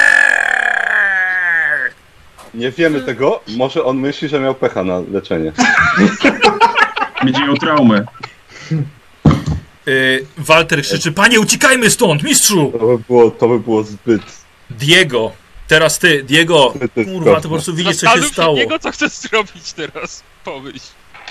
Nie wiemy tego. Może on myśli, że miał pecha na leczenie. Będzie miał traumę. Walter krzyczy, panie, uciekajmy stąd, mistrzu! To by było zbyt... Diego, teraz ty, Diego, kurwa, to po prostu widzisz, co się Zastanów stało. Niego, co chcesz zrobić teraz. Pomyśl.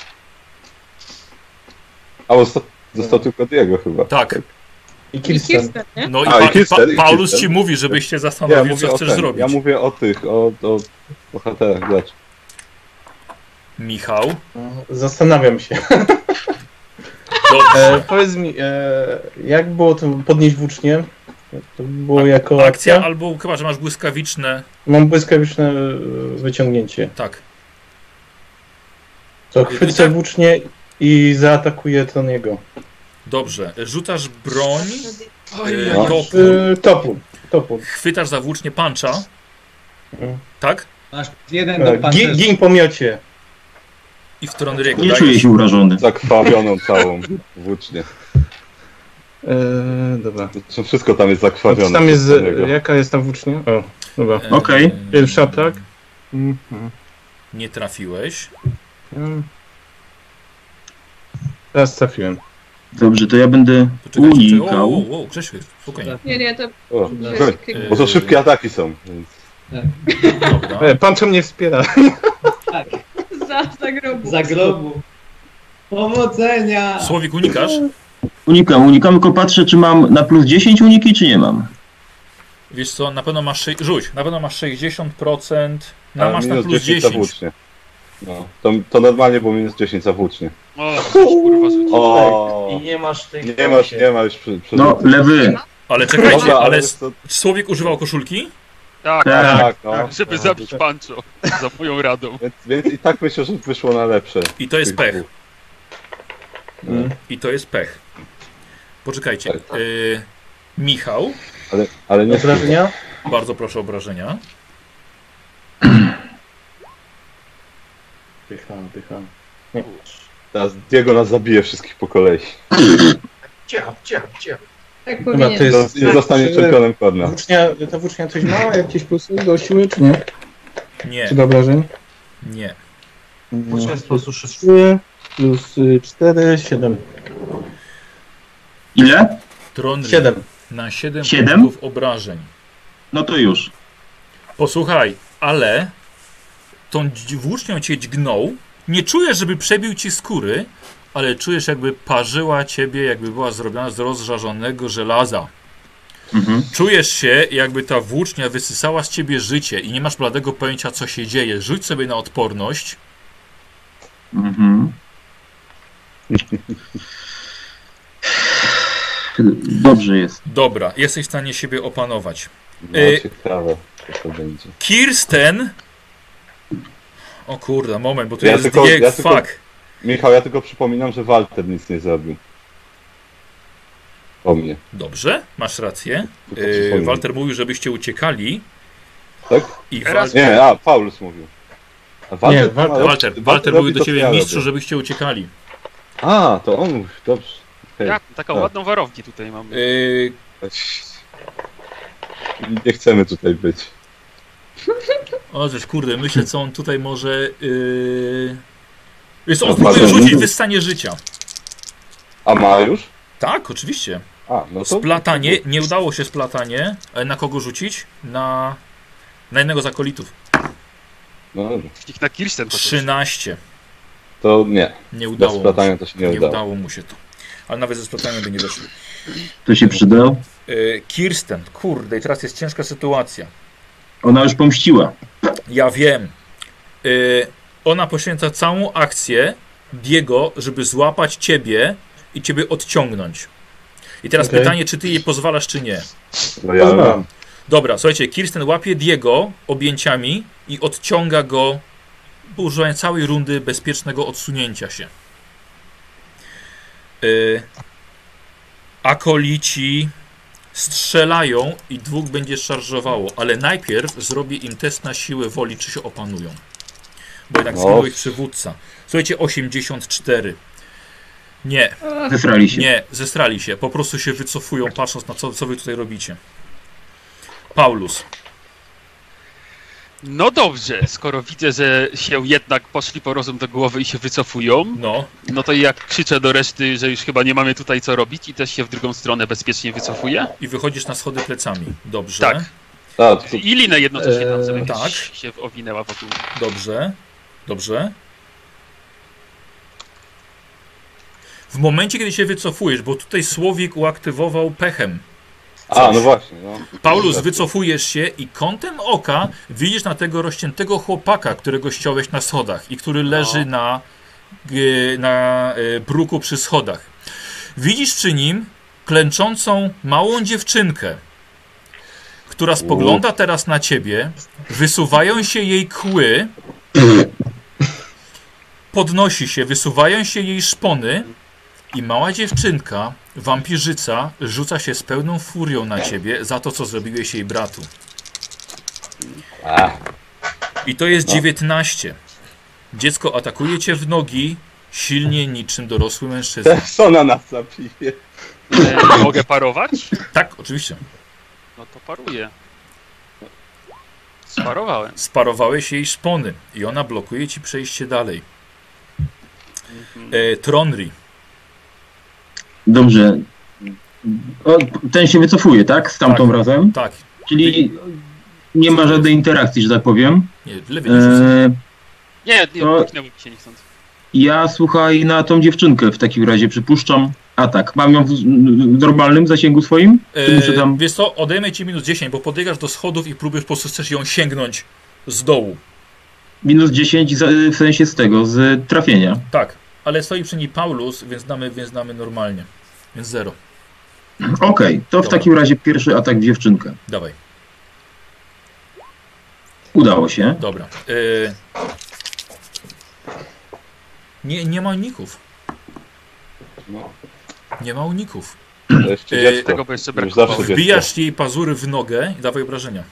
A został tylko Diego chyba. Tak, I Kirsten. Kirsten, nie? no i A, i Kirsten, Paulus Kirsten. ci mówi, żebyś się Ja zastanowił, mówię co o chcesz tym. zrobić. Ja mówię o tych, o bohaterach graczy. Michał, Zastanawiam się. dobrze. Powiedz mi, jak było to podnieść włócznie? To było jako Akcja albo chyba, że masz błyskawiczne... Mam błyskawiczne wyciągnięcie. Tak. To chwycę włócznie i zaatakuję Toniego. Dobrze, rzucasz broń, No. Topór. chwytasz za włócznie puncha, Mhm. tak? Masz jeden do pancerza. Gin po miocie. I w stronę Riego Nie dajesz. czuję się urażony. Zakrwawioną całą włócznię. Dobra. Wszystko tam jest zakrwawione. Tam jest, jaka jest tam włócznia? O, dobra. Okej. Pierwszy atak. Nie trafiłeś. Teraz trafiłem. Dobrze, to ja będę unikał. O, Grzesiu, spokojnie. Nie, to... Bo to szybkie ataki są. Więc... Dobra. Pancho mnie wspiera. Tak. Za grobu. Za grobu. Powodzenia! Słowik, unikasz? Unikam, tylko patrzę, czy mam na plus 10 uniki, czy nie mam. Wiesz co, na pewno masz rzuć, na pewno masz 60%, masz na minus plus 10 za 10. włócznie. No, to normalnie było minus 10 za włócznie. O, kurwa, rzucił. O, I nie masz tej... nie ma już No, lewy. Ale czekajcie, Dobra, ale to... Słowik używał koszulki? Tak, Tak, no. żeby zabić Pancho, za moją radą. Więc i tak myślę, że wyszło na lepsze. I to jest pech. No. I to jest pech. Poczekajcie. Tak. Michał, Ale nie Obrażenia? bardzo proszę o obrażenia. Pycham. Teraz Diego nas zabije wszystkich po kolei. Cicho. Tak Dobra, to powinien. jest... I zostanie czempionem Korna. Ta włócznia coś ma? Jakieś plusy do siły, czy nie? Nie, Czy do obrażeń? nie. Włócznia jest po prostu 3 plus 4, 7. Ile? Tronry 7. na 7 7? punktów obrażeń. No to już. Posłuchaj, ale tą włócznią cię dźgnął. Nie czujesz, żeby przebił ci skóry, ale czujesz, jakby parzyła ciebie, jakby była zrobiona z rozżarzonego żelaza. Czujesz się, jakby ta włócznia wysysała z ciebie życie i nie masz bladego pojęcia, co się dzieje. Rzuć sobie na odporność. Dobrze jest. Dobra, jesteś w stanie siebie opanować. No, ciekawe, co to będzie. Kirsten. O kurde, moment, bo tu Ja jest tylko- Diego, ja tylko- fuck. Michał, ja tylko przypominam, że Walter nic nie zrobił. O mnie. Dobrze, masz rację. Tylko przypominam. Walter mówił, żebyście uciekali. Tak? I Nie, Paulus mówił. A Walter, Walter robi mówił do to, co ciebie, ja mistrzu, robię. żebyście uciekali. A, to on mówi, dobrze. Okay. Jak? Taką Tak. ładną warownię tutaj mamy. Nie chcemy tutaj być. O, żeś kurde, myślę, co on tutaj może... Jest on próbuje rzucić wyssanie życia. A ma już? Tak, oczywiście. A, no to... Splatanie, nie udało się splatanie. Na kogo rzucić? Na jednego z akolitów. No dobrze. Na Kirsten to 13. To nie. Nie udało Bez splatania mu się. to się nie Nie udało. udało mu się to. Ale nawet ze splataniem by nie doszło. To się przydał. Kirsten, kurde, i teraz jest ciężka sytuacja. Ona już pomściła. Ja wiem. Ona poświęca całą akcję Diego, żeby złapać ciebie i ciebie odciągnąć. I teraz pytanie, czy ty jej pozwalasz, czy nie. No ja mam. Dobra, słuchajcie, Kirsten łapie Diego objęciami i odciąga go, używając całej rundy bezpiecznego odsunięcia się. Akolici strzelają i dwóch będzie szarżowało, ale najpierw zrobię im test na siłę woli, czy się opanują. Bo jednak zginął ich przywódca. Słuchajcie, 84. Nie. Zesrali się. Nie, zestrali się. Po prostu się wycofują, patrząc na co wy tutaj robicie. Paulus. No dobrze, skoro widzę, że się jednak poszli po rozum do głowy i się wycofują, no to jak krzyczę do reszty, że już chyba nie mamy tutaj co robić i też się w drugą stronę bezpiecznie wycofuję. I wychodzisz na schody plecami. Dobrze. Tak. I linę jednocześnie tam sobie tak. się owinęła wokół. Dobrze. Dobrze. W momencie, kiedy się wycofujesz, bo tutaj Słowik uaktywował pechem. A, no właśnie. No. Paulus, wycofujesz się i kątem oka widzisz na tego rozciętego chłopaka, którego ściąłeś na schodach i który leży na bruku przy schodach. Widzisz przy nim klęczącą małą dziewczynkę, która spogląda teraz na ciebie, wysuwają się jej kły, podnosi się, wysuwają się jej szpony i mała dziewczynka, wampirzyca, rzuca się z pełną furią na ciebie za to, co zrobiłeś jej bratu. I to jest 19. Dziecko atakuje cię w nogi Silnie niczym dorosły mężczyzna. Persona nas zabije. Mogę parować? Tak, oczywiście. No to paruję. Sparowałem. Sparowałeś jej szpony i ona blokuje ci przejście dalej. Tronri. Dobrze. O, ten się wycofuje, tak? Z tamtą razem? Tak. Czyli nie ma żadnej interakcji, że tak powiem. Nie, lepiej nie rzucę. Nie, kliknęło mi się niechcący. Ja, słuchaj, na tą dziewczynkę w takim razie przypuszczam atak. Mam ją w normalnym zasięgu swoim? Czy muszę tam... Wiesz co, odejmę ci minus 10, bo podbiegasz do schodów i próbujesz po prostu chcesz ją sięgnąć z dołu. Minus 10 w sensie z tego, z trafienia. Tak, ale stoi przy niej Paulus, więc damy normalnie. Więc 0. Okej, to w takim razie pierwszy atak w dziewczynkę. Dawaj. Udało się. Dobra. Nie ma uników. No. Nie ma uników. Tego by jeszcze brakowało. Wbijasz jej pazury w nogę i dawaj obrażenia.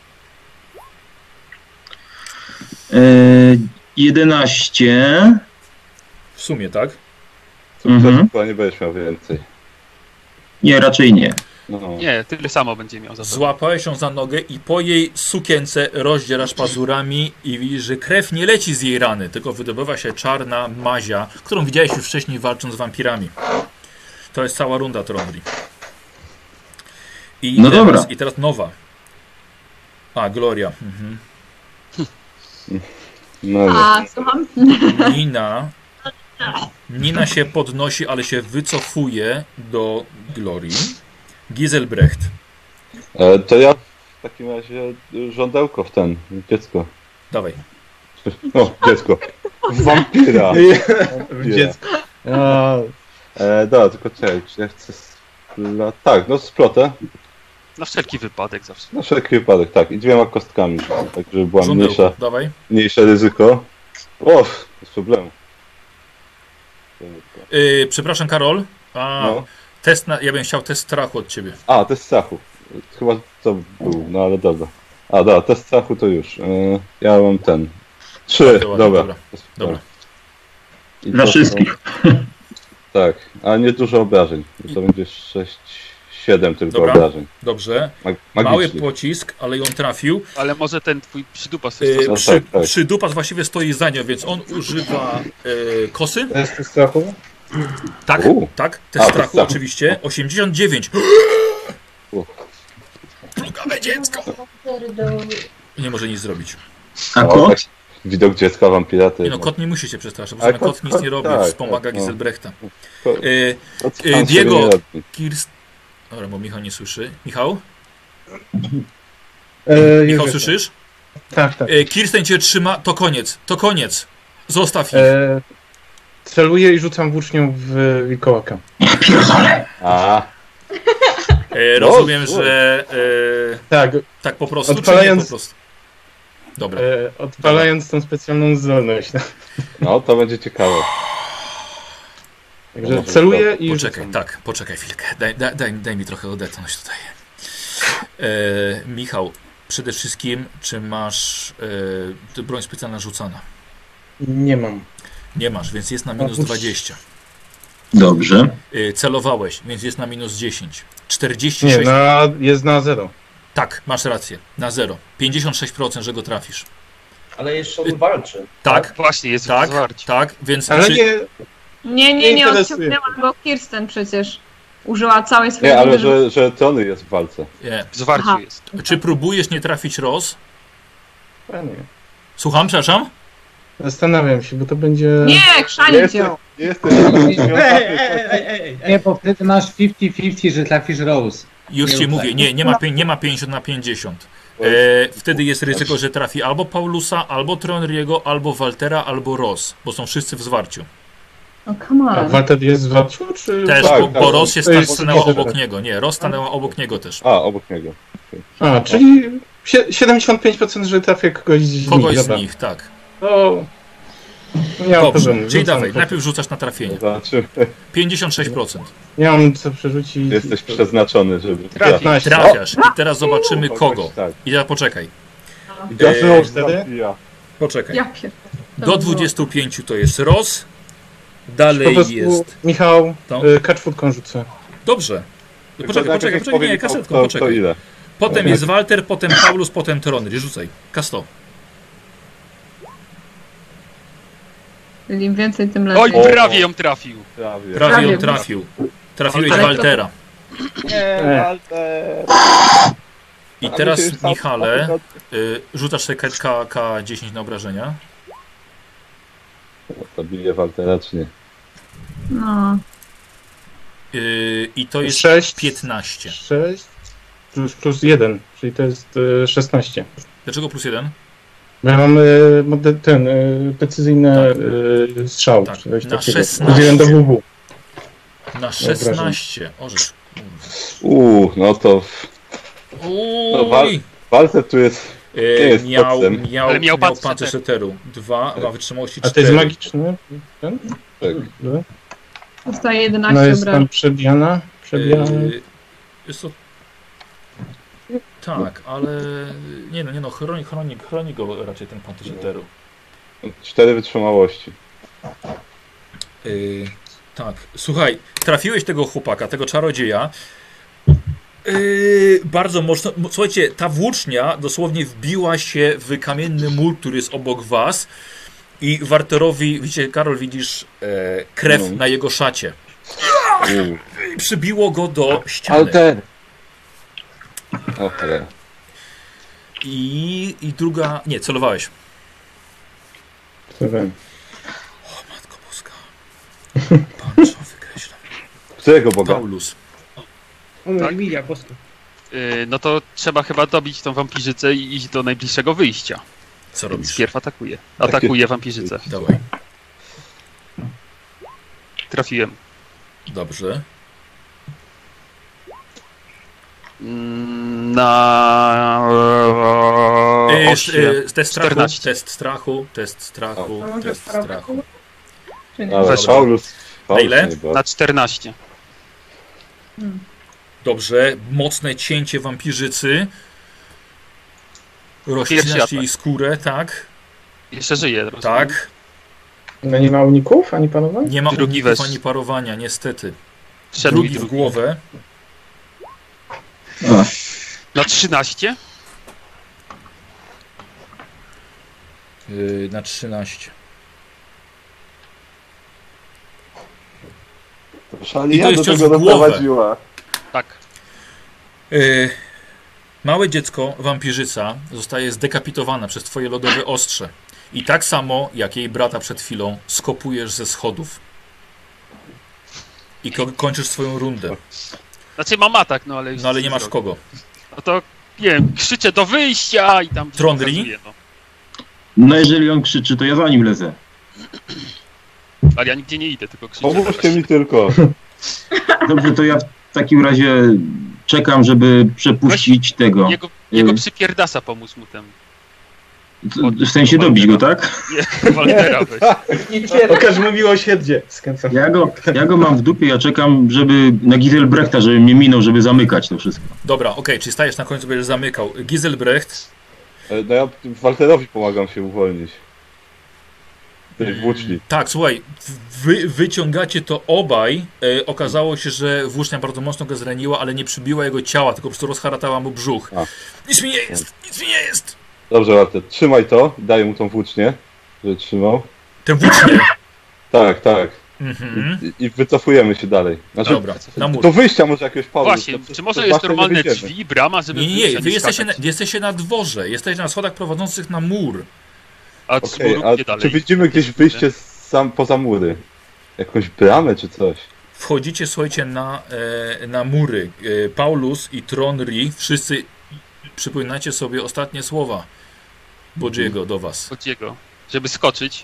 11. W sumie, tak? Chyba nie będziesz miał więcej. Nie, raczej nie. No. Nie, tyle samo będzie miał za to. Złapałeś ją za nogę i po jej sukience rozdzierasz pazurami i widzisz, że krew nie leci z jej rany, tylko wydobywa się czarna mazia, którą widziałeś już wcześniej walcząc z wampirami. To jest cała runda Tronri. No dobra. I teraz nowa. A, Gloria. No, słucham? Nina się podnosi, ale się wycofuje do Glorii. Giselbrecht. To ja w takim razie żądełko w ten, dziecko. Dawaj. O, dziecko. Wampira. Dziecko. Dobra, tylko czekaj, czy ja chcę... Tak, no splotę. Na wszelki wypadek zawsze. Na wszelki wypadek, tak. I 2 kostkami, tak żeby była mniejsze ryzyko. O, bez problemu. Przepraszam, Karol. No. Ja bym chciał test strachu od ciebie. A, test strachu. Chyba to był, no ale dobra. A, dobra, test strachu to już. Ja mam ten. 3, dobra. Dla wszystkich. Tak, a nie dużo obrażeń. To będzie 6, 7 tylko obrażeń. Dobrze. Mały pocisk, ale ją trafił. Ale może ten twój przydupas Przydupas właściwie stoi za nią, więc on używa kosy. Test strachu? Tak, tak. Test strachu oczywiście. 89. Plugawe dziecko. Nie może nic zrobić. A kot? Tak, widok dziecka wampira to... Nie no, kot nie musi się przestraszyć, bo kot nic nie robi, wspomaga Giselbrechta. Diego, Kirst... Dobra, bo Michał nie słyszy. Michał? Michał, słyszysz? Tak, tak. Kirsten cię trzyma, to koniec. Zostaw ich. Celuję i rzucam włócznią w wilkołaka. Rozumiem, że... tak po prostu, odpalając, czy nie po prostu? Dobra. Odpalając tą specjalną zdolność. No, to będzie ciekawe. Także celuję i Poczekaj chwilkę. Daj mi trochę odetchnąć tutaj. Michał, przede wszystkim, czy masz broń specjalna rzucana? Nie mam. Nie masz, więc jest na minus 20. Dobrze. Celowałeś, więc jest na minus 10. 46. Nie, jest na 0. Tak, masz rację. Na 0. 56%, że go trafisz. Ale jeszcze on walczy. Tak. Właśnie, jest w zwarciu. Tak, więc... Ale Nie odciągnęła go Kirsten przecież. Użyła całej swojej... Nie, ale że Tony jest w walce. Nie. W zwarciu jest. Czy próbujesz nie trafić Roz? Nie. Słucham, przepraszam? Zastanawiam się, bo to będzie... Nie, chrzanić ją! Nie, bo wtedy masz 50-50, że trafisz Rose. Już ci mówię, nie ma 50 na 50. Wtedy jest ryzyko, że trafi albo Paulusa, albo Tronriego, albo Waltera, albo Roz, bo są wszyscy w zwarciu. A Walter jest w zwarciu, czy... Też, bo Roz się stanęła obok niego. Nie, Roz stanęła obok niego też. Obok niego. Okay. Czyli 75%, że trafię kogoś z nich. Kogoś z nich, tak. Dobrze, czyli dawaj, najpierw rzucasz na trafienie. 56%. Nie mam co przerzucić. Jesteś przeznaczony, żeby... Trafiasz. I teraz zobaczymy kogo. I teraz poczekaj. Wtedy? Poczekaj. Do 25 to jest Roz. Dalej Po prostu, jest. Michał, To? kaczwórką rzucę. Dobrze. Poczekaj, nie, kasetką, to poczekaj. ile? Potem jest Walter, potem Paulus, potem Tronry. Rzucaj. K100. Im więcej, tym Oj, lepiej. prawie ją trafił. Prawie ją trafił. Trafiłeś Ale Waltera. Nie, Walter! I teraz, Michale, rzucasz sobie K10 na obrażenia. To bije Waltera, czy nie? No. I to jest 6. 15. 6 plus 1, czyli to jest 16. Dlaczego plus 1? Bo ja mam precyzyjny strzał. Tak, czy coś na takiego. 16. Użyłem do WW. Na 16. Orzesz. No to... Uj. Walter tu jest... nie jest kopcem. Ale miał pancerz pancerz eteru. 2, ma wytrzymałości A 4. to jest magiczny? Ten? Tak. Dostaje 11 No jest tam obrażeń. przebijana. Jest to... Tak, ale... Nie no, chroni go raczej ten pancerz eteru. 4 wytrzymałości. Tak, słuchaj, trafiłeś tego chłopaka, tego czarodzieja. Bardzo mocno. Słuchajcie, ta włócznia dosłownie wbiła się w kamienny mur, który jest obok was. I Warterowi, widzicie, Karol, widzisz krew na jego szacie. I przybiło go do ściany. Walter! Okay. I druga... Nie, celowałeś. O, Matko Boska. Panczo wykreślam. Którego Boga? Paulus. Tak? Emilia, boska. No to trzeba chyba dobić tą wampirzycę i iść do najbliższego wyjścia. Co robisz? Pierw atakuje. Atakuje wampirzycę. Dawaj. Trafiłem. Dobrze. Na... Test strachu, 14. test strachu, test strachu, test strachu. Ale Paulus Na ile? nie było. Na 14. Dobrze, mocne cięcie wampirzycy. Rozcinasz jej skórę, tak? Jeszcze żyje, rozumiem. Tak. No nie ma uników ani panowania? Nie ma Drugi uników weź. ani parowania, niestety. Szedł mi Drugi w głowę. Na 13. Na 13. Szali to jest do cios tego w głowę. doprowadziła. Tak. Małe dziecko, wampirzyca, zostaje zdekapitowana przez twoje lodowe ostrze. I tak samo, jak jej brata przed chwilą, skopujesz ze schodów. I kończysz swoją rundę. Znaczy mam atak, no ale... No ale nie masz kogo. No to, nie wiem, krzyczę do wyjścia i tam... Tronry? pokazuję, no. No jeżeli on krzyczy, to ja za nim lecę. Ale ja nigdzie nie idę, tylko krzyczę. Pomóżcie mi tylko. Dobrze, to ja w takim razie czekam, żeby przepuścić tego. Jego przypierdasa pomóc mu temu. W sensie dobić go, tak? Nie, Waltera weź. Okaż mu miłosierdzie. Ja go mam w dupie, ja czekam, żeby na Giselbrechta, żeby mnie minął, żeby zamykać to wszystko. Dobra, okej, czyli stajesz na końcu, będziesz zamykał. Giselbrecht. No ja Walterowi pomagam się uwolnić. Tej włóczni. Tak, słuchaj, wyciągacie to obaj. Okazało się, że włócznia bardzo mocno go zraniła, ale nie przybiła jego ciała, tylko po prostu rozharatała mu brzuch. Nic mi nie jest, nic mi nie jest. Dobrze, Walter, trzymaj to. Daję mu tą włócznię, żeby trzymał. Tę włócznię? Tak, tak. Mhm. I wycofujemy się dalej. Znaczy, dobra, na mur. Do wyjścia może jakiegoś Paulus. Właśnie, czy może jest normalne drzwi, brama, żeby... Nie, wy jesteście na dworze, jesteście na schodach prowadzących na mur. A z muru gdzie dalej? Czy widzimy gdzieś wyjście poza mury? Jakąś bramę czy coś? Wchodzicie, słuchajcie, na mury. Paulus i Tronry, wszyscy przypominacie sobie ostatnie słowa Bodziego do was. Bodziego, żeby skoczyć.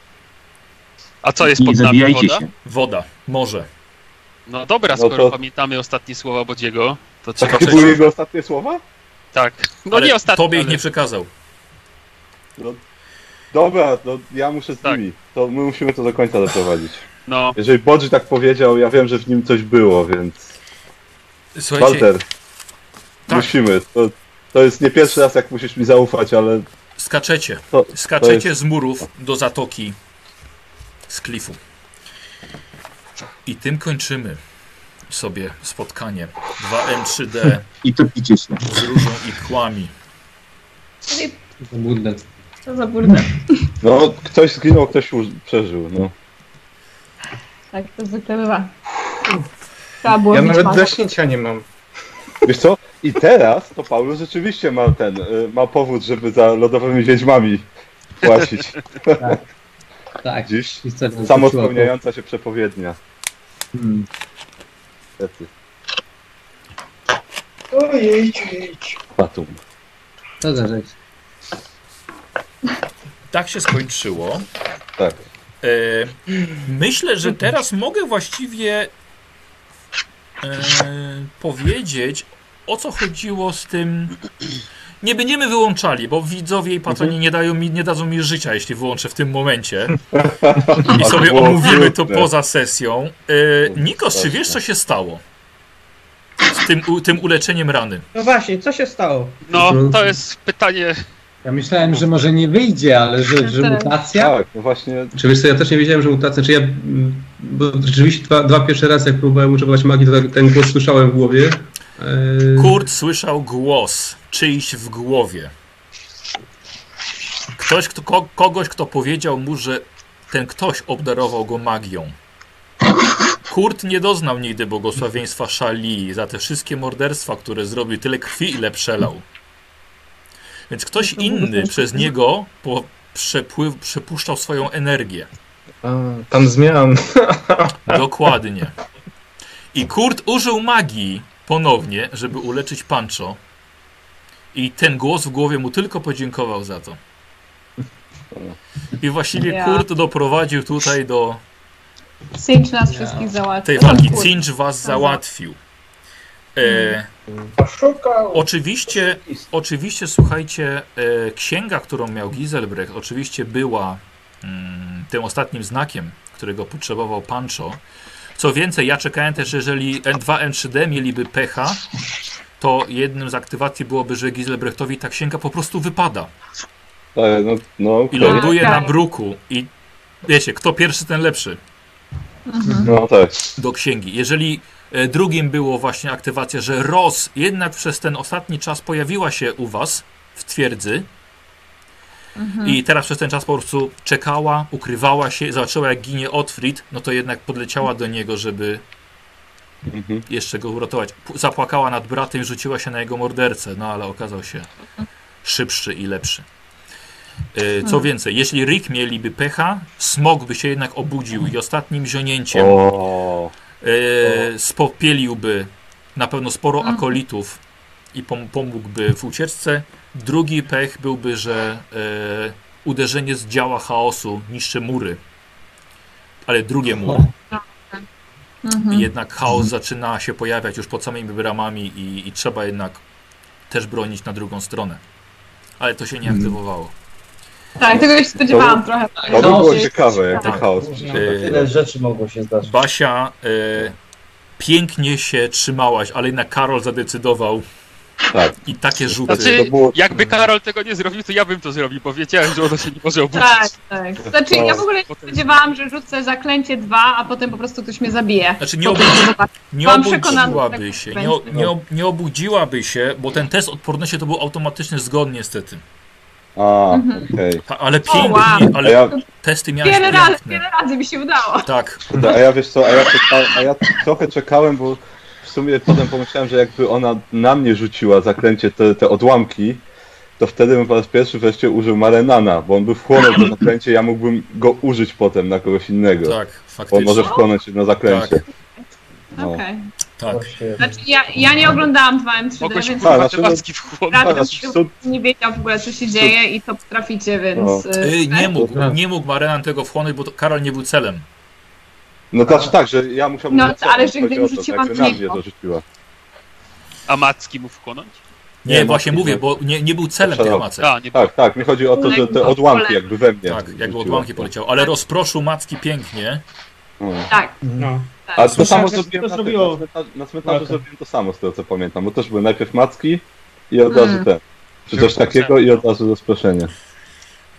A co jest Nie pod nami? zabijajcie Woda? się. Woda, morze. No dobra, No skoro to- pamiętamy ostatnie słowa Bodziego, to trzeba... Takie były jego ostatnie słowa? Tak. No Ale nie ostatnie, tobie ich ale... nie przekazał. No, dobra, no ja muszę z Tak. nimi. To my musimy to do końca doprowadzić. No, Jeżeli Bodzi tak powiedział, ja wiem, że w nim coś było, więc... Słuchajcie, Walter, tak. musimy. To jest nie pierwszy raz, jak musisz mi zaufać, ale... skaczecie. To Skaczecie jest- z murów do zatoki z klifu. I tym kończymy sobie spotkanie 2M3D i topicie się z różą i kłami. To burdel. Co za burdel. No, ktoś zginął, ktoś przeżył, no. Tak, to zwykle bywa. Trzeba było Ja mieć nawet mazę. draśnięcia nie mam. Wiesz co? I teraz to Paulus rzeczywiście ma powód, żeby za lodowymi wiedźmami płacić. Tak. Dziś Historia samospełniająca się przepowiednia. Niestety. Ojej. Fatum. Co za rzecz. Tak się skończyło. Tak. Myślę, że teraz mogę właściwie powiedzieć, o co chodziło z tym. Nie będziemy wyłączali, bo widzowie i patroni nie dadzą mi życia, jeśli wyłączę w tym momencie. I sobie omówimy to poza sesją. Nikos, czy wiesz, co się stało z tym uleczeniem rany? No właśnie, co się stało? No, to jest pytanie. Ja myślałem, że może nie wyjdzie, ale że mutacja? Tak, no właśnie. Czy wiesz co, ja też nie wiedziałem, że mutacja, bo rzeczywiście dwa pierwsze razy, jak próbowałem używać magii, to ten głos słyszałem w głowie. Kurt słyszał głos czyjś w głowie. Kogoś, kto powiedział mu, że ten ktoś obdarował go magią. Kurt nie doznał nigdy błogosławieństwa Szali za te wszystkie morderstwa, które zrobił, tyle krwi, ile przelał. Więc ktoś inny przez niego przepuszczał swoją energię. Tam zmian. Dokładnie. I Kurt użył magii ponownie, żeby uleczyć Pancho. I ten głos w głowie mu tylko podziękował za to. I właściwie Kurt doprowadził tutaj do Cinch nas wszystkich załatwił. tej walki. Cinch was załatwił. Oczywiście, słuchajcie, księga, którą miał Giselbrecht, oczywiście była tym ostatnim znakiem, którego potrzebował Pancho. Co więcej, ja czekałem też, jeżeli N2, N3D mieliby pecha, to jednym z aktywacji byłoby, że Giselbrechtowi ta księga po prostu wypada. Okay. I ląduje na bruku. I wiecie, kto pierwszy, ten lepszy. No tak. Do księgi. Jeżeli drugim było właśnie aktywacja, że Ros jednak przez ten ostatni czas pojawiła się u was w twierdzy i teraz przez ten czas po prostu czekała, ukrywała się, zobaczyła jak ginie Otfrid, no to jednak podleciała do niego, żeby jeszcze go uratować. Zapłakała nad bratem i rzuciła się na jego mordercę, no ale okazał się szybszy i lepszy. Co więcej, jeśli Rick mieliby pecha, Smog by się jednak obudził i ostatnim zionięciem spopieliłby na pewno sporo akolitów i pomógłby w ucieczce. Drugi pech byłby, że uderzenie z działa chaosu niszczy mury. Ale drugie mury. I jednak chaos zaczyna się pojawiać już pod samymi bramami i trzeba jednak też bronić na drugą stronę. Ale to się nie aktywowało. Tak, tego się spodziewałam trochę. To by było ciekawe, jak ten chaos przyszedł. Tyle rzeczy mogło się zdarzyć. Basia, pięknie się trzymałaś, ale jednak Karol zadecydował. Tak. I takie rzuty. Znaczy, jakby Karol tego nie zrobił, to ja bym to zrobił, bo wiedziałem, że ono się nie może obudzić. Tak. Znaczy, ja w ogóle nie spodziewałam, że rzucę zaklęcie 2, a potem po prostu ktoś mnie zabije. Znaczy nie obudziłaby się, bo ten test odporności to był automatyczny zgon niestety. Okej. Ale pięknie, ale testy miałeś piękne. Wiele razy mi się udało. Tak. A ja wiesz co, a ja trochę czekałem, bo w sumie potem pomyślałem, że jakby ona na mnie rzuciła zaklęcie te odłamki, to wtedy bym po raz pierwszy wreszcie użył Marenana, bo on by wchłonął to zaklęcie, ja mógłbym go użyć potem na kogoś innego. Tak, faktycznie. On może wchłonąć jedno zaklęcie. Tak. No. Okej. Tak. Znaczy ja nie oglądałam 2M3D, Mogłeś więc matematyki wchłonąć. nie wiedział w ogóle co się dzieje i to potraficie, więc... Nie mógł Marenan tego wchłonąć, bo Karol nie był celem. No znaczy tak, że ja musiałbym... No, ale że gdy rzuciłam na mnie to rzuciła. A macki mu wchłonąć? Nie, właśnie mówię, bo nie był celem tych macek. Tak, mi chodzi o to, że te odłamki jakby we mnie. Tak, jakby odłamki poleciały, ale rozproszył macki pięknie. Tak. No. A to samo zrobiłem na cmentarzu zrobiłem to samo z tego co pamiętam, bo też były najpierw macki i od razu ten. Czy coś takiego i od razu rozproszenie.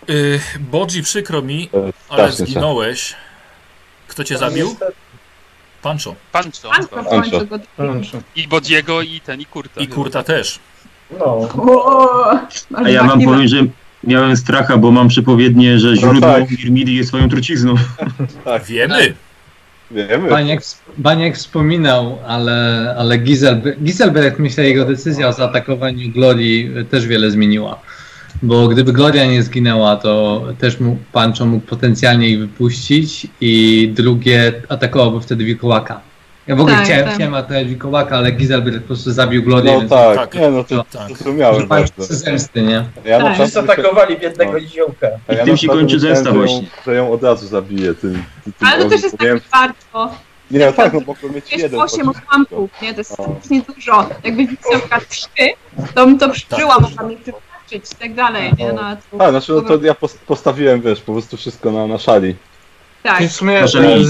Bodzi, przykro mi, ale zginąłeś. Kto cię zabił? Pancho. Pancho. w końcu go... I Bodziego, i Kurta. I Kurta też. No. A ja wam powiem, że miałem stracha, bo mam przepowiednię, że źródło Mirmidii jest swoją trucizną. Tak. Wiemy. Baniek wspominał, ale Giselbrecht, myślę, jego decyzja o zaatakowaniu Glorii też wiele zmieniła. Bo gdyby Gloria nie zginęła, to też Pancho mógł potencjalnie jej wypuścić i drugie atakowałoby wtedy wilkołaka. Ja w ogóle chciałem atakować wilkołaka, ale Giselbrecht po prostu zabił Glorię. No więc tak, nie no to zrozumiałem bardzo. Zemsty, nie? Wszyscy atakowali biednego niziołka. I tym się kończy zemsta właśnie. Że ją od razu zabije tym ale to też jest tak bardzo. Nie, tak, no mogło mieć jeden. 8 odłamków, nie? To jest niedużo. Jakby wisiałka 3, to bym to przeżyła, mogła mnie przepatrzyć i tak dalej, nie? Znaczy no to ja postawiłem, wiesz, po prostu wszystko na szali. Tak. I w sumie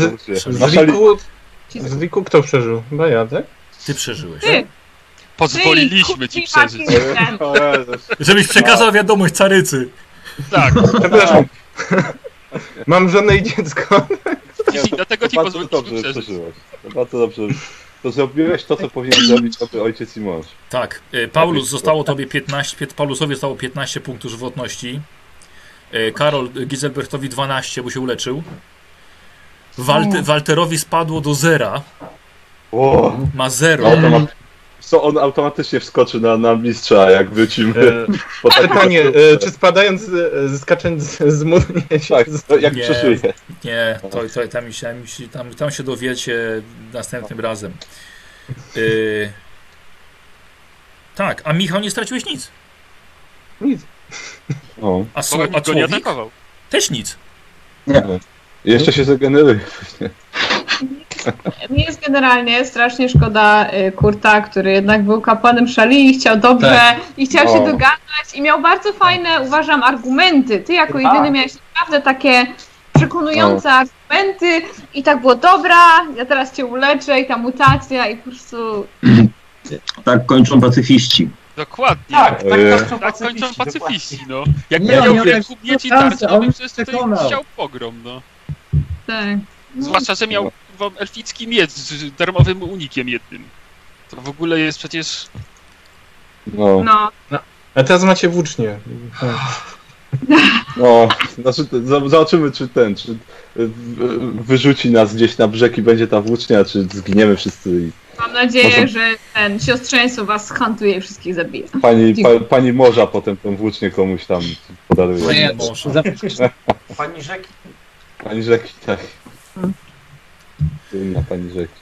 z Wiku kto przeżył? Chyba ja, tak? Ty przeżyłeś. Pozwoliliśmy ci przeżyć. Żebyś przekazał wiadomość carycy. Tak. Przepraszam. Mam żonę i dziecko. Dlatego ci pozwoliliśmy przeżyć. Bardzo dobrze. To zrobiłeś to, co powinien zrobić dobry ojciec i mąż. Tak. Paulus, zostało tobie 15, Paulusowi zostało 15 punktów żywotności. Karol Giselbrechtowi 12, bo się uleczył. Walterowi spadło do 0. Ma 0. On automatycznie wskoczy na mistrza, jak wrócimy. Pytanie, czy spadając, skacząc z muru, jak przeżyje? Nie, tam się dowiecie następnym razem. Tak, a Michał nie straciłeś nic. Nic. A Słowik nie atakował. Też nic. Nie. Jeszcze się zregeneruje. Mi jest generalnie strasznie szkoda Kurta, który jednak był kapłanem Szali i chciał dobrze, i chciał się dogadać i miał bardzo fajne, uważam, argumenty. Ty jako jedyny miałeś naprawdę takie przekonujące argumenty i tak było, dobra, ja teraz cię uleczę i ta mutacja i po prostu... Tak kończą pacyfiści. Dokładnie. Tak kończą pacyfiści, no. Jak Nie, miał nie, ręku mieci tarczy, to by przecież tutaj przekonał. chciał pogrom, no. Tak. Zwłaszcza, że miał elficki miecz z darmowym unikiem jednym. To w ogóle jest przecież... No. A teraz macie włócznie. No, znaczy, zobaczymy, czy wyrzuci nas gdzieś na brzeg i będzie ta włócznia, czy zginiemy wszyscy. Mam nadzieję, że ten siostrzeństwo was hantuje i wszystkich zabije. Pani morza potem tą włócznię komuś tam podaruje. Pani rzeki. Pani rzeki, tak. Inna pani rzeki.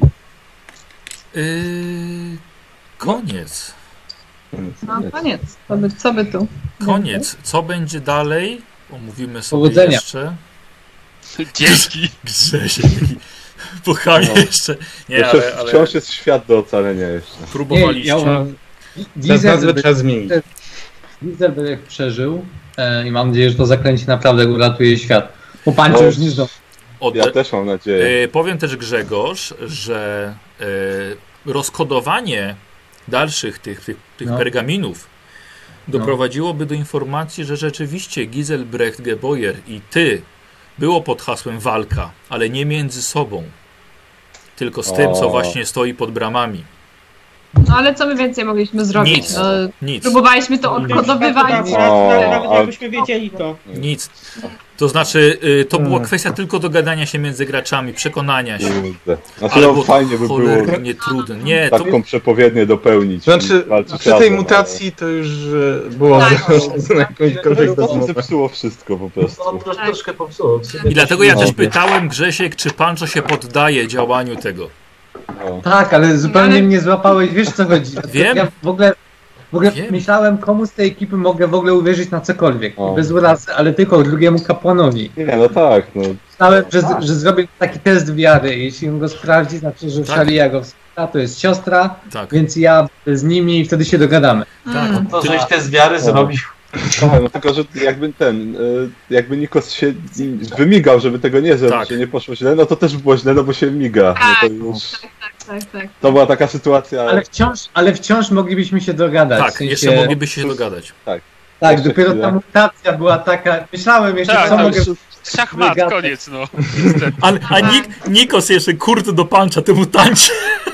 Koniec. No koniec. Co by tu? Koniec. Co będzie dalej? Omówimy sobie Powodzenia. jeszcze. Dzięki. Grzesiek. Puchamy jeszcze. Nie, ale wciąż jest świat do ocalenia jeszcze. Próbowaliście. Trzeba zmienić. Giselbrecht przeżył i mam nadzieję, że to zaklęcie naprawdę uratuje świat. Bo Pancho już nie zdążył. Ja też mam nadzieję. Powiem też, Grzegorz, że rozkodowanie dalszych tych pergaminów doprowadziłoby do informacji, że rzeczywiście Giselbrecht Geboyer i ty było pod hasłem walka, ale nie między sobą, tylko z tym, co właśnie stoi pod bramami. No ale co my więcej mogliśmy zrobić? Nic. Nic. Próbowaliśmy to odkodowywać. Nawet jakbyśmy wiedzieli to. Nic. To znaczy, to była kwestia tylko dogadania się między graczami, przekonania się. Znaczy, no, fajnie by było nie trudne. Nie, taką przepowiednię dopełnić. Znaczy, przy tej mutacji to już było na jakąśkolwiek rozmowę. Zepsuło wszystko po prostu. Troszkę popsuło. I dlatego ja też pytałem, Grzesiek, czy Pancho się poddaje działaniu tego. Tak, ale zupełnie mnie złapałeś, wiesz co chodzi. Wiem. Ja w ogóle myślałem, komu z tej ekipy mogę w ogóle uwierzyć na cokolwiek. Bez urazy, ale tylko drugiemu kapłanowi. Nie, no tak. No. Myślałem, że zrobię taki test wiary. Jeśli on go sprawdzi, znaczy, że Szalia go wspiera, to jest siostra, więc ja z nimi i wtedy się dogadamy. Tak. To żeś test wiary zrobił. Tak, no tylko, że jakby Nikos się wymigał, żeby tego nie zrobić, że nie poszło źle, no to też było źle, no bo się miga. No to już... Tak. To była taka sytuacja. Ale wciąż moglibyśmy się dogadać. Tak, w sensie... jeszcze moglibyście się dogadać. Tak. Tak, dopiero ta mutacja była taka. Myślałem jeszcze, Tak, co to mogę. Szachmat, koniec, no. A Nikos jeszcze kurde do pancza, ty mutancie.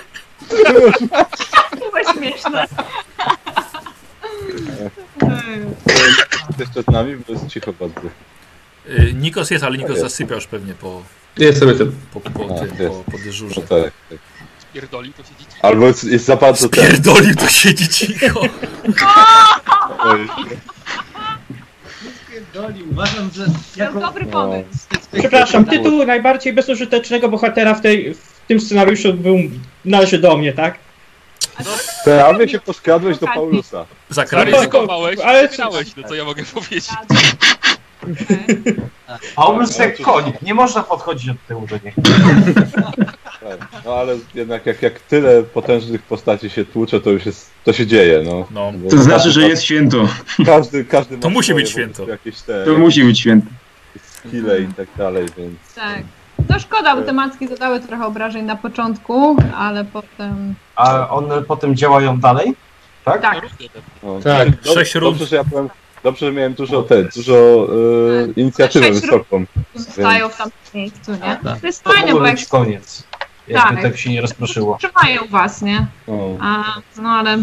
Chyba śmieszne. Jeszcze z nami, bo jest cicho bardzo. Nikos jest, ale Nikos zasypia już pewnie po dyżurze. No tak. Spierdoli, to siedzi cicho. Albo jest za bardzo... Spierdolił, to siedzi cicho. Uważam, że To dobry pomysł. Przepraszam, tytuł najbardziej bezużytecznego bohatera w tym scenariuszu należy do mnie, tak? Prawie się poskradłeś do Paulusa. Zaryzykowałeś, ale no co ja mogę powiedzieć? Paulus jak koń, nie można podchodzić od tyłu do niego. No ale jednak jak tyle potężnych postaci się tłucze, to już jest, to się dzieje, no. To znaczy, że jest święto. Każdy to musi być święto. To musi być święto. Skille i tak dalej, więc... Tak. No szkoda, bo te macki zadały trochę obrażeń na początku, ale potem... A one potem działają dalej? Tak? Tak. No, Tak. Dobrze, że ja powiem, dobrze, że miałem dużo inicjatywę wysoką. Zostają w tamtym miejscu, nie? To jest To fajne, mógł bo jak być koniec. Jakby Tak. tak się nie rozproszyło. trzymają was, nie? No ale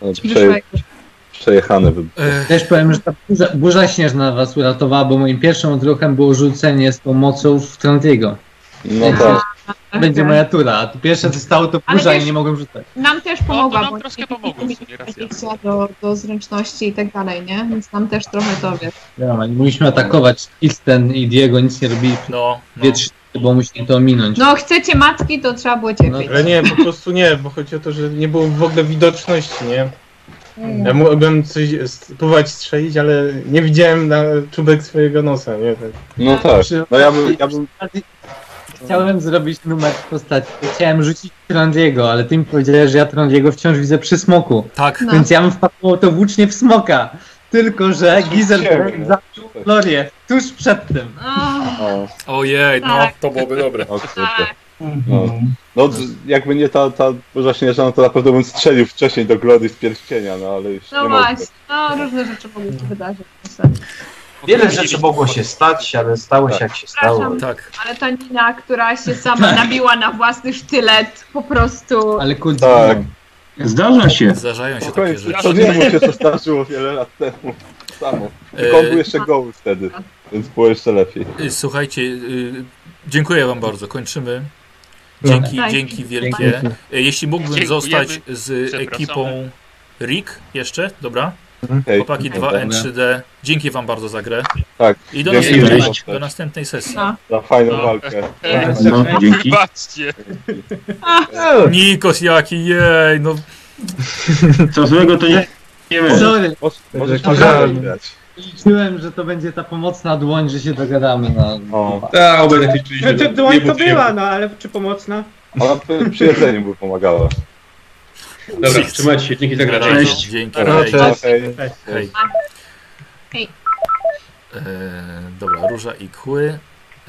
Przejechane. Też powiem, że ta burza śnieżna was uratowała, bo moim pierwszym odruchem było rzucenie z pomocą w Trontiego. No tak. Będzie moja tura, a to pierwsze co stało to Ale burza wiesz- i nie mogłem rzucać. nam też pomogła, nam bo troszkę pomogło, w sumie, racja. do zręczności i tak dalej, nie? Więc nam też trochę to wiesz. Ja, nie mogliśmy atakować Isten i Diego, nic nie robili. No. 2-3, bo musieli to ominąć. No chcecie matki, to trzeba było cierpieć. Ale nie, po prostu nie, bo chodzi o to, że nie było w ogóle widoczności, nie? Ja mogłem coś spróbować strzelić, ale nie widziałem na czubek swojego nosa, nie? Tak. No tak. No ja bym... Chciałem zrobić numer w postaci. Chciałem rzucić Trondiego, ale ty mi powiedziałeś, że ja Trondiego wciąż widzę przy smoku. Tak. No. Więc ja bym wpakował to włócznie w smoka. Tylko, że Gizel zabił Glorię tuż przed tym. Ojej, no Tak. to byłoby dobre. O kurczę. No jakby nie ta burza śnieżna, to na pewno bym strzelił wcześniej do Glorii z pierścienia, no ale już No nie mogę. właśnie, no różne rzeczy mogły się wydarzyć. niestety. Wiele rzeczy mogło się stać, ale stało się jak się stało. Przepraszam, Tak. ale ta Nina, która się sama nabiła na własny sztylet, po prostu... Ale kurde. Tak. Zdarza się. Zdarzają się Spokojnie, takie rzeczy. to nie mu się to zdarzyło wiele lat temu. Samo. Tylko on był jeszcze goły wtedy, więc było jeszcze lepiej. Słuchajcie, dziękuję wam bardzo. Kończymy. Dzięki, Tak. dzięki wielkie. Jeśli mógłbym Dziękujemy. zostać z Przepraszamy. ekipą Rick jeszcze, dobra? Hej. Chłopaki 2N3D. Dzięki wam bardzo za grę. Tak. I do Dzięki. do następnej sesji. No. Za fajną walkę. No, dzięki. Wybaczcie. Nikos jaki, jej, no Co złego to nie wiemy. Sorry, Możesz Tak. grać. liczyłem, że to będzie ta pomocna dłoń, że się dogadamy. O. Tak, obydwie liczyliśmy. To dłoń to była, no ale czy pomocna? Ona przy jedzeniu by pomagała. Dobra, trzymajcie się, dzięki za grę. Cześć. Dzięki. No, Hej. cześć. Hej. Hej. Hej. Dobra, Róża i Kły.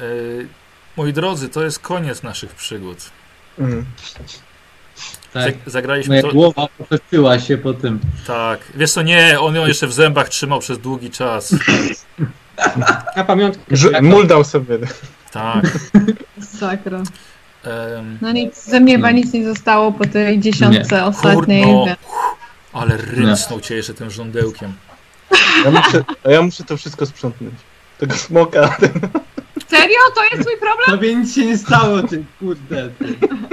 Moi drodzy, to jest koniec naszych przygód. Tak. Zagraliśmy Moja to... głowa potoczyła się po tym. Tak. Wiesz co, nie, on ją jeszcze w zębach trzymał przez długi czas. Na pamiątkę. Mól dał sobie. Tak. Sakra. No nic, ze mnie chyba nic nie zostało po tej dziesiątce ostatniej. Kurno, więc- ale ryncsnął cię jeszcze tym żądełkiem. Ja muszę to wszystko sprzątnąć. Tego smoka. Serio? To jest twój problem? Tobie nic się nie stało, ty kurde. Ty.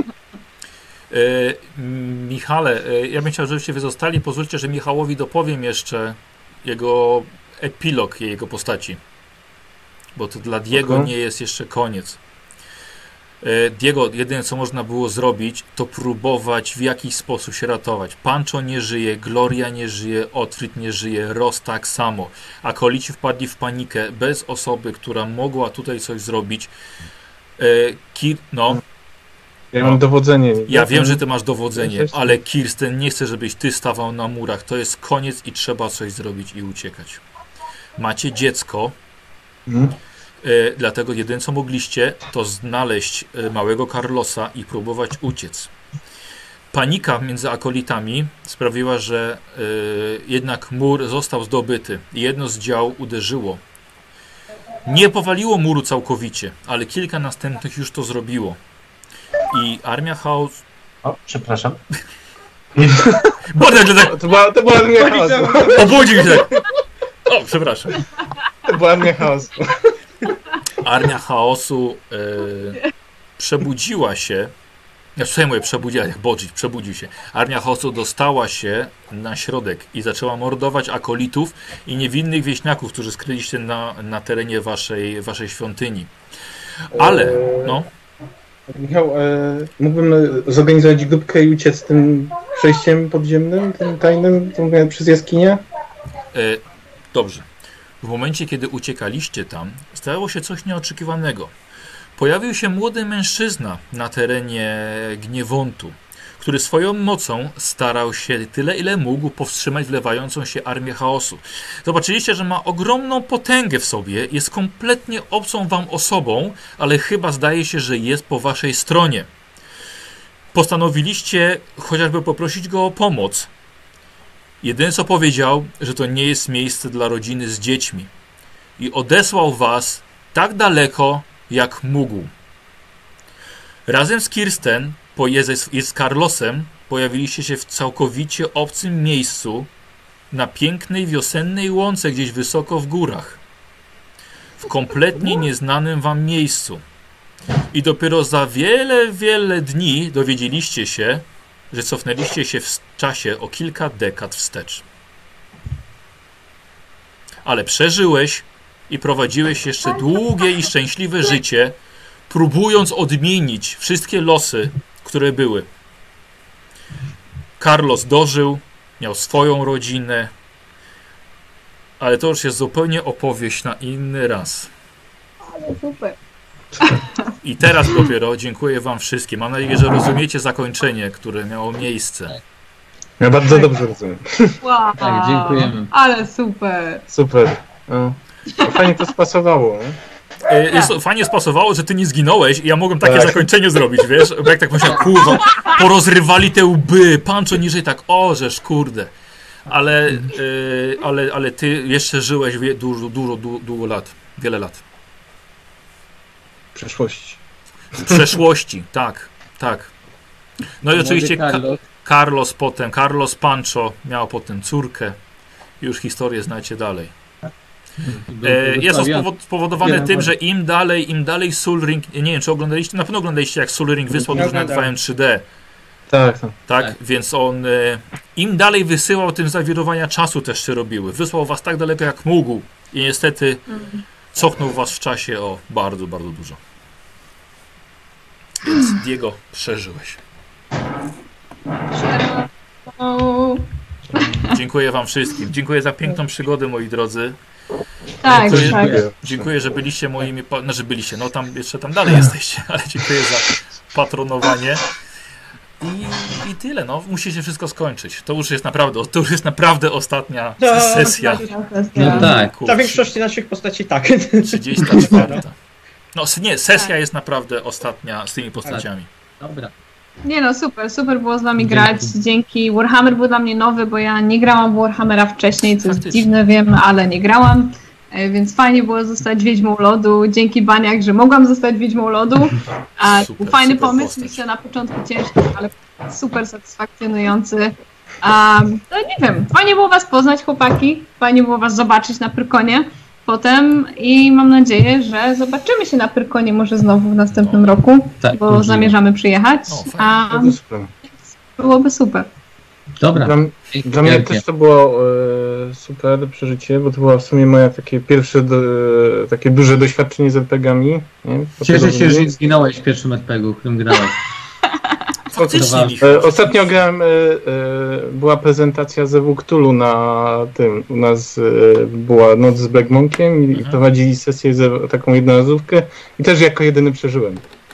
Michale, ja bym chciał, żebyście wy zostali. Pozwólcie, że Michałowi dopowiem jeszcze jego epilog jego postaci. Bo to dla Diego nie jest jeszcze koniec. Diego, jedyne co można było zrobić, to próbować w jakiś sposób się ratować. Pancho nie żyje, Gloria nie żyje, Otfrid nie żyje, Ross tak samo. Akolici wpadli w panikę bez osoby, która mogła tutaj coś zrobić. Ja mam dowodzenie. Ja wiem, że ty masz dowodzenie, ale Kirsten nie chce, żebyś ty stawał na murach. To jest koniec i trzeba coś zrobić i uciekać. Macie dziecko, dlatego jedyne co mogliście, to znaleźć małego Carlosa i próbować uciec. Panika między akolitami sprawiła, że jednak mur został zdobyty i jedno z dział uderzyło. Nie powaliło muru całkowicie, ale kilka następnych już to zrobiło. I armia chaosu... O, przepraszam. To była armia chaosu. Obudził się. O, przepraszam. To była armia chaosu. Armia chaosu przebudziła się. Przebudził się. Armia chaosu dostała się na środek i zaczęła mordować akolitów i niewinnych wieśniaków, którzy skryliście na terenie waszej świątyni. Ale, no. Michał, mógłbym zorganizować grupkę i uciec tym przejściem podziemnym, tym tajnym, przez jaskinię? Dobrze. W momencie, kiedy uciekaliście tam, stało się coś nieoczekiwanego. Pojawił się młody mężczyzna na terenie Gniewontu, który swoją mocą starał się tyle, ile mógł powstrzymać wlewającą się armię chaosu. Zobaczyliście, że ma ogromną potęgę w sobie, jest kompletnie obcą wam osobą, ale chyba zdaje się, że jest po waszej stronie. Postanowiliście chociażby poprosić go o pomoc. Jedyne co powiedział, że to nie jest miejsce dla rodziny z dziećmi. I odesłał was tak daleko, jak mógł. Razem z Kirsten i z Carlosem pojawiliście się w całkowicie obcym miejscu na pięknej wiosennej łące gdzieś wysoko w górach. W kompletnie nieznanym wam miejscu. I dopiero za wiele dni dowiedzieliście się, że cofnęliście się w czasie o kilka dekad wstecz. Ale przeżyłeś i prowadziłeś jeszcze długie i szczęśliwe życie, próbując odmienić wszystkie losy, które były. Carlos dożył, miał swoją rodzinę, ale to już jest zupełnie opowieść na inny raz. Ale super. I teraz dopiero dziękuję wam wszystkim. Mam nadzieję, że rozumiecie zakończenie, które miało miejsce. Ja bardzo dobrze rozumiem. Wow. Tak, dziękujemy. Ale super. Super. No. Fajnie to spasowało. Fajnie spasowało, że ty nie zginąłeś i ja mogłem takie zakończenie zrobić, wiesz? Bo jak tak myślałem, kurwa, porozrywali te łby, Pancho niżej, tak, żeż, kurde. Ale ty jeszcze żyłeś dużo lat, wiele lat. W przeszłości. W przeszłości, tak. No i oczywiście Carlos Pancho miał potem córkę. Już historię znacie dalej. Jest to spowodowane tym, że im dalej Sol Ring, nie wiem czy oglądaliście, na pewno oglądaliście jak Sol Ring wysłał różne 2M3D. Tak, więc on im dalej wysyłał, tym zawirowania czasu też się robiły. Wysłał was tak daleko jak mógł i niestety cofnął was w czasie o bardzo, bardzo dużo. Więc Diego, przeżyłeś. Dziękuję wam wszystkim. Dziękuję za piękną przygodę, moi drodzy. Tak, dziękuję, że byliście moimi... byliście, no tam dalej jesteście, ale dziękuję za patronowanie. I tyle, no. Musi się wszystko skończyć. To już jest naprawdę ostatnia sesja. No tak. Dla większości naszych postaci tak. 34. No nie, sesja jest naprawdę ostatnia z tymi postaciami. Dobra. Nie no, super było z wami grać. Dzięki. Warhammer był dla mnie nowy, bo ja nie grałam w Warhammera wcześniej, co jest dziwne, wiem, ale nie grałam. Więc fajnie było zostać Wiedźmą Lodu. Dzięki Baniak, że mogłam zostać Wiedźmą Lodu. Fajny pomysł, myślę na początku ciężki, ale super satysfakcjonujący. No nie wiem, fajnie było was poznać, chłopaki. Fajnie było was zobaczyć na Pyrkonie potem i mam nadzieję, że zobaczymy się na Pyrkonie może znowu w następnym roku, tak, bo zamierzamy przyjechać. Byłoby super. Dobra. Dla mnie też to było super przeżycie, bo to było w sumie moje takie pierwsze, takie duże doświadczenie z RPG-ami. Cieszę się, że zginąłeś w pierwszym RPG-u, w którym grałeś. Ostatnio grałem, była prezentacja ze Cthulhu na tym, u nas była Noc z Black Monkiem i prowadzili sesję, taką jednorazówkę i też jako jedyny przeżyłem.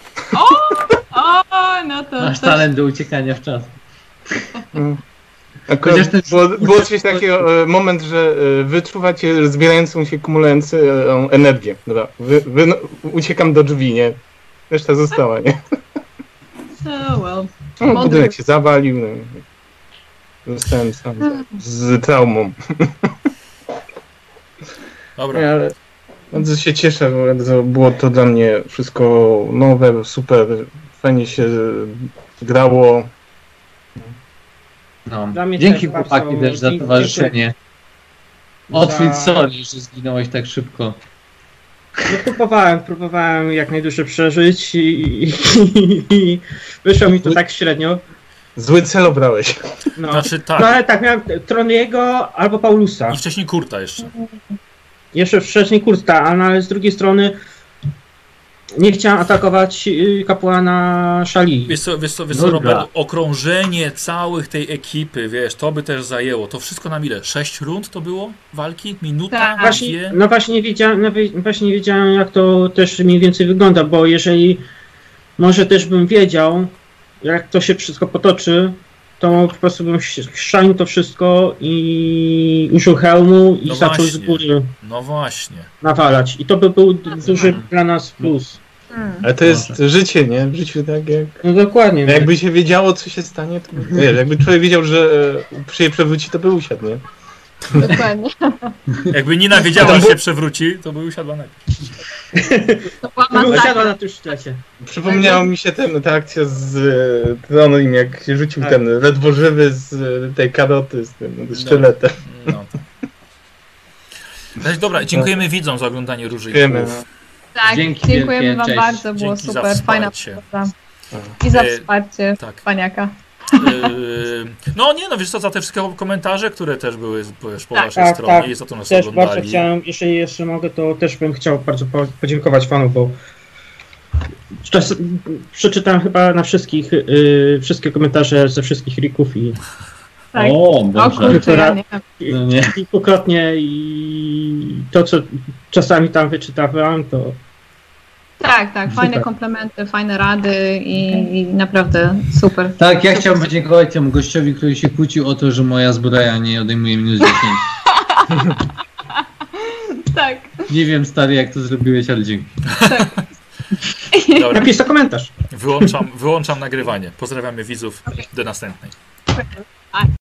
No to... Masz talent do uciekania w czas. Było coś takiego, moment, że wyczuwacie zbierającą się, kumulującą energię. Dobra, uciekam do drzwi, nie? Reszta została, nie? Oh well. No, budynek się zawalił. No. Zostałem sam z traumą. Dobra. Nie, ale bardzo się cieszę, bo było to dla mnie wszystko nowe, super, fajnie się grało. No. Dla mnie Dzięki też chłopaki bardzo też za dziękuję. towarzyszenie. Otwit, sorry, że zginąłeś tak szybko. No, próbowałem jak najdłużej przeżyć i wyszło mi to tak średnio. Zły cel obrałeś. No. Znaczy tak. No ale tak, miałem Troniego albo Paulusa. I wcześniej Kurta jeszcze. Jeszcze wcześniej Kurta, ale z drugiej strony nie chciałem atakować kapłana Szali. Wiesz co, Robert, okrążenie całych tej ekipy, wiesz, to by też zajęło. To wszystko nam ile? 6 rund to było? Walki? Minuta? Tak. Właśnie, no właśnie nie wiedziałem jak to też mniej więcej wygląda, bo jeżeli może też bym wiedział, jak to się wszystko potoczy, to po prostu bym szanił to wszystko i użył hełmu i zaczął z góry nawalać. I to by był duży dla nas plus. Ale to jest życie, nie? W życiu tak jak... No dokładnie. Jakby się wiedziało, co się stanie, to wiesz, jakby człowiek wiedział, że się przewróci, to by usiadł, nie? Dokładnie. Jakby Nina wiedziała, że się przewróci, to by usiadła najpierw. To by usiadła na tym szczycie. Przypomniała mi się ta akcja z Tronem, jak się rzucił ten ledwo żywy z tej karoty, z tym sztyletem. No. Dobra, dziękujemy widzom za oglądanie Róży i Płów. Tak, dziękujemy wam bardzo, było Dzięki super, fajna współpraca. I za wsparcie Paniaka. No nie, no wiesz co, za te wszystkie komentarze, które też były po waszej stronie i za to nas też oglądali. Bardzo chciałem, jeżeli jeszcze mogę, to też bym chciał bardzo podziękować fanom, bo przeczytałem chyba na wszystkie komentarze ze wszystkich rików i tak. Kilkukrotnie i to, co czasami tam wyczytałem, to... Tak, fajne komplementy, fajne rady i naprawdę super. Tak, ja chciałbym podziękować temu gościowi, który się kłócił o to, że moja zbroja nie odejmuje minus 10. Tak. Nie wiem, stary, jak to zrobiłeś, ale dzięki. Tak. Dobra. Napisz to komentarz. Wyłączam nagrywanie. Pozdrawiamy widzów. Do następnej.